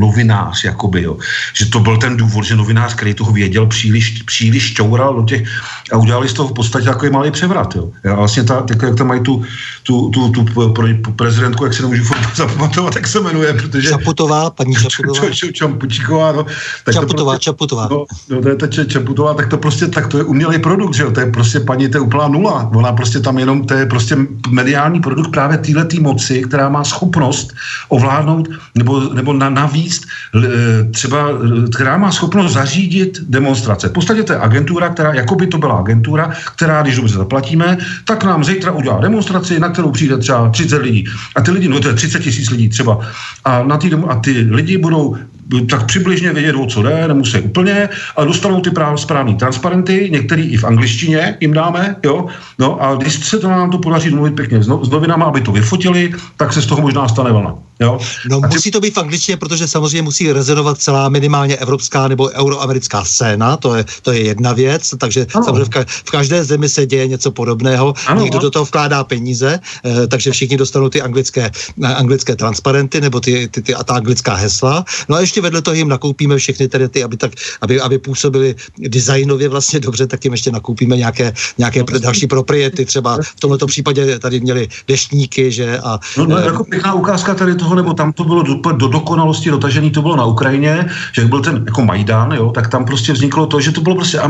jakoby, jo. Že to byl ten důvod, že novinář, který toho věděl, příliš čoural do těch a udělali z toho v podstatě takový malý převrat, jo. A vlastně jak tam mají tu prezidentku, jak se nemůžu zapamatovat, jak se jmenuje, protože... Čaputová, paní Čaputová. Čampučíková, no. Čaputová. No, to je ta Čaputová, tak to prostě, tak to je umělý produkt, že jo. To je prostě paní, to je úplná nula. Ona prostě tam jenom, to je prostě mediální produkt právě téhletý moci, která má schopnost ovládnout, nebo navíc třeba, která má schopnost zařídit demonstrace. V podstatě to je agentura, která, jako by to byla agentura, která, když dobře zaplatíme, tak nám zítra udělá demonstraci, na kterou přijde třeba 30 lidí. A ty lidi, no to je 30 000 lidí třeba. A ty lidi budou tak přibližně vědět, o co jde, nemusí úplně, a dostanou ty správný transparenty, některý i v angličtině jim dáme, jo, no a když se to nám to podaří domluvit pěkně s novinama, aby to vyfotili, tak se z toho možná stane vlna, jo. No musí to být v angličtině, protože samozřejmě musí rezonovat celá minimálně evropská nebo euroamerická scéna, to je jedna věc, takže samozřejmě v každé zemi se děje něco podobného, někdo do toho vkládá peníze, takže všichni dostanou ty anglické transparenty nebo a ta anglická hesla, no a ještě vedle toho jim nakoupíme všechny tady ty, aby působili designově vlastně dobře, tak jim ještě nakoupíme nějaké další propriety, třeba v tomto případě tady měli deštníky, že a... No, jako pěkná ukázka tady toho, nebo tam to bylo do dokonalosti dotažený, to bylo na Ukrajině, že byl ten jako Majdan, jo, tak tam prostě vzniklo to, že to bylo prostě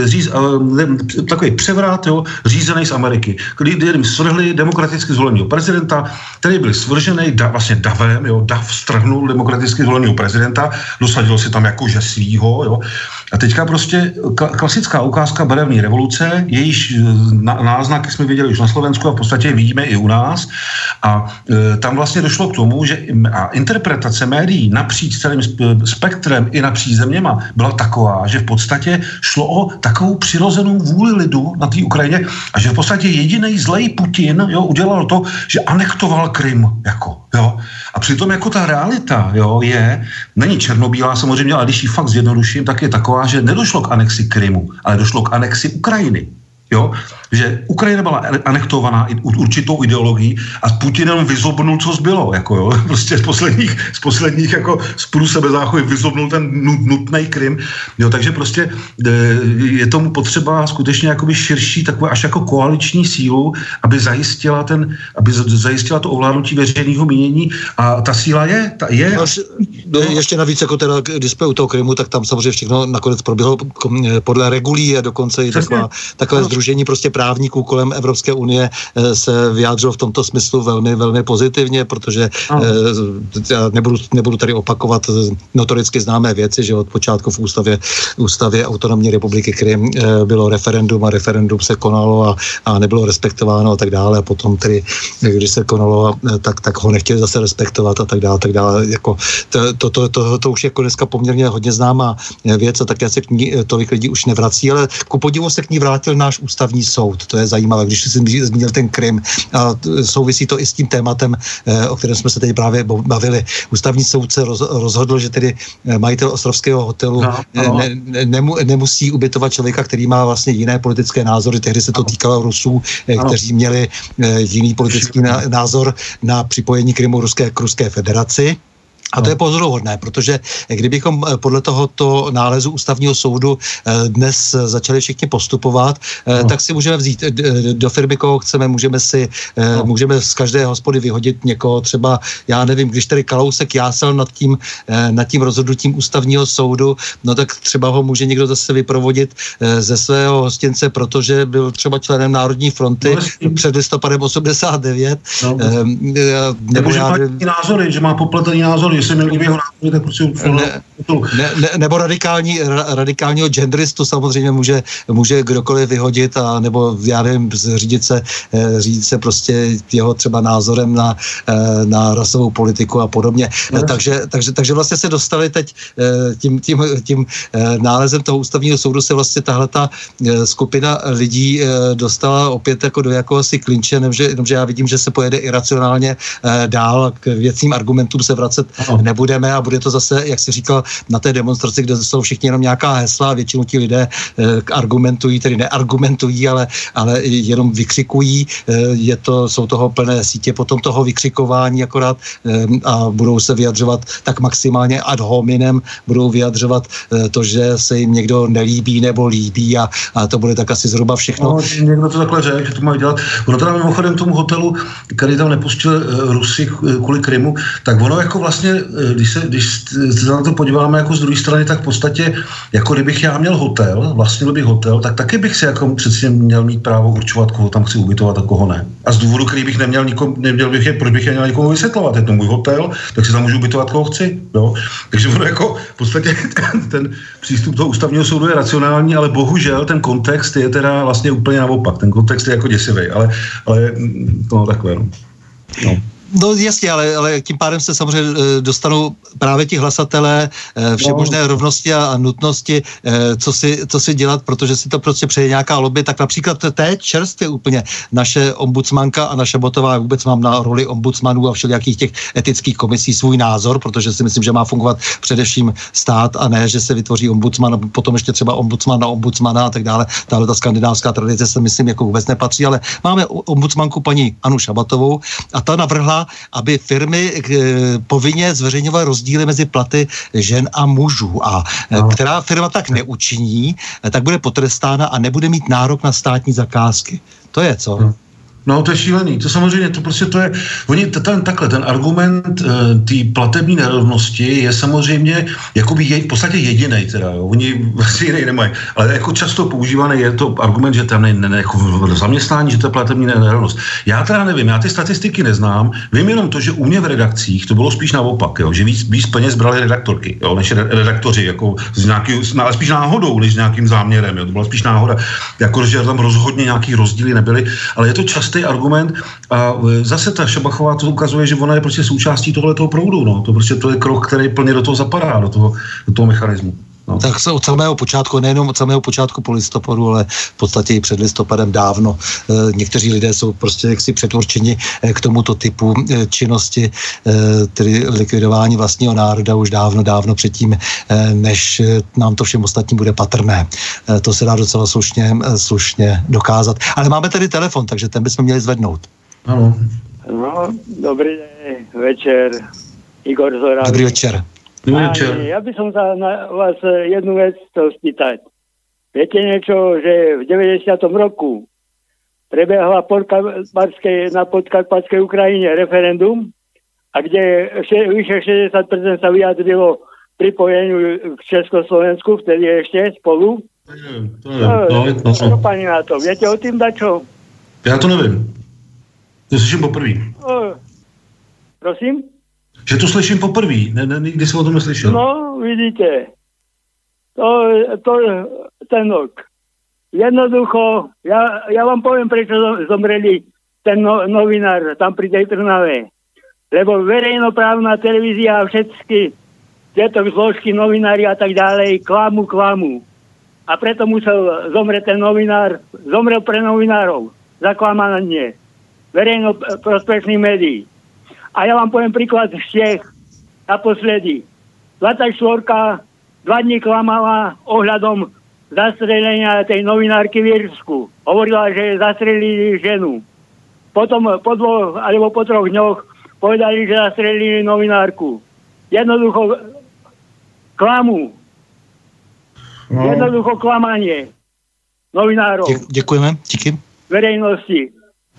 takový převrat, jo, řízený z Ameriky, kdy jim svrhli demokraticky zvoleného prezidenta, který byl svržený vlastně davem, jo, dav strhnul demokraticky zvoleného prezidenta, dosadil si tam jakože svýho, jo. A teďka prostě klasická ukázka barevné revoluce, jejíž náznaky jsme viděli už na Slovensku a v podstatě vidíme i u nás. A tam vlastně došlo k tomu, že interpretace médií napříč celým spektrem i napříč zeměma byla taková, že v podstatě šlo o takovou přirozenou vůli lidu na té Ukrajině a že v podstatě jedinej zlej Putin, jo, udělal to, že anektoval Krym, jako, jo. A přitom jako ta realita, jo, není černobílá samozřejmě, ale když ji fakt zjednoduším, tak je taková, že nedošlo k anexi Krymu, ale došlo k anexi Ukrajiny. Jo? Že Ukrajina byla anektovaná určitou ideologií a Putin jenom vyzobnul, co zbylo. Jako, jo? Prostě z posledních jako z průsebe záchovy vyzobnul ten nutný Krym. Jo? Takže prostě je tomu potřeba skutečně jakoby širší takové až jako koaliční sílu, aby zajistila to ovládnutí veřejného mínění a ta síla je. Ještě navíc, jako teda, když jsme u toho Krymu, tak tam samozřejmě všechno nakonec proběhlo podle regulí a dokonce i takové sdružení prostě právníků kolem Evropské unie se vyjádřilo v tomto smyslu velmi, velmi pozitivně, protože já nebudu tady opakovat notoricky známé věci, že od počátku v ústavě autonomní republiky Krym bylo referendum a referendum se konalo a nebylo respektováno a tak dále a potom tedy, když se konalo, tak ho nechtěli zase respektovat a tak dále. Jako to už je jako dneska poměrně hodně známá věc a také se k ní tolik lidí už nevrací, ale ku podivu se k ní vrátil náš ústavní soud. To je zajímavé, když jsi zmínil ten Krym. A souvisí to i s tím tématem, o kterém jsme se teď právě bavili. Ústavní soud se rozhodl, že tedy majitel ostravského hotelu nemusí ubytovat člověka, který má vlastně jiné politické názory. Tehdy se to týkalo Rusů, kteří měli jiný politický názor na připojení Krymu k Ruské federaci. A to je pozoruhodné, protože kdybychom podle tohoto nálezu ústavního soudu dnes začali všichni postupovat, tak si můžeme vzít do firmy, koho chceme, můžeme z každé hospody vyhodit někoho, třeba, já nevím, když tady Kalousek jásal nad tím rozhodnutím ústavního soudu, no tak třeba ho může někdo zase vyprovodit ze svého hostince, protože byl třeba členem Národní fronty před listopadem 89. Nebo že má názory, že má popletený názory, že se mi líbí jeho názory, tak prostě nebo radikálního genderistu samozřejmě může kdokoliv vyhodit, a nebo já nevím, řídit se prostě jeho třeba názorem na rasovou politiku a podobně. Takže vlastně se dostali teď tím nálezem toho ústavního soudu se vlastně tahleta skupina lidí dostala opět jako do jakéhosi klinče, jenomže já vidím, že se pojede iracionálně dál, k věcným argumentům se vracet nebudeme a bude to zase, jak jsi říkal, na té demonstraci, kde jsou všichni jenom nějaká hesla a většinou ti lidé argumentují, tedy neargumentují, ale jenom vykřikují. Jsou toho plné sítě potom toho vykřikování akorát a budou se vyjadřovat tak maximálně ad hominem, budou vyjadřovat to, že se jim někdo nelíbí nebo líbí a to bude tak asi zhruba všechno. No, někdo to takhle řekl, že to mají dělat. Ono teda mimochodem tomu hotelu, který tam nepustil Rusy kvůli Krymu, tak ono jako vlastně, když se na to podíváme jako z druhé strany, tak v podstatě, jako kdybych já měl hotel, vlastnil bych hotel, tak taky bych si jako přeci měl mít právo určovat, koho tam chci ubytovat a koho ne. A z důvodu, který bych proč bych měl nikomu vysvětlovat, je to můj hotel, tak si tam můžu ubytovat, koho chci. Jo? Takže ono jako v podstatě ten přístup toho ústavního soudu je racionální, ale bohužel ten kontext je teda vlastně úplně naopak. Ten kontext je jako děsivý, ale to takové. No. No jasně, ale tím pádem se samozřejmě dostanou právě ti hlasatelé všemožné rovnosti a nutnosti, co si dělat, protože si to prostě přeje nějaká lobby. Tak například teď čerstvě úplně naše ombudsmanka Anna Šabatová, vůbec mám na roli ombudsmanů a všelijakých těch etických komisí svůj názor, protože si myslím, že má fungovat především stát a ne, že se vytvoří ombudsman a potom ještě třeba ombudsman na ombudsmana a tak dále. Tahle ta skandinávská tradice se myslím jako vůbec nepatří, ale máme ombudsmanku paní Annu Šabatovou a ta navrhla, aby firmy povinně zveřejňovaly rozdíly mezi platy žen a mužů. A která firma tak neučiní, tak bude potrestána a nebude mít nárok na státní zakázky. To je co? No, to je šílený. To samozřejmě, to je... Ten argument té platební nerovnosti je samozřejmě jakoby v podstatě jedinej teda, jo. Oni vlastně jiný nemají. Ale jako často používaný je to argument, že tam jako zaměstnání, že to je platební nerovnost. Já teda nevím, já ty statistiky neznám. Vím jenom to, že u mě v redakcích to bylo spíš naopak, jo, že víc peněz brali redaktorky, jo, než redaktoři, jako ale spíš náhodou, než nějakým záměrem, jo. To byla spíš náhoda. Jako, že tam rozhodně nějaký rozdíly nebyly, ale je to častý argument a zase ta Šabachová to ukazuje, že ona je prostě součástí tohletoho proudu, no. To prostě to je krok, který plně do toho zapadá, do toho mechanismu. No. Tak se od samého počátku, nejenom od samého počátku po listopadu, ale v podstatě i před listopadem dávno. Někteří lidé jsou prostě jaksi předurčeni k tomuto typu činnosti, tedy likvidování vlastního národa už dávno předtím, než nám to všem ostatním bude patrné. To se dá docela slušně dokázat. Ale máme tady telefon, takže ten bychom měli zvednout. Ano. No, dobrý večer. Igor Zorán. Dobrý večer. Ja by som sa na vás jednu vec chcel spýtať. Viete niečo, že v 90. roku prebehla na podkarpatskej Ukrajine referendum, a kde vyše 60% sa vyjadrilo pripojeniu k Československu, vtedy ešte spolu. Pani na to. Viete o tým dačo? Ja to neviem. To slyším poprvý. Prosím? Že to slyším poprvé, nikdy jsem o tom neslyšel. No, vidíte, ten rok. Jednoducho, ja vám poviem, prečo zomreli ten novinár tam pri tej Trnave. Lebo verejnoprávna televízia a všetky tieto zložky, novinári a tak ďalej klamu. A preto musel zomrieť ten novinár, zomrel pre novinárov za klamanie verejnoprospešných médií. A ja vám poviem príklad z Čech. Naposledy. 24 2 dní klamala ohľadom zastrelenia tej novinárky v Írsku. Hovorila, že zastrelili ženu. Potom po 2 alebo po 3 dňoch povedali, že zastrelili novinárku. Jednoducho klamu. Jednoducho klamanie novinárov. Děkujeme. Díky. Verejnosti.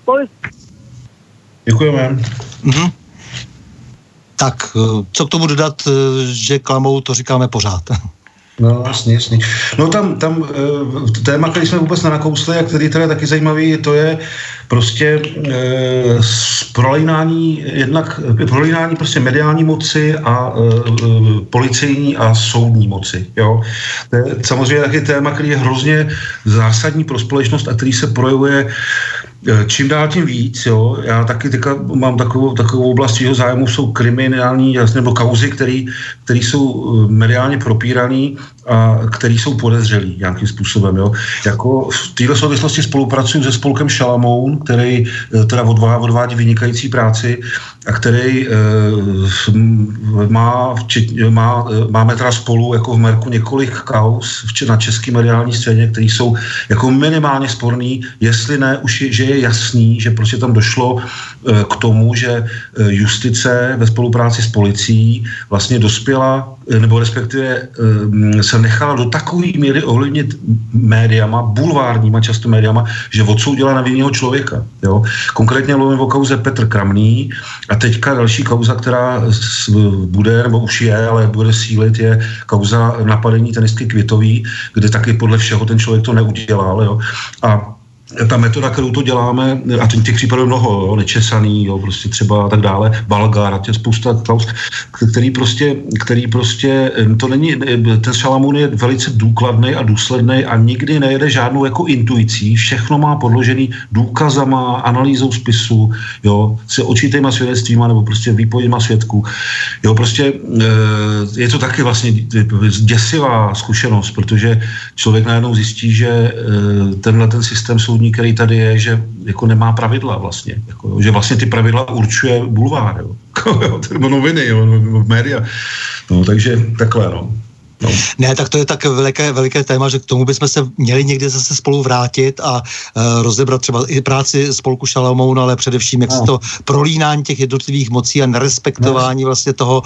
Děkujeme. Mhm. Tak, co k tomu dodat, že klamou, to říkáme pořád. No, jasně. No tam téma, který jsme vůbec nenakousli a který teda je taky zajímavý, to je prostě prolínání prostě mediální moci a policejní a soudní moci, jo. To je samozřejmě taky téma, který je hrozně zásadní pro společnost a který se projevuje čím dál tím víc, jo. Já taky teďka mám takovou oblast svého zájmu, jsou kriminální nebo kauzy, které jsou mediálně propíraný a který jsou podezřelí nějakým způsobem, jo. Jako v této souvislosti spolupracuju se spolkem Šalamoun, který teda odvádí vynikající práci a který máme teda spolu jako v Merku několik kauz na české mediální scéně, které jsou jako minimálně sporný, jestli ne už že je jasný, že prostě tam došlo k tomu, že justice ve spolupráci s policií vlastně dospěla, nebo respektive se nechala do takové míry ovlivnit médiama, bulvárníma často médiama, že odsoudila nevinného člověka. Jo? Konkrétně mluvím o kauze Petr Kramný a teďka další kauza, která bude, nebo už je, ale bude sílit, je kauza napadení tenistky Kvitový, kde taky podle všeho ten člověk to neudělal. Jo? A ta metoda, kterou to děláme, a těch případů mnoho, jo, Nečesaný, jo, prostě třeba a tak dále, Balgár, a tě spousta kauz, který prostě, to není, ten Šalamoun je velice důkladný a důsledný a nikdy nejede žádnou jako intuicí, všechno má podložený důkazama, analýzou spisu, jo, se očitejma svědectvíma nebo prostě výpověďma svědků. Jo, prostě je to taky vlastně děsivá zkušenost, protože člověk najednou zjistí, že tenhle ten systém soudní, který tady je, že jako nemá pravidla vlastně. Jako, že vlastně ty pravidla určuje bulvár, jo. Nebo noviny, jo, média. No, takže takhle, no. Ne, tak to je tak veliké téma, že k tomu bychom se měli někde zase spolu vrátit a rozebrat třeba i práci spolku Šalamoun, ale především jak se to prolínání těch jednotlivých mocí a nerespektování vlastně toho...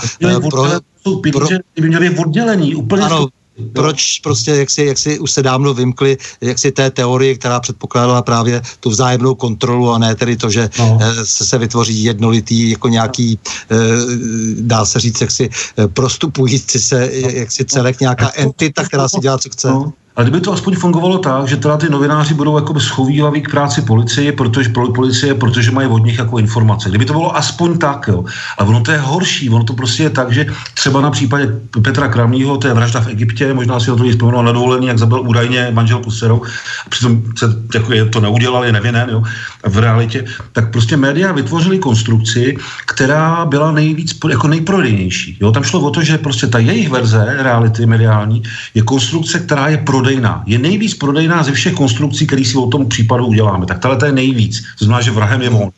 by měli oddělení úplně... Ano, proč prostě, jak si už se dávno vymkli, jak si té teorie, která předpokládala právě tu vzájemnou kontrolu a ne tedy to, že se vytvoří jednolitý jako nějaký, dá se říct, jaksi prostupující se, jaksi celek nějaká entita, která si dělá, co chce. Ale kdyby to aspoň fungovalo tak, že teda ty novináři budou jakoby schovývaví k práci policie, protože mají od nich jako informace. Kdyby to bylo aspoň tak, jo. Ale ono to je horší, ono to prostě je tak, že třeba na případě Petra Kramného, to je vražda v Egyptě, možná si ho to vzpomenoval na dovolení, jak zabil údajně manželku s dcerou, a přitom se jako to neudělal, je nevinen, jo. A v realitě, tak prostě média vytvořily konstrukci, která byla nejvíc jako nejprodejnější. Jo. Tam šlo o to, že prostě ta jejich verze reality mediální je konstrukce, která je prodejná. Je nejvíc prodejná ze všech konstrukcí, které si o tom případu uděláme. Tak tahle to je nejvíc. To znamená, že vrahem je on.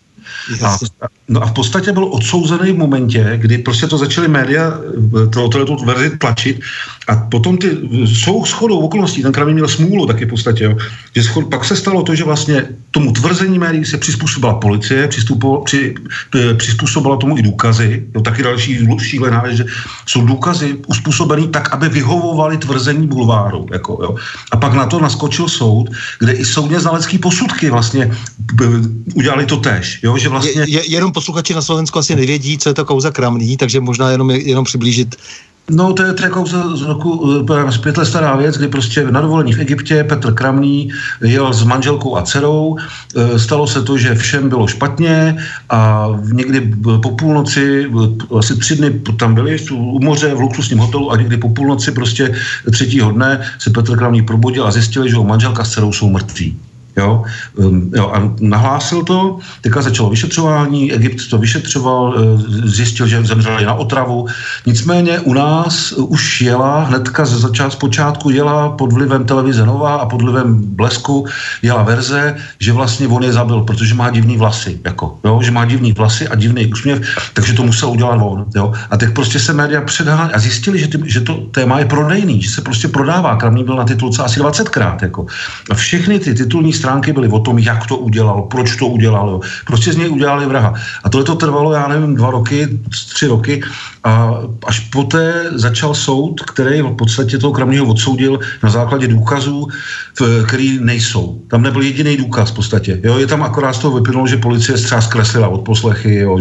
A v podstatě byl odsouzený v momentě, kdy prostě to začaly média tu verzi tlačit a potom jsou shodou okolností, ten Kramný měl smůlu taky v podstatě, jo, že pak se stalo to, že vlastně tomu tvrzení médií se přizpůsobila policie, přizpůsobila tomu i důkazy, jo, taky další šílená věc, že jsou důkazy uspůsobený tak, aby vyhovovaly tvrzení bulváru, jako, jo. A pak na to naskočil soud, kde i soudně znalecký posudky vlastně udělali to též, jo, že vlastně... Jenom posluchači na Slovensku asi nevědí, co je to kauza Kramný, takže možná jenom přiblížit. No, to je kauza z roku 5 let stará věc, kdy prostě na dovolení v Egyptě Petr Kramný jel s manželkou a dcerou. Stalo se to, že všem bylo špatně a někdy po půlnoci, asi 3 dny tam byli u moře v luxusním hotelu a někdy po půlnoci prostě 3. dne se Petr Kramný probudil a zjistili, že ho manželka s dcerou jsou mrtví. Jo, a nahlásil to, teďka začalo vyšetřování, Egypt to vyšetřoval, zjistil, že zemřeli na otravu, nicméně u nás už jela, hnedka z počátku jela pod vlivem televize Nova a pod vlivem Blesku jela verze, že vlastně on je zabil, protože má divný vlasy, jako, jo, že má divný vlasy a divný úsměv, takže to musel udělat on, jo, a teď prostě se média předhánějí a zjistili, že to téma je prodejný, že se prostě prodává, Kramný byl na titulce asi 20krát, jako, a všechny ty titulní stránky byly o tom, jak to udělal, proč to udělal, jo. Prostě z něj udělali vraha. A tohle to trvalo, já nevím, 2 roky, 3 roky a až poté začal soud, který v podstatě toho Kramného odsoudil na základě důkazů, který nejsou. Tam nebyl jediný důkaz v podstatě. Jo. Je tam akorát z toho vyplynulo, že policie třeba zkreslila odposlechy, jo,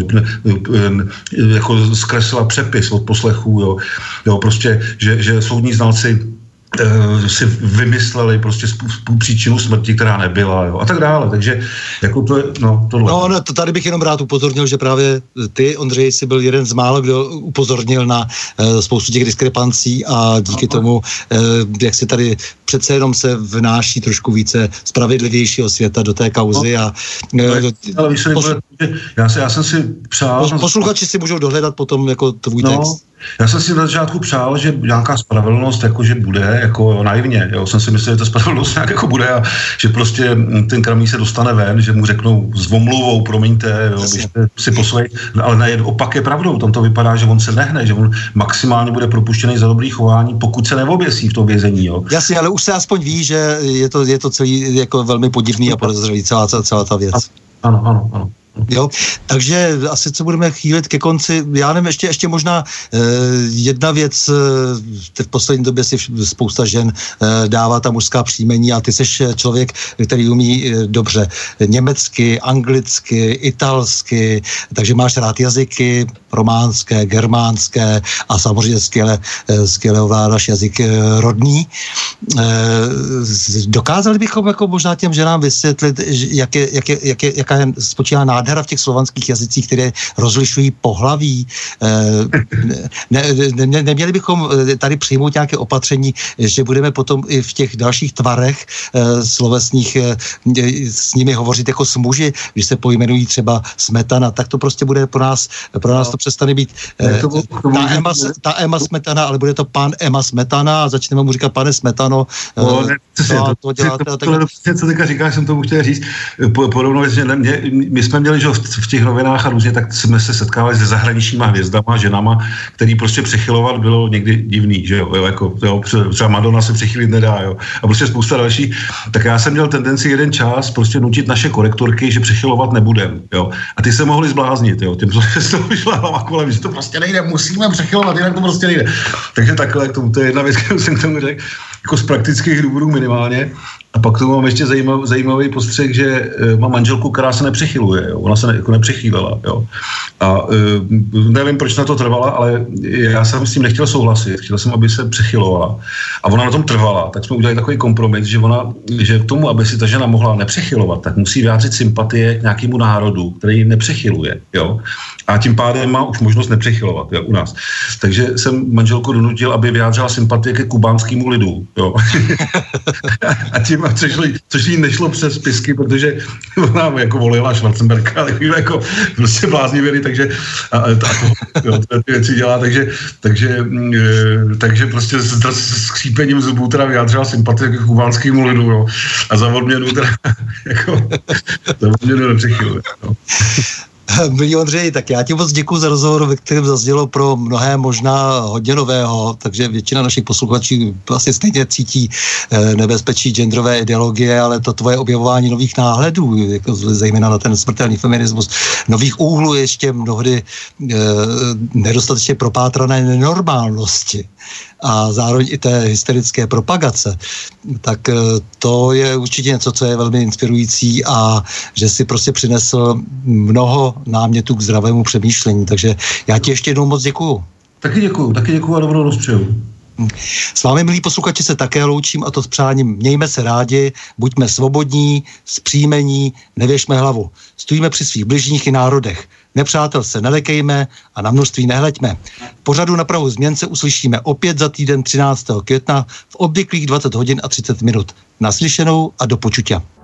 jako zkreslila přepis odposlechů, jo. Jo, prostě, že soudní znalci si vymysleli prostě příčinu smrti, která nebyla, jo, a tak dále, takže jako to je, tohle. No, to tady bych jenom rád upozornil, že právě ty, Ondřej, jsi byl jeden z málo, kdo upozornil na spoustu těch diskrepancí a díky tomu, jak si tady přece jenom se vnáší trošku více spravedlivějšího světa do té kauzy a já jsem si přál... Posluchači si můžou dohledat potom jako tvůj text. Já jsem si na začátku přál, že nějaká spravedlnost jakože bude, jako naivně, jo, jsem si myslel, že ta spravedlnost nějak jako bude a že prostě ten Kramý se dostane ven, že mu řeknou s omluvou, promiňte, jo, běžte si po svej, ale ne, opak je pravdou, tam to vypadá, že on se nehne, že on maximálně bude propuštěný za dobrý chování, pokud se neoběsí v tom vězení, jo. Jasně, ale už se aspoň ví, že je to celý jako velmi podivný a podezřelý celá ta věc. Ano. Jo, takže asi co budeme chýlit ke konci, já nevím, ještě možná jedna věc, v poslední době si spousta žen dává ta mužská příjmení a ty seš člověk, který umí dobře německy, anglicky, italsky, takže máš rád jazyky románské, germánské a samozřejmě skvěle ovládáš jazyk rodný. Dokázali bychom jako možná těm ženám vysvětlit, jaká spočívá nádhera v těch slovanských jazycích, které rozlišují pohlaví. Neměli bychom tady přijmout nějaké opatření, že budeme potom i v těch dalších tvarech slovesních s nimi hovořit jako s muži, když se pojmenují třeba Smetana, tak to prostě bude pro nás to přestane být ta Emma Smetana, ale bude to pán Emma Smetana a začneme mu říkat pane Smetano. To co teďka říkáš, jsem tomu chtěl říct. Podobnou věc, že my jsme měli, že v těch novinách a různě, tak jsme se setkávali se zahraničníma hvězdama, ženama, který prostě přechylovat bylo někdy divný, že jo, jako třeba Madonna se přechylit nedá, jo, a prostě spousta dalších. Tak já jsem měl tendenci jeden čas prostě nutit naše korektorky, že přechylovat nebudem, jo, a ty se mohli zbláznit, jo, tím se to vyšla hlava kolem, že to prostě nejde, musíme přechylovat, jinak to prostě nejde. Takže takhle, to je jedna věc, kterou jsem k tomu řekl, jako z praktických důvodů minimálně. A pak tu mám ještě zajímavý postřeh, že mám manželku, která se nepřechyluje, jo. Ona se jako nepřechýlela, jo. A nevím, proč na to trvala, ale já jsem s tím nechtěl souhlasit. Chtěl jsem, aby se přechylovala. A ona na tom trvala. Tak jsme udělali takový kompromis, že k tomu, aby si ta žena mohla nepřechylovat, tak musí vyjádřit sympatie k nějakému národu, který nepřechyluje, jo. A tím pádem má už možnost nepřechylovat, jo, u nás. Takže jsem manželku donutil, aby vyjádřila sympatie ke kubánskému lidu, jo. A tím, což jí nešlo přes spisky, protože ona jako volila Schwarzenberga, takový jako prostě bláznivý, takže ty věci dělá, takže prostě s skřípením zubů teda vyjádřila sympatie k kubánskému lidu, jo. A za odměnu teda jako za odměnu nepřechyluje, no. Milí Ondřej, tak já ti moc děkuji za rozhovor, ve kterém zaznělo pro mnohé možná hodně nového, takže většina našich posluchačů asi stejně cítí nebezpečí genderové ideologie, ale to tvoje objevování nových náhledů, jako zejména na ten smrtelný feminismus, nových úhlů ještě mnohdy nedostatečně propátrané nenormálnosti a zároveň i té hysterické propagace, tak to je určitě něco, co je velmi inspirující a že si prostě přinesl mnoho námětů k zdravému přemýšlení. Takže já ti ještě jednou moc děkuju. Taky děkuju a dobrou noc přeju. S vámi, milí posluchači, se také loučím a to s přáním mějme se rádi, buďme svobodní, zpříjmení, nevěšme hlavu. Stojíme při svých bližních i národech. Nepřátel se nelekejme a na množství nehleďme. V pořadu Na prahu změn se uslyšíme opět za týden 13. května v obvyklých 20 hodin a 30 minut. Naslyšenou a do počutia.